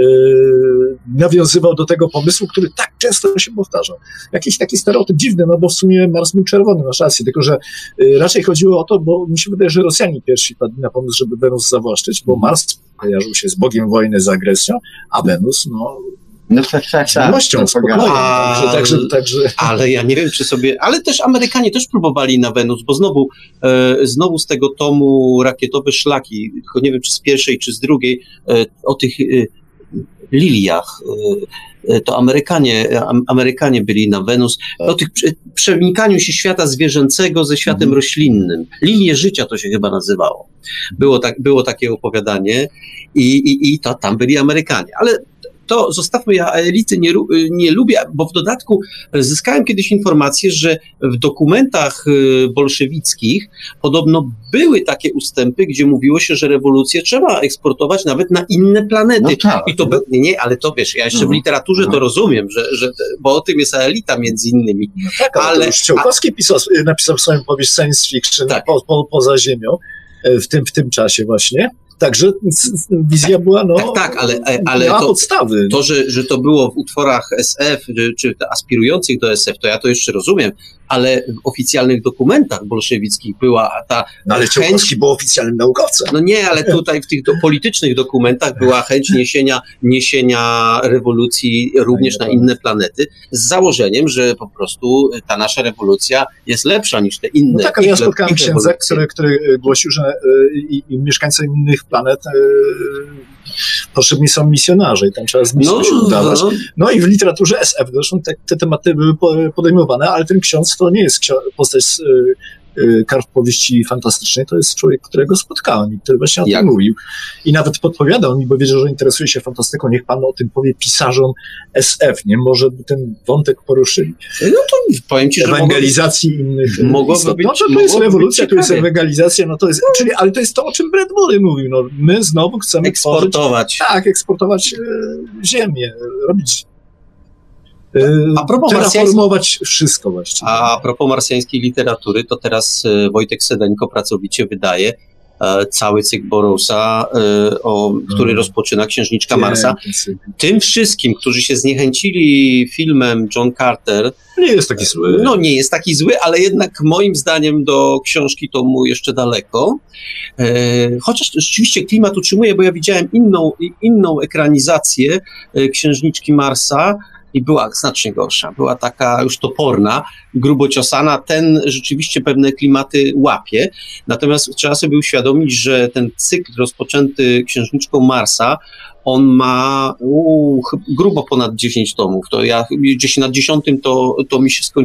nawiązywał do tego pomysłu, który tak często się powtarzał. Jakiś taki stereotyp dziwny, no bo w sumie Mars był czerwony, masz rację, tylko że raczej chodziło o to, bo mi się wydaje, że Rosjanie pierwsi padli na pomysł, żeby Wenus zawłaszczyć, bo Mars kojarzył się z bogiem wojny, z agresją, a Wenus, z miłością, spokojem. Także. Ale ja nie wiem, czy sobie... Ale też Amerykanie też próbowali na Wenus, bo znowu z tego tomu Rakietowe Szlaki, tylko nie wiem, czy z pierwszej, czy z drugiej, o tych liliach, to Amerykanie byli na Wenus, o tych przenikaniu się świata zwierzęcego ze światem roślinnym. Lilie życia to się chyba nazywało. Było takie opowiadanie i to tam byli Amerykanie. Ale to zostawmy, ja Elity nie lubię, bo w dodatku zyskałem kiedyś informację, że w dokumentach bolszewickich podobno były takie ustępy, gdzie mówiło się, że rewolucję trzeba eksportować nawet na inne planety. No tak, i to ale to wiesz, ja jeszcze w literaturze to rozumiem, że bo o tym jest Elita między innymi. No tak, ale Ściołkowski napisał swoją powieść science fiction poza Ziemią w tym czasie właśnie. Także wizja była, ale miała podstawy. To, że to było w utworach SF, czy aspirujących do SF, to ja to jeszcze rozumiem, ale w oficjalnych dokumentach bolszewickich była ta ale Ściołkowski był oficjalnym naukowcem. No nie, ale tutaj w tych politycznych dokumentach była chęć niesienia rewolucji również na inne planety, z założeniem, że po prostu ta nasza rewolucja jest lepsza niż te inne. No tak, ale ja spotkałem księdza, który głosił, że i mieszkańcom innych planet potrzebni są misjonarze i tam trzeba z misją się udawać. No i w literaturze SF zresztą te tematy były podejmowane, ale ten ksiądz to nie jest postać z kart powieści fantastycznej, to jest człowiek, którego spotkałem i który właśnie o tym mówił. I nawet podpowiadał mi, bo wiedział, że interesuje się fantastyką, niech pan o tym powie pisarzom SF, nie? Może by ten wątek poruszyli. No to powiem ci, że ewangelizacji innych mogłoby być. To jest rewolucja, to jest ewangelizacja, ale to jest to, o czym Bradbury mówił. No, my znowu chcemy eksportować. Eksportować ziemię, robić A propos terraformować wszystko właściwie. A propos marsjańskiej literatury, to teraz Wojtek Sedeńko pracowicie wydaje cały cykl Burroughsa, który rozpoczyna Księżniczka Marsa. Tym wszystkim, którzy się zniechęcili filmem John Carter, nie jest taki zły. No nie jest taki zły, ale jednak moim zdaniem do książki to mu jeszcze daleko. Chociaż rzeczywiście klimat utrzymuje, bo ja widziałem inną ekranizację Księżniczki Marsa, i była znacznie gorsza. Była taka już toporna, grubo ciosana. Ten rzeczywiście pewne klimaty łapie. Natomiast trzeba sobie uświadomić, że ten cykl rozpoczęty Księżniczką Marsa, on ma grubo ponad 10 tomów. To ja gdzieś na 10 to mi się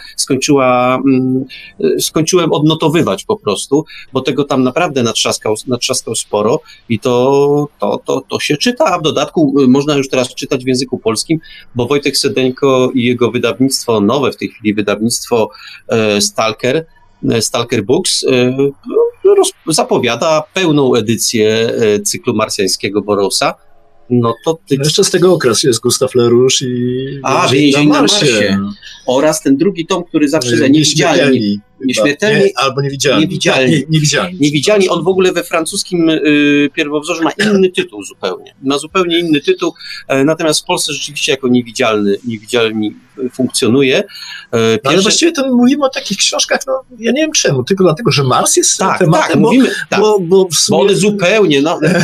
skończyłem odnotowywać po prostu, bo tego tam naprawdę natrzaskał sporo i to się czyta, a w dodatku można już teraz czytać w języku polskim, bo Wojtek Sedeńko i jego wydawnictwo, nowe w tej chwili wydawnictwo Stalker Books, zapowiada pełną edycję cyklu marsjańskiego Burroughsa. No to jeszcze z tego okresu jest Gustav Le Rouge i Więzień na Marsie. Oraz ten drugi tom, który zawsze Nieśmiertelni. Albo Niewidzialni. On w ogóle we francuskim pierwowzorze ma inny tytuł zupełnie. Ma zupełnie inny tytuł, natomiast w Polsce rzeczywiście jako Niewidzialni funkcjonuje. Ale właściwie to mówimy o takich książkach, no ja nie wiem czemu, tylko dlatego, że Mars jest tematem, bo w sumie... Bo one zupełnie,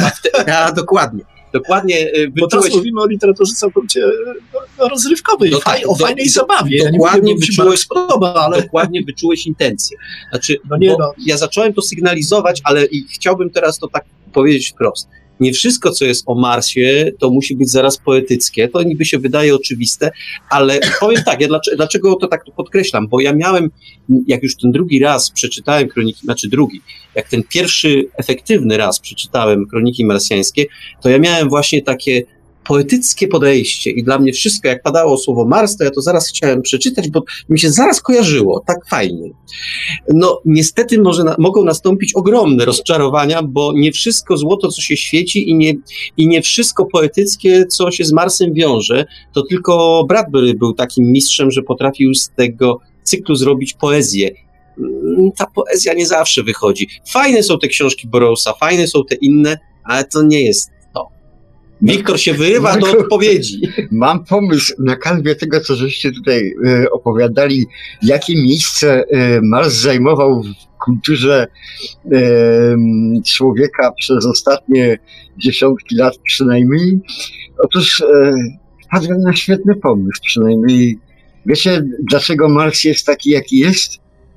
Dokładnie bo teraz mówimy o literaturze całkowicie rozrywkowej, o fajnej zabawie. Dokładnie wyczułeś intencję. Znaczy, ja zacząłem to sygnalizować, ale chciałbym teraz to tak powiedzieć wprost. Nie wszystko, co jest o Marsie, to musi być zaraz poetyckie. To niby się wydaje oczywiste, ale powiem tak, dlaczego to tak podkreślam? Bo ja miałem, jak już ten drugi raz przeczytałem jak ten pierwszy efektywny raz przeczytałem Kroniki Marsjańskie, to ja miałem właśnie takie poetyckie podejście i dla mnie wszystko, jak padało słowo Mars, to ja to zaraz chciałem przeczytać, bo mi się zaraz kojarzyło, tak fajnie. No niestety mogą nastąpić ogromne rozczarowania, bo nie wszystko złoto, co się świeci i nie wszystko poetyckie, co się z Marsem wiąże, to tylko Bradbury był takim mistrzem, że potrafił z tego cyklu zrobić poezję. Ta poezja nie zawsze wychodzi. Fajne są te książki Burroughsa, fajne są te inne, ale to nie jest to. Wiktor się wyrywa do odpowiedzi. Mam pomysł na kanwie tego, co żeście tutaj opowiadali, jakie miejsce Mars zajmował w kulturze człowieka przez ostatnie dziesiątki lat przynajmniej. Otóż wpadłem na świetny pomysł przynajmniej. Wiecie, dlaczego Mars jest taki, jaki jest?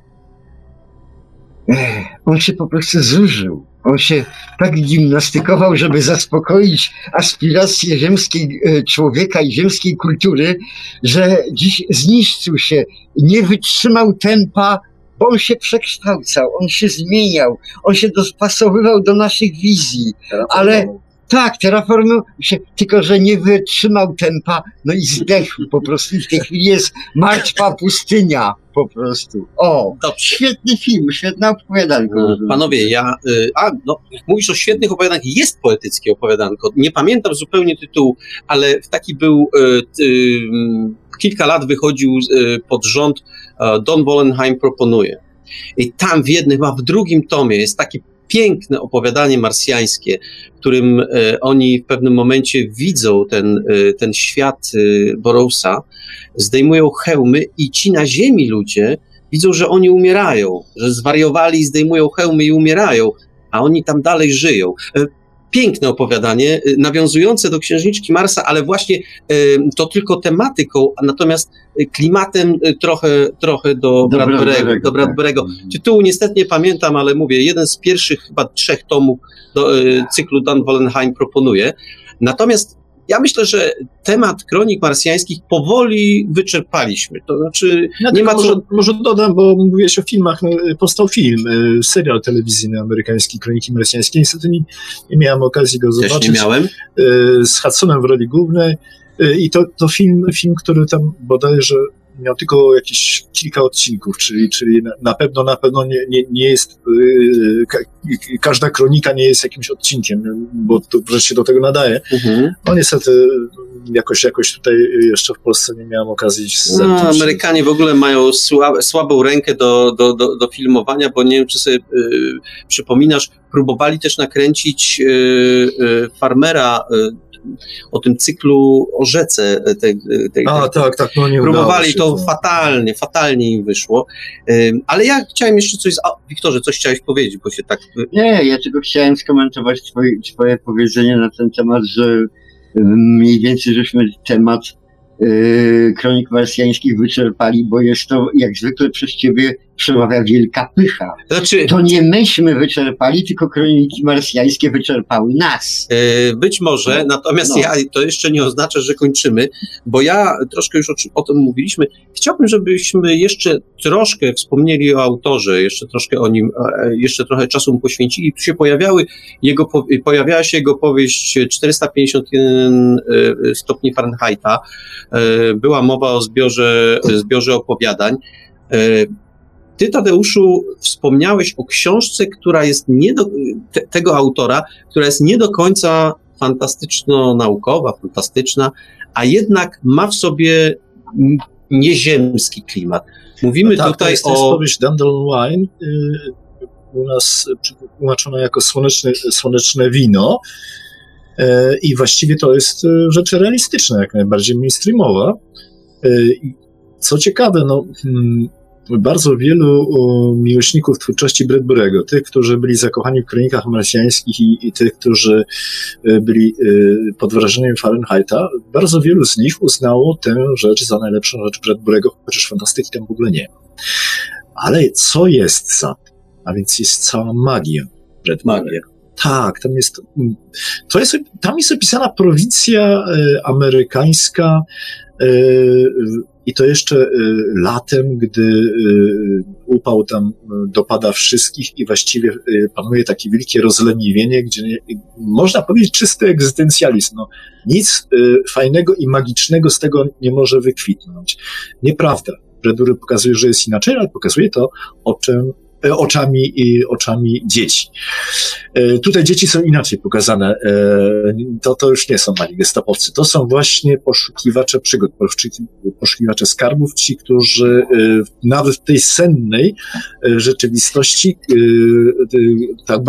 On się po prostu zużył. On się tak gimnastykował, żeby zaspokoić aspiracje ziemskiej człowieka i ziemskiej kultury, że dziś zniszczył się, nie wytrzymał tempa, bo on się przekształcał, on się zmieniał, on się dopasowywał do naszych wizji, ale tak, terraformował się, tylko że nie wytrzymał tempa, no i zdechł po prostu. I w tej chwili jest martwa pustynia po prostu. Świetny film, świetne opowiadanko. Panowie, jak mówisz o świetnych opowiadankach, jest poetyckie opowiadanko. Nie pamiętam zupełnie tytułu, ale taki był, kilka lat wychodził pod rząd Don Wollenheim proponuje. I tam w drugim tomie jest taki piękne opowiadanie marsjańskie, w którym oni w pewnym momencie widzą ten świat Burroughsa, zdejmują hełmy i ci na ziemi ludzie widzą, że oni umierają, że zwariowali, zdejmują hełmy i umierają, a oni tam dalej żyją. Piękne opowiadanie, nawiązujące do Księżniczki Marsa, ale właśnie to tylko tematyką, natomiast klimatem trochę do Bradbury'ego. Tytułu niestety nie pamiętam, ale mówię, jeden z pierwszych chyba 3 tomów cyklu Dan Wollenheim proponuje. Natomiast ja myślę, że temat Kronik Marsjańskich powoli wyczerpaliśmy. To znaczy, nie ma co... Może dodam, bo mówiłeś o filmach, powstał film, serial telewizyjny amerykański Kroniki Marsjańskie. Niestety nie miałem okazji go zobaczyć. Też nie miałem. Z Hudsonem w roli głównej. I to film, który tam bodajże miał tylko jakieś kilka odcinków, czyli na pewno nie jest, każda kronika nie jest jakimś odcinkiem, bo to wreszcie do tego nadaje. No niestety jakoś tutaj jeszcze w Polsce nie miałem okazji zerknąć. Amerykanie w ogóle mają słabą rękę do filmowania, bo nie wiem, czy sobie przypominasz, próbowali też nakręcić Farmera o tym cyklu o rzece. Tak, no nie próbowali się, to fatalnie im wyszło. Ale ja chciałem jeszcze coś... Wiktorze, coś chciałeś powiedzieć, bo się tak... Nie, ja tylko chciałem skomentować twoje powiedzenie na ten temat, że mniej więcej żeśmy temat kronik marsjańskich wyczerpali, bo jest to, jak zwykle przez ciebie przemawia wielka pycha. Znaczy, to nie myśmy wyczerpali, tylko kroniki marsjańskie wyczerpały nas. Być może, natomiast to jeszcze nie oznacza, że kończymy, bo ja troszkę już o tym mówiliśmy. Chciałbym, żebyśmy jeszcze troszkę wspomnieli o autorze, jeszcze troszkę o nim, jeszcze trochę czasu mu poświęcili. Tu się pojawiała się jego powieść 451 stopni Fahrenheita. Była mowa o zbiorze opowiadań. Ty, Tadeuszu, wspomniałeś o książce, która jest tego autora, która jest nie do końca fantastyczno-naukowa, fantastyczna, a jednak ma w sobie nieziemski klimat. Mówimy tutaj to jest powieść Dandelion Wine, u nas tłumaczona jako słoneczne wino, i właściwie to jest rzecz realistyczna, jak najbardziej mainstreamowa. Co ciekawe, bardzo wielu miłośników twórczości Bradbury'ego, tych, którzy byli zakochani w kronikach marsjańskich i tych, którzy byli pod wrażeniem Fahrenheita, bardzo wielu z nich uznało tę rzecz za najlepszą rzecz Bradbury'ego, chociaż fantastyki tam w ogóle nie ma. Ale co jest za tym? A więc jest cała magia Bradbury'ego. Tak, tam jest opisana prowincja amerykańska, i to jeszcze latem, gdy upał tam dopada wszystkich i właściwie panuje takie wielkie rozleniwienie, gdzie można powiedzieć czysty egzystencjalizm. Nic fajnego i magicznego z tego nie może wykwitnąć. Nieprawda. Bradbury pokazuje, że jest inaczej, ale pokazuje to oczami dzieci. Tutaj dzieci są inaczej pokazane. To już nie są mali gestapowcy. To są właśnie poszukiwacze przygód, poszukiwacze skarbów, ci, którzy nawet w tej sennej rzeczywistości tak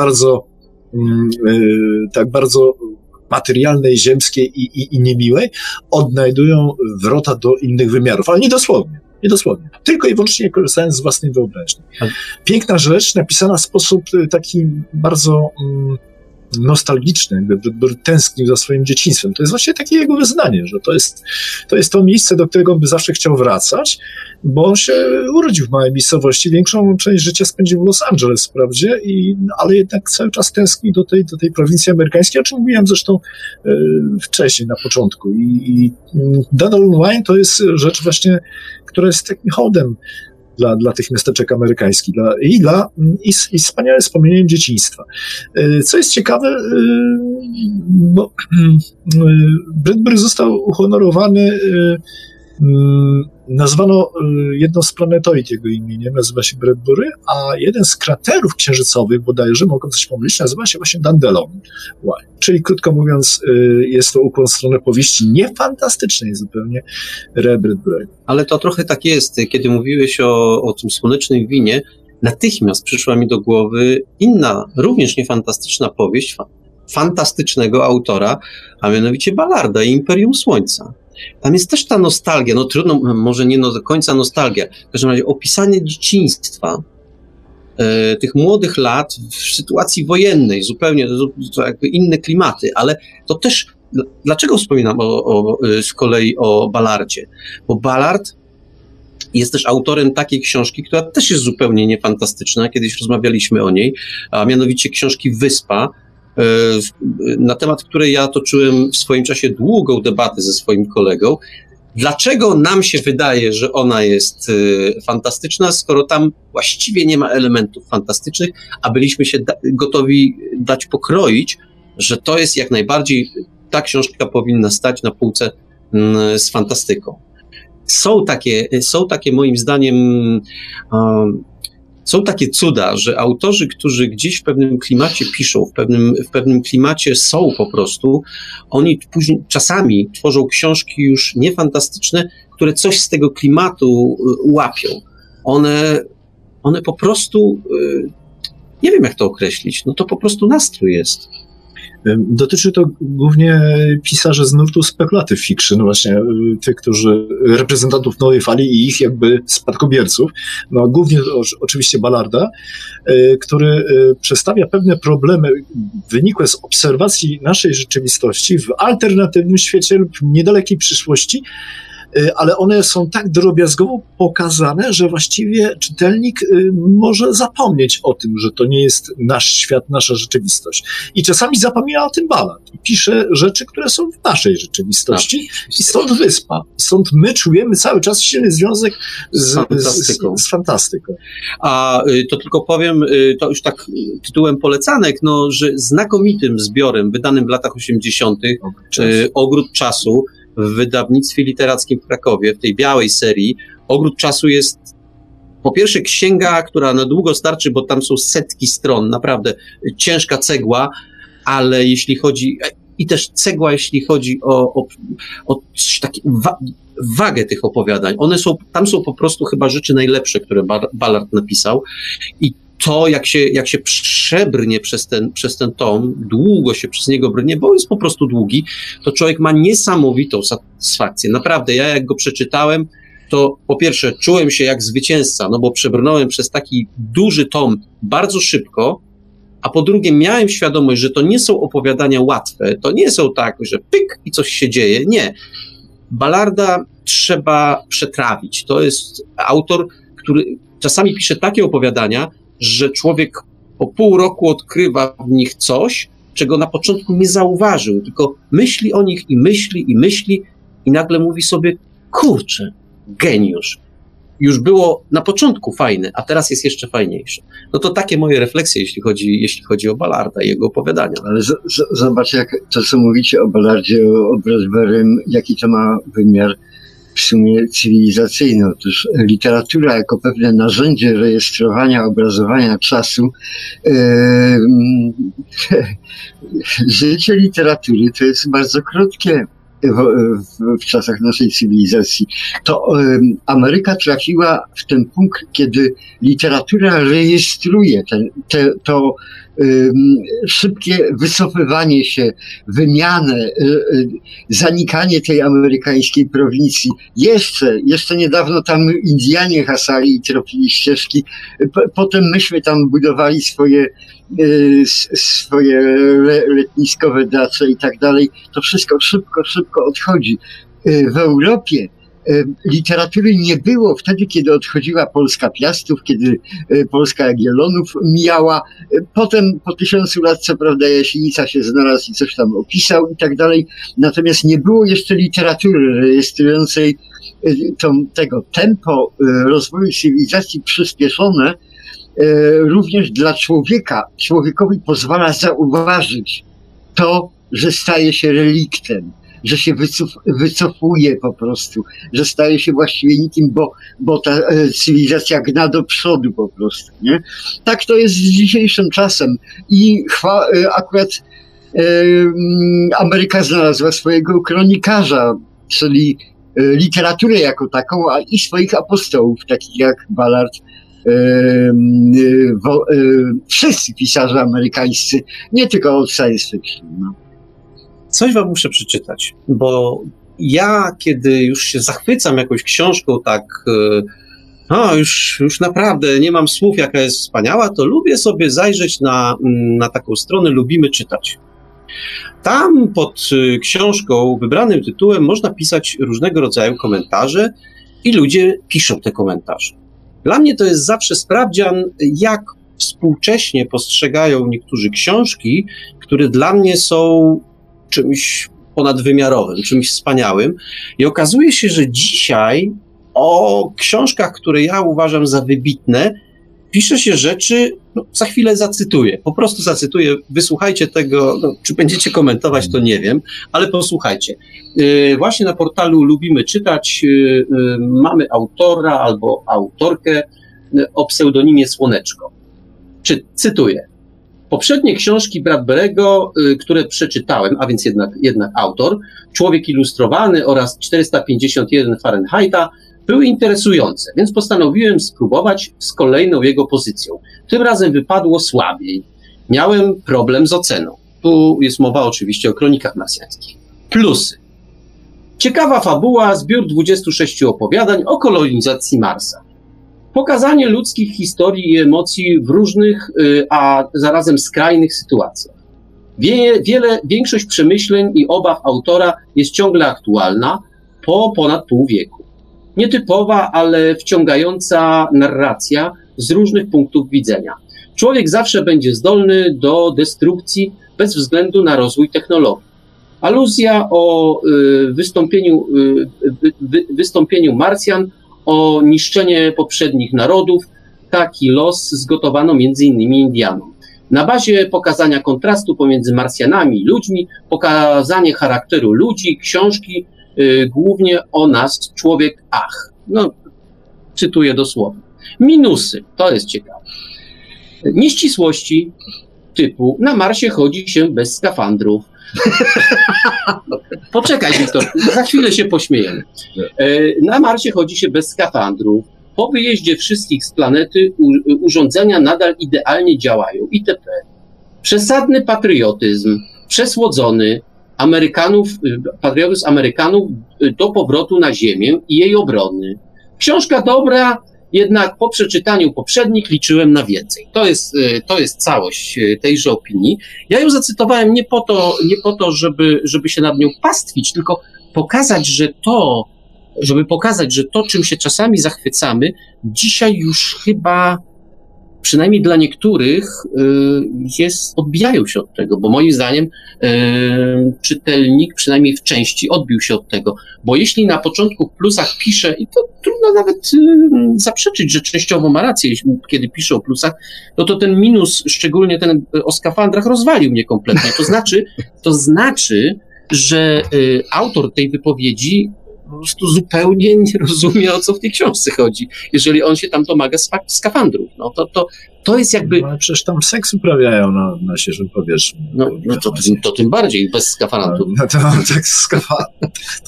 bardzo materialnej, ziemskiej i niemiłej odnajdują wrota do innych wymiarów, ale nie dosłownie. Tylko i wyłącznie korzystając z własnej wyobraźni. Piękna rzecz, napisana w sposób taki bardzo nostalgiczny, jakby tęsknił za swoim dzieciństwem. To jest właśnie takie jego wyznanie, że to jest to miejsce, do którego by zawsze chciał wracać, bo on się urodził w małej miejscowości, większą część życia spędził w Los Angeles wprawdzie, ale jednak cały czas tęskni do tej prowincji amerykańskiej, o czym mówiłem zresztą wcześniej, na początku. I Dandelion Wine to jest rzecz właśnie, która jest takim hołdem dla tych miasteczek amerykańskich i wspaniałe wspomnieniem dzieciństwa. Co jest ciekawe, bo Bradbury został uhonorowany, nazwano jedną z planetoid jego imieniem, nazywa się Bradbury, a jeden z kraterów księżycowych bodajże, mogą coś pomyśleć, nazywa się właśnie Dandelion. Czyli krótko mówiąc, jest to ukłon w stronę powieści niefantastycznej zupełnie Bradbury. Ale to trochę tak jest. Kiedy mówiłeś o tym słonecznym winie, natychmiast przyszła mi do głowy inna, również niefantastyczna powieść fantastycznego autora, a mianowicie Ballarda i Imperium Słońca. Tam jest też ta nostalgia, trudno, może nie do końca nostalgia, w każdym razie opisanie dzieciństwa, tych młodych lat w sytuacji wojennej, zupełnie to jakby inne klimaty, ale to też, dlaczego wspominam z kolei o Ballardzie? Bo Ballard jest też autorem takiej książki, która też jest zupełnie niefantastyczna, kiedyś rozmawialiśmy o niej, a mianowicie książki Wyspa, na temat której ja toczyłem w swoim czasie długą debatę ze swoim kolegą. Dlaczego nam się wydaje, że ona jest fantastyczna, skoro tam właściwie nie ma elementów fantastycznych, a byliśmy się gotowi dać pokroić, że to jest jak najbardziej, ta książka powinna stać na półce z fantastyką. są takie moim zdaniem, są takie cuda, że autorzy, którzy gdzieś w pewnym klimacie piszą, w pewnym klimacie są po prostu, oni później czasami tworzą książki już niefantastyczne, które coś z tego klimatu łapią. One po prostu, nie wiem jak to określić, no to po prostu nastrój jest. Dotyczy to głównie pisarzy z nurtu speculative fiction, właśnie tych, którzy, reprezentantów nowej fali i ich jakby spadkobierców, no głównie oczywiście Ballarda, który przedstawia pewne problemy wynikłe z obserwacji naszej rzeczywistości w alternatywnym świecie lub niedalekiej przyszłości, ale one są tak drobiazgowo pokazane, że właściwie czytelnik może zapomnieć o tym, że to nie jest nasz świat, nasza rzeczywistość. I czasami zapomina o tym Ballard i pisze rzeczy, które są w naszej rzeczywistości. I stąd Wyspa. Stąd my czujemy cały czas silny związek z fantastyką. A to tylko powiem, to już tak tytułem polecanek, no, że znakomitym zbiorem wydanym w latach 80. Ogród Czasu, w wydawnictwie literackim w Krakowie, w tej białej serii. Ogród Czasu jest po pierwsze księga, która na długo starczy, bo tam są setki stron, naprawdę ciężka cegła, ale jeśli chodzi, i też cegła, jeśli chodzi o takie wagę tych opowiadań. Tam są po prostu chyba rzeczy najlepsze, które Ballard napisał i to, jak się przebrnie przez ten tom, długo się przez niego brnie, bo jest po prostu długi, to człowiek ma niesamowitą satysfakcję. Naprawdę, ja jak go przeczytałem, to po pierwsze czułem się jak zwycięzca, no bo przebrnąłem przez taki duży tom bardzo szybko, a po drugie miałem świadomość, że to nie są opowiadania łatwe, to nie są tak, że pyk i coś się dzieje, nie. Ballarda trzeba przetrawić. To jest autor, który czasami pisze takie opowiadania, że człowiek po pół roku odkrywa w nich coś, czego na początku nie zauważył, tylko myśli o nich i myśli i nagle mówi sobie, kurczę, geniusz. Już było na początku fajne, a teraz jest jeszcze fajniejsze. No to takie moje refleksje, jeśli chodzi o Ballarda i jego opowiadania. Ale zobacz, jak to, co mówicie o Ballardzie, o Bradburym, jaki to ma wymiar w sumie cywilizacyjny. Otóż literatura jako pewne narzędzie rejestrowania, obrazowania czasu, życie literatury to jest bardzo krótkie w czasach naszej cywilizacji. To Ameryka trafiła w ten punkt, kiedy literatura rejestruje to szybkie wycofywanie się, wymianę, zanikanie tej amerykańskiej prowincji. Jeszcze niedawno tam Indianie hasali i tropili ścieżki. Potem myśmy tam budowali swoje letniskowe dacze i tak dalej. To wszystko szybko odchodzi. W Europie literatury nie było wtedy, kiedy odchodziła Polska Piastów, kiedy Polska Jagiellonów mijała. Potem po 1000 lat, co prawda, Jasienica się znalazł i coś tam opisał i tak dalej. Natomiast nie było jeszcze literatury rejestrującej tego tempo rozwoju cywilizacji przyspieszone. Również dla człowiekowi pozwala zauważyć to, że staje się reliktem, że się wycofuje po prostu, że staje się właściwie nikim, bo ta cywilizacja gna do przodu po prostu, nie? Tak to jest z dzisiejszym czasem i akurat Ameryka znalazła swojego kronikarza, czyli literaturę jako taką, a i swoich apostołów, takich jak Ballard, wszyscy pisarze amerykańscy, nie tylko od science fiction. No. Coś wam muszę przeczytać, bo ja, kiedy już się zachwycam jakąś książką, tak już naprawdę nie mam słów, jaka jest wspaniała, to lubię sobie zajrzeć na taką stronę Lubimy Czytać. Tam pod książką, wybranym tytułem, można pisać różnego rodzaju komentarze i ludzie piszą te komentarze. Dla mnie to jest zawsze sprawdzian, jak współcześnie postrzegają niektórzy książki, które dla mnie są czymś ponadwymiarowym, czymś wspaniałym. I okazuje się, że dzisiaj o książkach, które ja uważam za wybitne, pisze się rzeczy, No, za chwilę zacytuję, po prostu zacytuję, wysłuchajcie tego, no, czy będziecie komentować, to nie wiem, ale posłuchajcie. Właśnie na portalu Lubimy Czytać mamy autora albo autorkę o pseudonimie Słoneczko. Cytuję. Poprzednie książki Bradbury'ego, które przeczytałem, a więc jednak autor, Człowiek ilustrowany oraz 451 Fahrenheita, były interesujące, więc postanowiłem spróbować z kolejną jego pozycją. Tym razem wypadło słabiej. Miałem problem z oceną. Tu jest mowa oczywiście o kronikach marsjańskich. Plusy. Ciekawa fabuła, zbiór 26 opowiadań o kolonizacji Marsa. Pokazanie ludzkich historii i emocji w różnych, a zarazem skrajnych sytuacjach. Większość przemyśleń i obaw autora jest ciągle aktualna po ponad pół wieku. Nietypowa, ale wciągająca narracja z różnych punktów widzenia. Człowiek zawsze będzie zdolny do destrukcji bez względu na rozwój technologii. Aluzja o wystąpieniu Marsjan, o niszczenie poprzednich narodów, taki los zgotowano m.in. Indianom. Na bazie pokazania kontrastu pomiędzy Marsjanami i ludźmi, pokazanie charakteru ludzi, książki, głównie o nas, człowiek, ach. No, cytuję dosłownie. Minusy, to jest ciekawe. Nieścisłości typu na Marsie chodzi się bez skafandrów. Poczekaj, Wiktor, za chwilę się pośmiejemy. Na Marsie chodzi się bez skafandrów. Po wyjeździe wszystkich z planety urządzenia nadal idealnie działają itp. Przesadny patriotyzm, przesłodzony patriotyzm Amerykanów do powrotu na Ziemię i jej obrony. Książka dobra, jednak po przeczytaniu poprzednich liczyłem na więcej. To jest całość tejże opinii. Ja ją zacytowałem nie po to, żeby się nad nią pastwić, tylko żeby pokazać, że to, czym się czasami zachwycamy, dzisiaj już chyba, przynajmniej dla niektórych, odbijają się od tego, bo moim zdaniem czytelnik przynajmniej w części odbił się od tego, bo jeśli na początku w plusach pisze, i to trudno nawet zaprzeczyć, że częściowo ma rację, kiedy pisze o plusach, no to ten minus, szczególnie ten o skafandrach, rozwalił mnie kompletnie. To znaczy, że autor tej wypowiedzi po prostu zupełnie nie rozumie, o co w tej książce chodzi, jeżeli on się tam domaga skafandrów. No to jest jakby... No, przecież tam seks uprawiają na świeżym powierzchni. No to tym bardziej, bez skafandrów. No to tak skafandrów,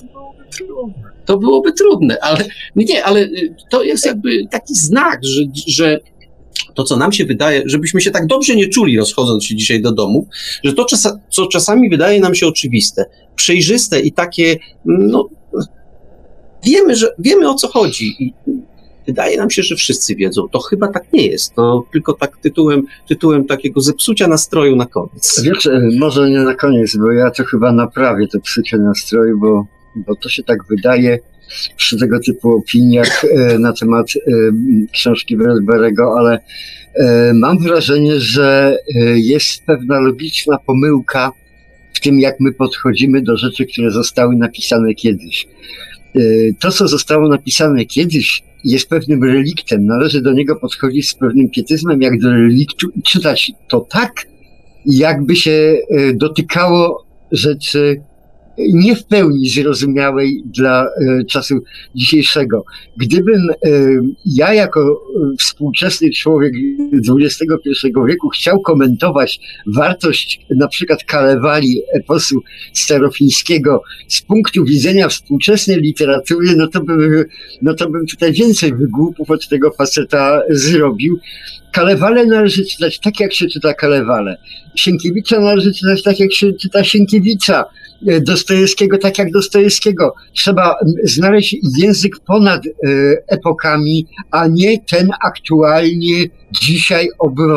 to byłoby trudne, ale to jest jakby taki znak, że to, co nam się wydaje, żebyśmy się tak dobrze nie czuli, rozchodząc się dzisiaj do domów, że to, co czasami wydaje nam się oczywiste, przejrzyste i takie, no, wiemy o co chodzi i wydaje nam się, że wszyscy wiedzą. To chyba tak nie jest. To tylko tak tytułem takiego zepsucia nastroju na koniec. Wiesz, może nie na koniec, bo ja to chyba naprawię to psucie nastroju, bo to się tak wydaje przy tego typu opiniach na temat książki Bradbury'ego, ale mam wrażenie, że jest pewna logiczna pomyłka w tym, jak my podchodzimy do rzeczy, które zostały napisane kiedyś. To, co zostało napisane kiedyś, jest pewnym reliktem. Należy do niego podchodzić z pewnym pietyzmem, jak do reliktu, i czytać to tak, jakby się dotykało rzeczy nie w pełni zrozumiałej dla czasu dzisiejszego. Ja jako współczesny człowiek XXI wieku chciał komentować wartość na przykład Kalewali eposu starofińskiego z punktu widzenia współczesnej literatury, no to bym tutaj więcej wygłupów od tego faceta zrobił. Kalewale należy czytać tak, jak się czyta Kalewale. Sienkiewicza należy czytać tak, jak się czyta Sienkiewicza. Dostojewskiego tak jak Dostojewskiego. Trzeba znaleźć język ponad epokami, a nie ten aktualnie dzisiaj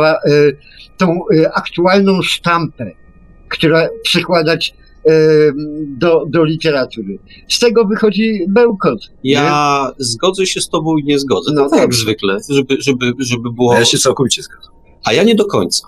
tą aktualną sztampę, która przykładać do literatury. Z tego wychodzi bełkot. Ja zgodzę się z tobą i nie zgodzę. No tak jak zwykle, żeby było... Ja się całkowicie zgadzam. A ja nie do końca,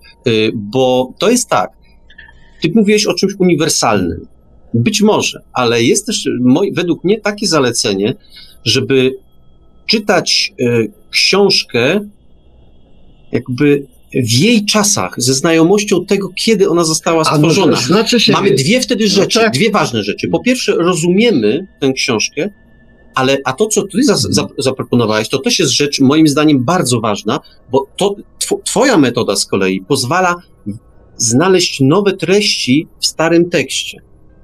bo to jest tak. Ty mówiłeś o czymś uniwersalnym. Być może, ale jest też według mnie takie zalecenie, żeby czytać książkę jakby w jej czasach, ze znajomością tego, kiedy ona została stworzona. Mamy dwie wtedy rzeczy, dwie ważne rzeczy. Po pierwsze, rozumiemy tę książkę, a to, co ty zaproponowałeś, to też jest rzecz, moim zdaniem, bardzo ważna, bo to twoja metoda z kolei pozwala znaleźć nowe treści w starym tekście.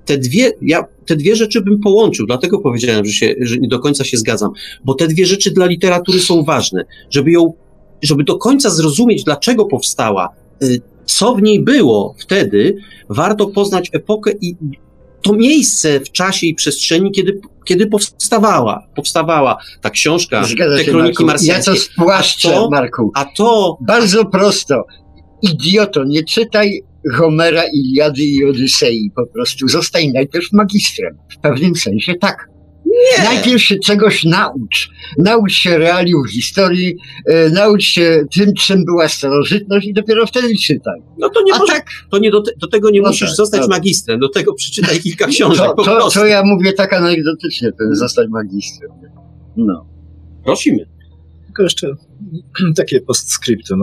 Te dwie rzeczy bym połączył, dlatego powiedziałem, że nie do końca się zgadzam, bo te dwie rzeczy dla literatury są ważne, żeby do końca zrozumieć, dlaczego powstała, co w niej było wtedy, warto poznać epokę i to miejsce w czasie i przestrzeni, kiedy powstawała ta książka, te kroniki marsjańskie. Ja to spłaszczę, Marku. Bardzo prosto. Idioto, nie czytaj Homera, Iliady i Odysei, po prostu zostań najpierw magistrem. W pewnym sensie tak. Nie. Najpierw się czegoś naucz. Naucz się realiów historii, naucz się tym, czym była starożytność i dopiero wtedy czytaj. No to nie do tego nie musisz zostać magistrem, do tego przeczytaj kilka książek po prostu. To ja mówię tak anegdotycznie, ten zostać magistrem. No. Prosimy. Tylko jeszcze takie postscriptum.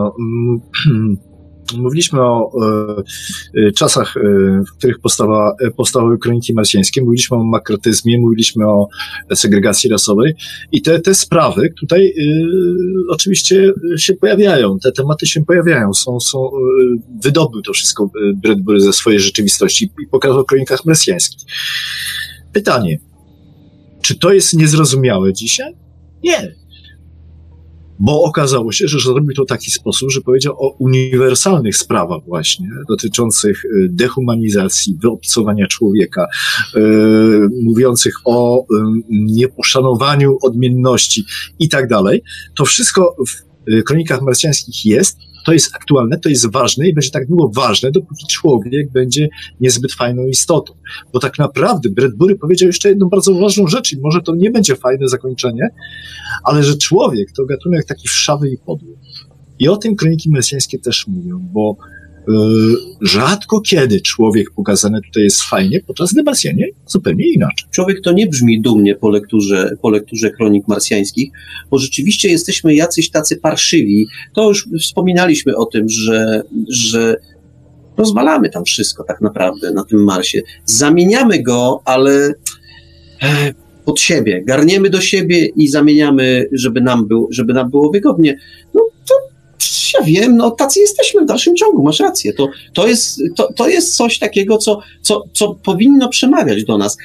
Mówiliśmy o czasach, w których powstawały kroniki marsjańskie, mówiliśmy o makrotyzmie, mówiliśmy o segregacji rasowej i te sprawy tutaj oczywiście się pojawiają, te tematy się pojawiają, wydobył to wszystko Bradbury ze swojej rzeczywistości i pokazał w kronikach marsjańskich. Pytanie, czy to jest niezrozumiałe dzisiaj? Nie. Bo okazało się, że zrobił to w taki sposób, że powiedział o uniwersalnych sprawach właśnie, dotyczących dehumanizacji, wyobcowania człowieka, mówiących o nieposzanowaniu odmienności i tak dalej. To wszystko w kronikach marsjańskich jest, to jest aktualne, to jest ważne i będzie tak długo ważne, dopóki człowiek będzie niezbyt fajną istotą. Bo tak naprawdę Bradbury powiedział jeszcze jedną bardzo ważną rzecz i może to nie będzie fajne zakończenie, ale że człowiek to gatunek taki wszawy i podły. I o tym kroniki marsjańskie też mówią, bo rzadko kiedy człowiek pokazany tutaj jest fajnie, podczas gdy Marsjanie zupełnie inaczej. Człowiek to nie brzmi dumnie po lekturze kronik marsjańskich, bo rzeczywiście jesteśmy jacyś tacy parszywi. To już wspominaliśmy o tym, że rozwalamy tam wszystko tak naprawdę na tym Marsie. Zamieniamy go, ale pod siebie. Garniemy do siebie i zamieniamy, żeby nam było wygodnie. No to ja wiem, no tacy jesteśmy w dalszym ciągu, masz rację. To jest coś takiego, co powinno przemawiać do nas.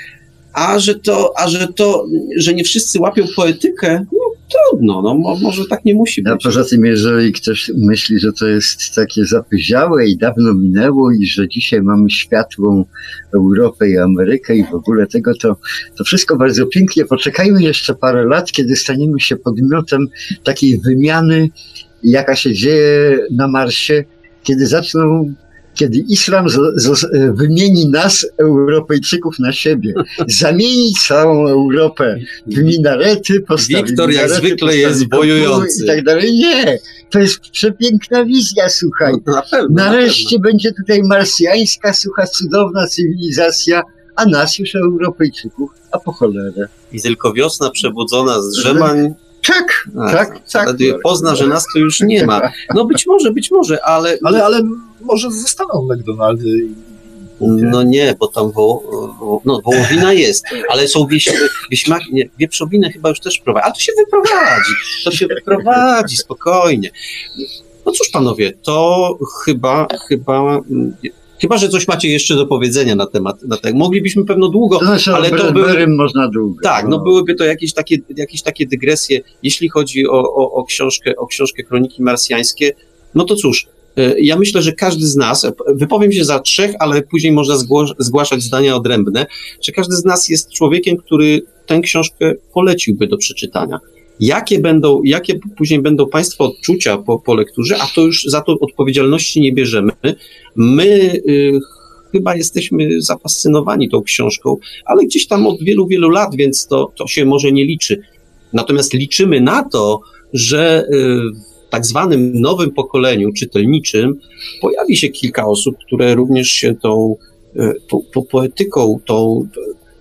Że nie wszyscy łapią poetykę, no trudno, no może tak nie musi być. A poza tym, jeżeli ktoś myśli, że to jest takie zapyziałe i dawno minęło i że dzisiaj mamy światłą Europę i Amerykę i w ogóle tego, to wszystko bardzo pięknie. Poczekajmy jeszcze parę lat, kiedy staniemy się podmiotem takiej wymiany, jaka się dzieje na Marsie, kiedy islam wymieni nas, Europejczyków, na siebie. Zamieni całą Europę w minarety, Wiktor jak zwykle jest bojujący. I tak dalej. Nie, to jest przepiękna wizja, słuchaj. No, Nareszcie będzie tutaj marsjańska, słucha, cudowna cywilizacja, a nas już Europejczyków, a po cholerę. I tylko wiosna przebudzona z drzemań. Tak. Pozna, że nas tu już nie ma. No być może, ale może zostaną McDonaldy. No nie, bo tam wołowina jest, ale są wieśmaki, nie, wieprzowinę chyba już też prowadzi, ale to się wyprowadzi spokojnie. No cóż, panowie, to chyba, że coś macie jeszcze do powiedzenia na temat. Moglibyśmy pewno długo, ale to można długo. Tak, no byłyby to jakieś takie dygresje. Jeśli chodzi o książkę Kroniki Marsjańskie, no to cóż, ja myślę, że każdy z nas, wypowiem się za trzech, ale później można zgłaszać zdania odrębne, że każdy z nas jest człowiekiem, który tę książkę poleciłby do przeczytania. Jakie później będą Państwa odczucia po lekturze, a to już za to odpowiedzialności nie bierzemy. My chyba jesteśmy zafascynowani tą książką, ale gdzieś tam od wielu, wielu lat, więc to się może nie liczy. Natomiast liczymy na to, że w tak zwanym nowym pokoleniu czytelniczym pojawi się kilka osób, które również się tą poetyką,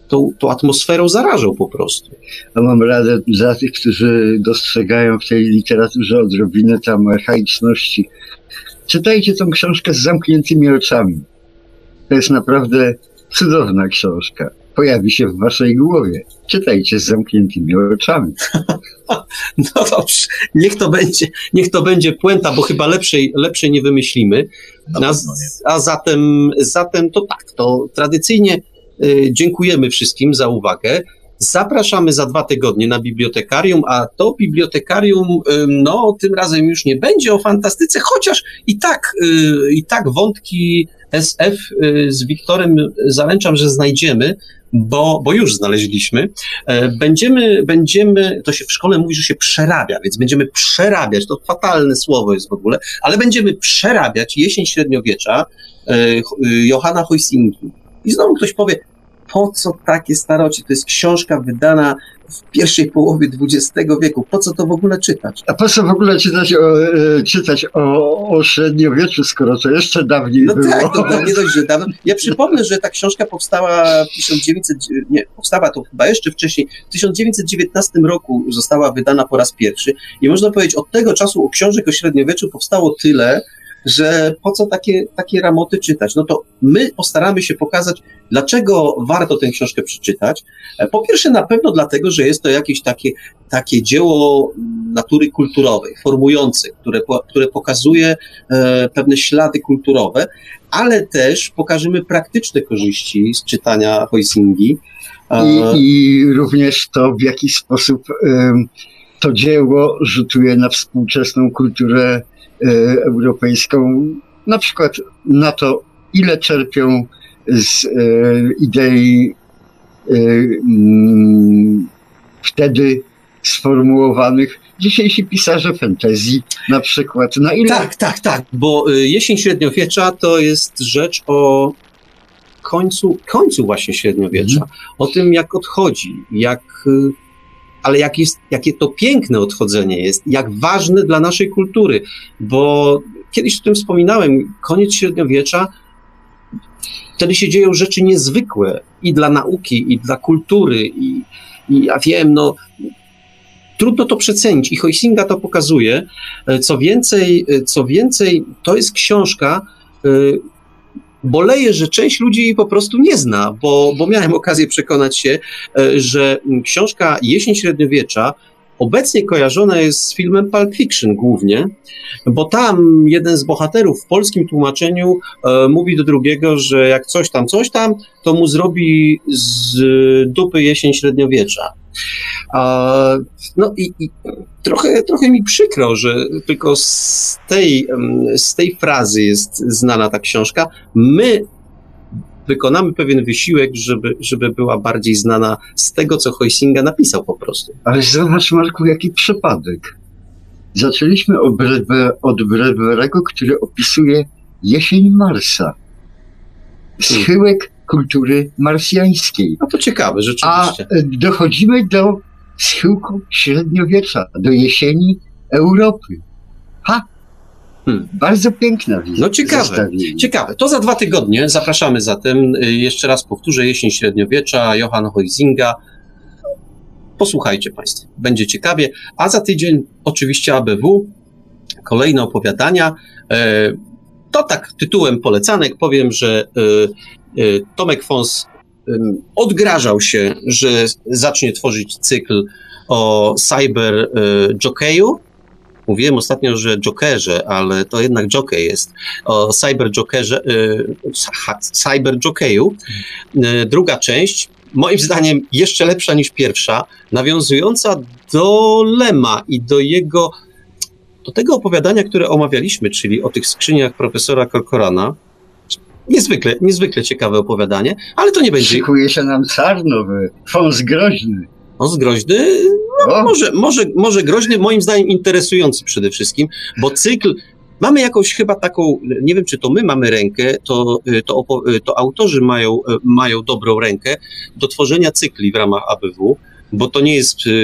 tą atmosferą zarażał po prostu. A mam radę dla tych, którzy dostrzegają w tej literaturze odrobinę tam archaiczności. Czytajcie tą książkę z zamkniętymi oczami. To jest naprawdę cudowna książka. Pojawi się w waszej głowie. Czytajcie z zamkniętymi oczami. No dobrze, niech to będzie puenta, bo chyba lepszej nie wymyślimy. A zatem to tak, to tradycyjnie dziękujemy wszystkim za uwagę. Zapraszamy za 2 tygodnie na bibliotekarium, a to bibliotekarium, no tym razem już nie będzie o fantastyce, chociaż i tak wątki SF z Wiktorem zaręczam, że znajdziemy, bo już znaleźliśmy. Będziemy, to się w szkole mówi, że się przerabia, więc będziemy przerabiać, to fatalne słowo jest w ogóle, ale będziemy przerabiać Jesień Średniowiecza Johanna Huizingi. I znowu ktoś powie, po co takie starocie? To jest książka wydana w pierwszej połowie XX wieku. Po co to w ogóle czytać? A po co w ogóle czytać o średniowieczu, skoro to jeszcze dawniej było? No tak, to nie dość, że dawno. Ja przypomnę, że ta książka powstała powstała to chyba jeszcze wcześniej. W 1919 roku została wydana po raz pierwszy. I można powiedzieć, od tego czasu o książek o średniowieczu powstało tyle, że po co takie ramoty czytać? No to my postaramy się pokazać, dlaczego warto tę książkę przeczytać. Po pierwsze, na pewno dlatego, że jest to jakieś takie dzieło natury kulturowej, formujące, które pokazuje pewne ślady kulturowe, ale też pokażemy praktyczne korzyści z czytania Huizingi. I również to, w jaki sposób to dzieło rzutuje na współczesną kulturę europejską, na przykład na to, ile czerpią z idei wtedy sformułowanych dzisiejsi pisarze fantazji, na przykład. Na ile... Tak, bo Jesień Średniowiecza to jest rzecz o końcu właśnie Średniowiecza, o tym, jak odchodzi, ale jakie to piękne odchodzenie jest, jak ważne dla naszej kultury, bo kiedyś o tym wspominałem, koniec Średniowiecza, wtedy się dzieją rzeczy niezwykłe i dla nauki, i dla kultury, i ja wiem, no trudno to przecenić i Huizinga to pokazuje. Co więcej, to jest książka, boleję, że część ludzi jej po prostu nie zna, bo miałem okazję przekonać się, że książka Jesień Średniowiecza obecnie kojarzona jest z filmem Pulp Fiction głównie, bo tam jeden z bohaterów w polskim tłumaczeniu mówi do drugiego, że jak coś tam, to mu zrobi z dupy Jesień Średniowiecza. No i trochę mi przykro, że tylko z tej frazy jest znana ta książka. My wykonamy pewien wysiłek, żeby była bardziej znana z tego, co Huizinga napisał po prostu. Ale zobacz, Marku, jaki przypadek. Zaczęliśmy od Brewerego, który opisuje jesień Marsa. Schyłek kultury marsjańskiej. No to ciekawe, rzeczywiście. A dochodzimy do schyłku średniowiecza, do jesieni Europy. Bardzo piękna wizja. No ciekawe. To za 2 tygodnie. Zapraszamy zatem. Jeszcze raz powtórzę, Jesień Średniowiecza, Johann Huizinga. Posłuchajcie Państwo, będzie ciekawie. A za tydzień oczywiście ABW, kolejne opowiadania. To tak tytułem polecanek powiem, że Tomek Fons odgrażał się, że zacznie tworzyć cykl o cyber jokeju. Mówiłem ostatnio, że jokerze, ale to jednak jockey jest. O cyber jokeju. Druga część, moim zdaniem jeszcze lepsza niż pierwsza, nawiązująca do Lema i do tego opowiadania, które omawialiśmy, czyli o tych skrzyniach profesora Corcorana. Niezwykle ciekawe opowiadanie, ale to nie będzie... Szykuje się nam Sarnowy, Fons groźny. Fons groźny? No, może groźny, moim zdaniem interesujący przede wszystkim, bo cykl, mamy jakąś chyba taką, nie wiem czy to my mamy rękę, to autorzy mają dobrą rękę do tworzenia cykli w ramach ABW. bo to nie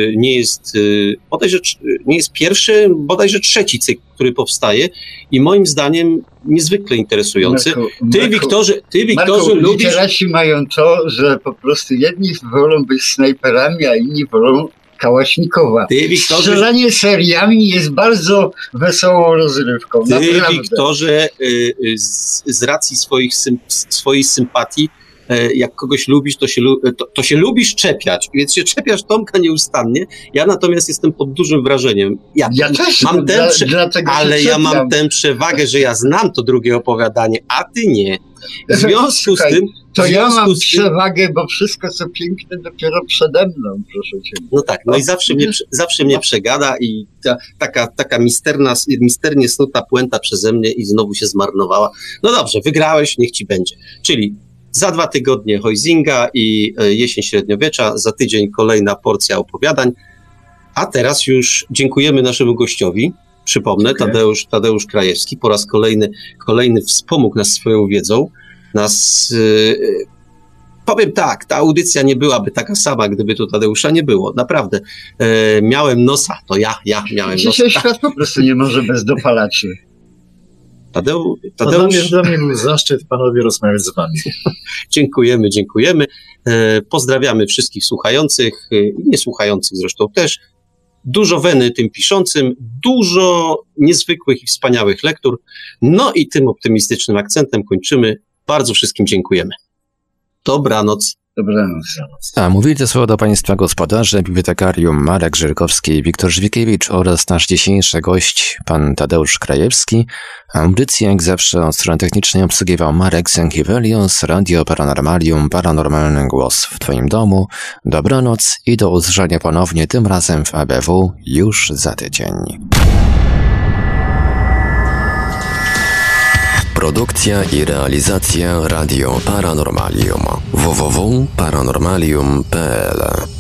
jest pierwszy, bodajże trzeci cykl, który powstaje i moim zdaniem niezwykle interesujący. Ty, Wiktorze, lubisz... Literaci mają to, że po prostu jedni wolą być snajperami, a inni wolą Kałaśnikowa. Strzelanie seriami jest bardzo wesołą rozrywką. Ty, naprawdę. Wiktorze, z racji swojej sympatii, jak kogoś lubisz, to się lubisz czepiać, więc się czepiasz Tomka nieustannie. Ja natomiast jestem pod dużym wrażeniem. Ja też mam ja mam tę przewagę, że ja znam to drugie opowiadanie, a ty nie. W związku z tym... To ja mam przewagę, bo wszystko co piękne dopiero przede mną, proszę cię. No tak, no i zawsze mnie przegada i taka misternie snuta puenta przeze mnie i znowu się zmarnowała. No dobrze, wygrałeś, niech ci będzie. Czyli za 2 tygodnie Huizinga i Jesień Średniowiecza, za tydzień kolejna porcja opowiadań. A teraz już dziękujemy naszemu gościowi. Przypomnę, Tadeusz Krajewski po raz kolejny wspomógł nas swoją wiedzą. Powiem tak, ta audycja nie byłaby taka sama, gdyby tu Tadeusza nie było. Naprawdę. Miałem nosa, to ja miałem nosa. Dzisiaj świat po prostu nie może bez dopalaczy. Tadeusz... Dla mnie był zaszczyt, panowie, rozmawiać z wami. Dziękujemy. Pozdrawiamy wszystkich słuchających i niesłuchających zresztą też. Dużo weny tym piszącym, dużo niezwykłych i wspaniałych lektur. No i tym optymistycznym akcentem kończymy. Bardzo wszystkim dziękujemy. Dobranoc. Dobranoc. A mówili te słowa do Państwa gospodarze, bibliotekarium Marek Żyrkowski i Wiktor Żwikiewicz oraz nasz dzisiejszy gość, pan Tadeusz Krajewski. Audycję jak zawsze od strony technicznej obsługiwał Marek Sękiewelios, Radio Paranormalium, paranormalny głos w Twoim domu. Dobranoc i do usłyszenia ponownie, tym razem w ABW już za tydzień. Produkcja i realizacja Radio Paranormalium. www.paranormalium.pl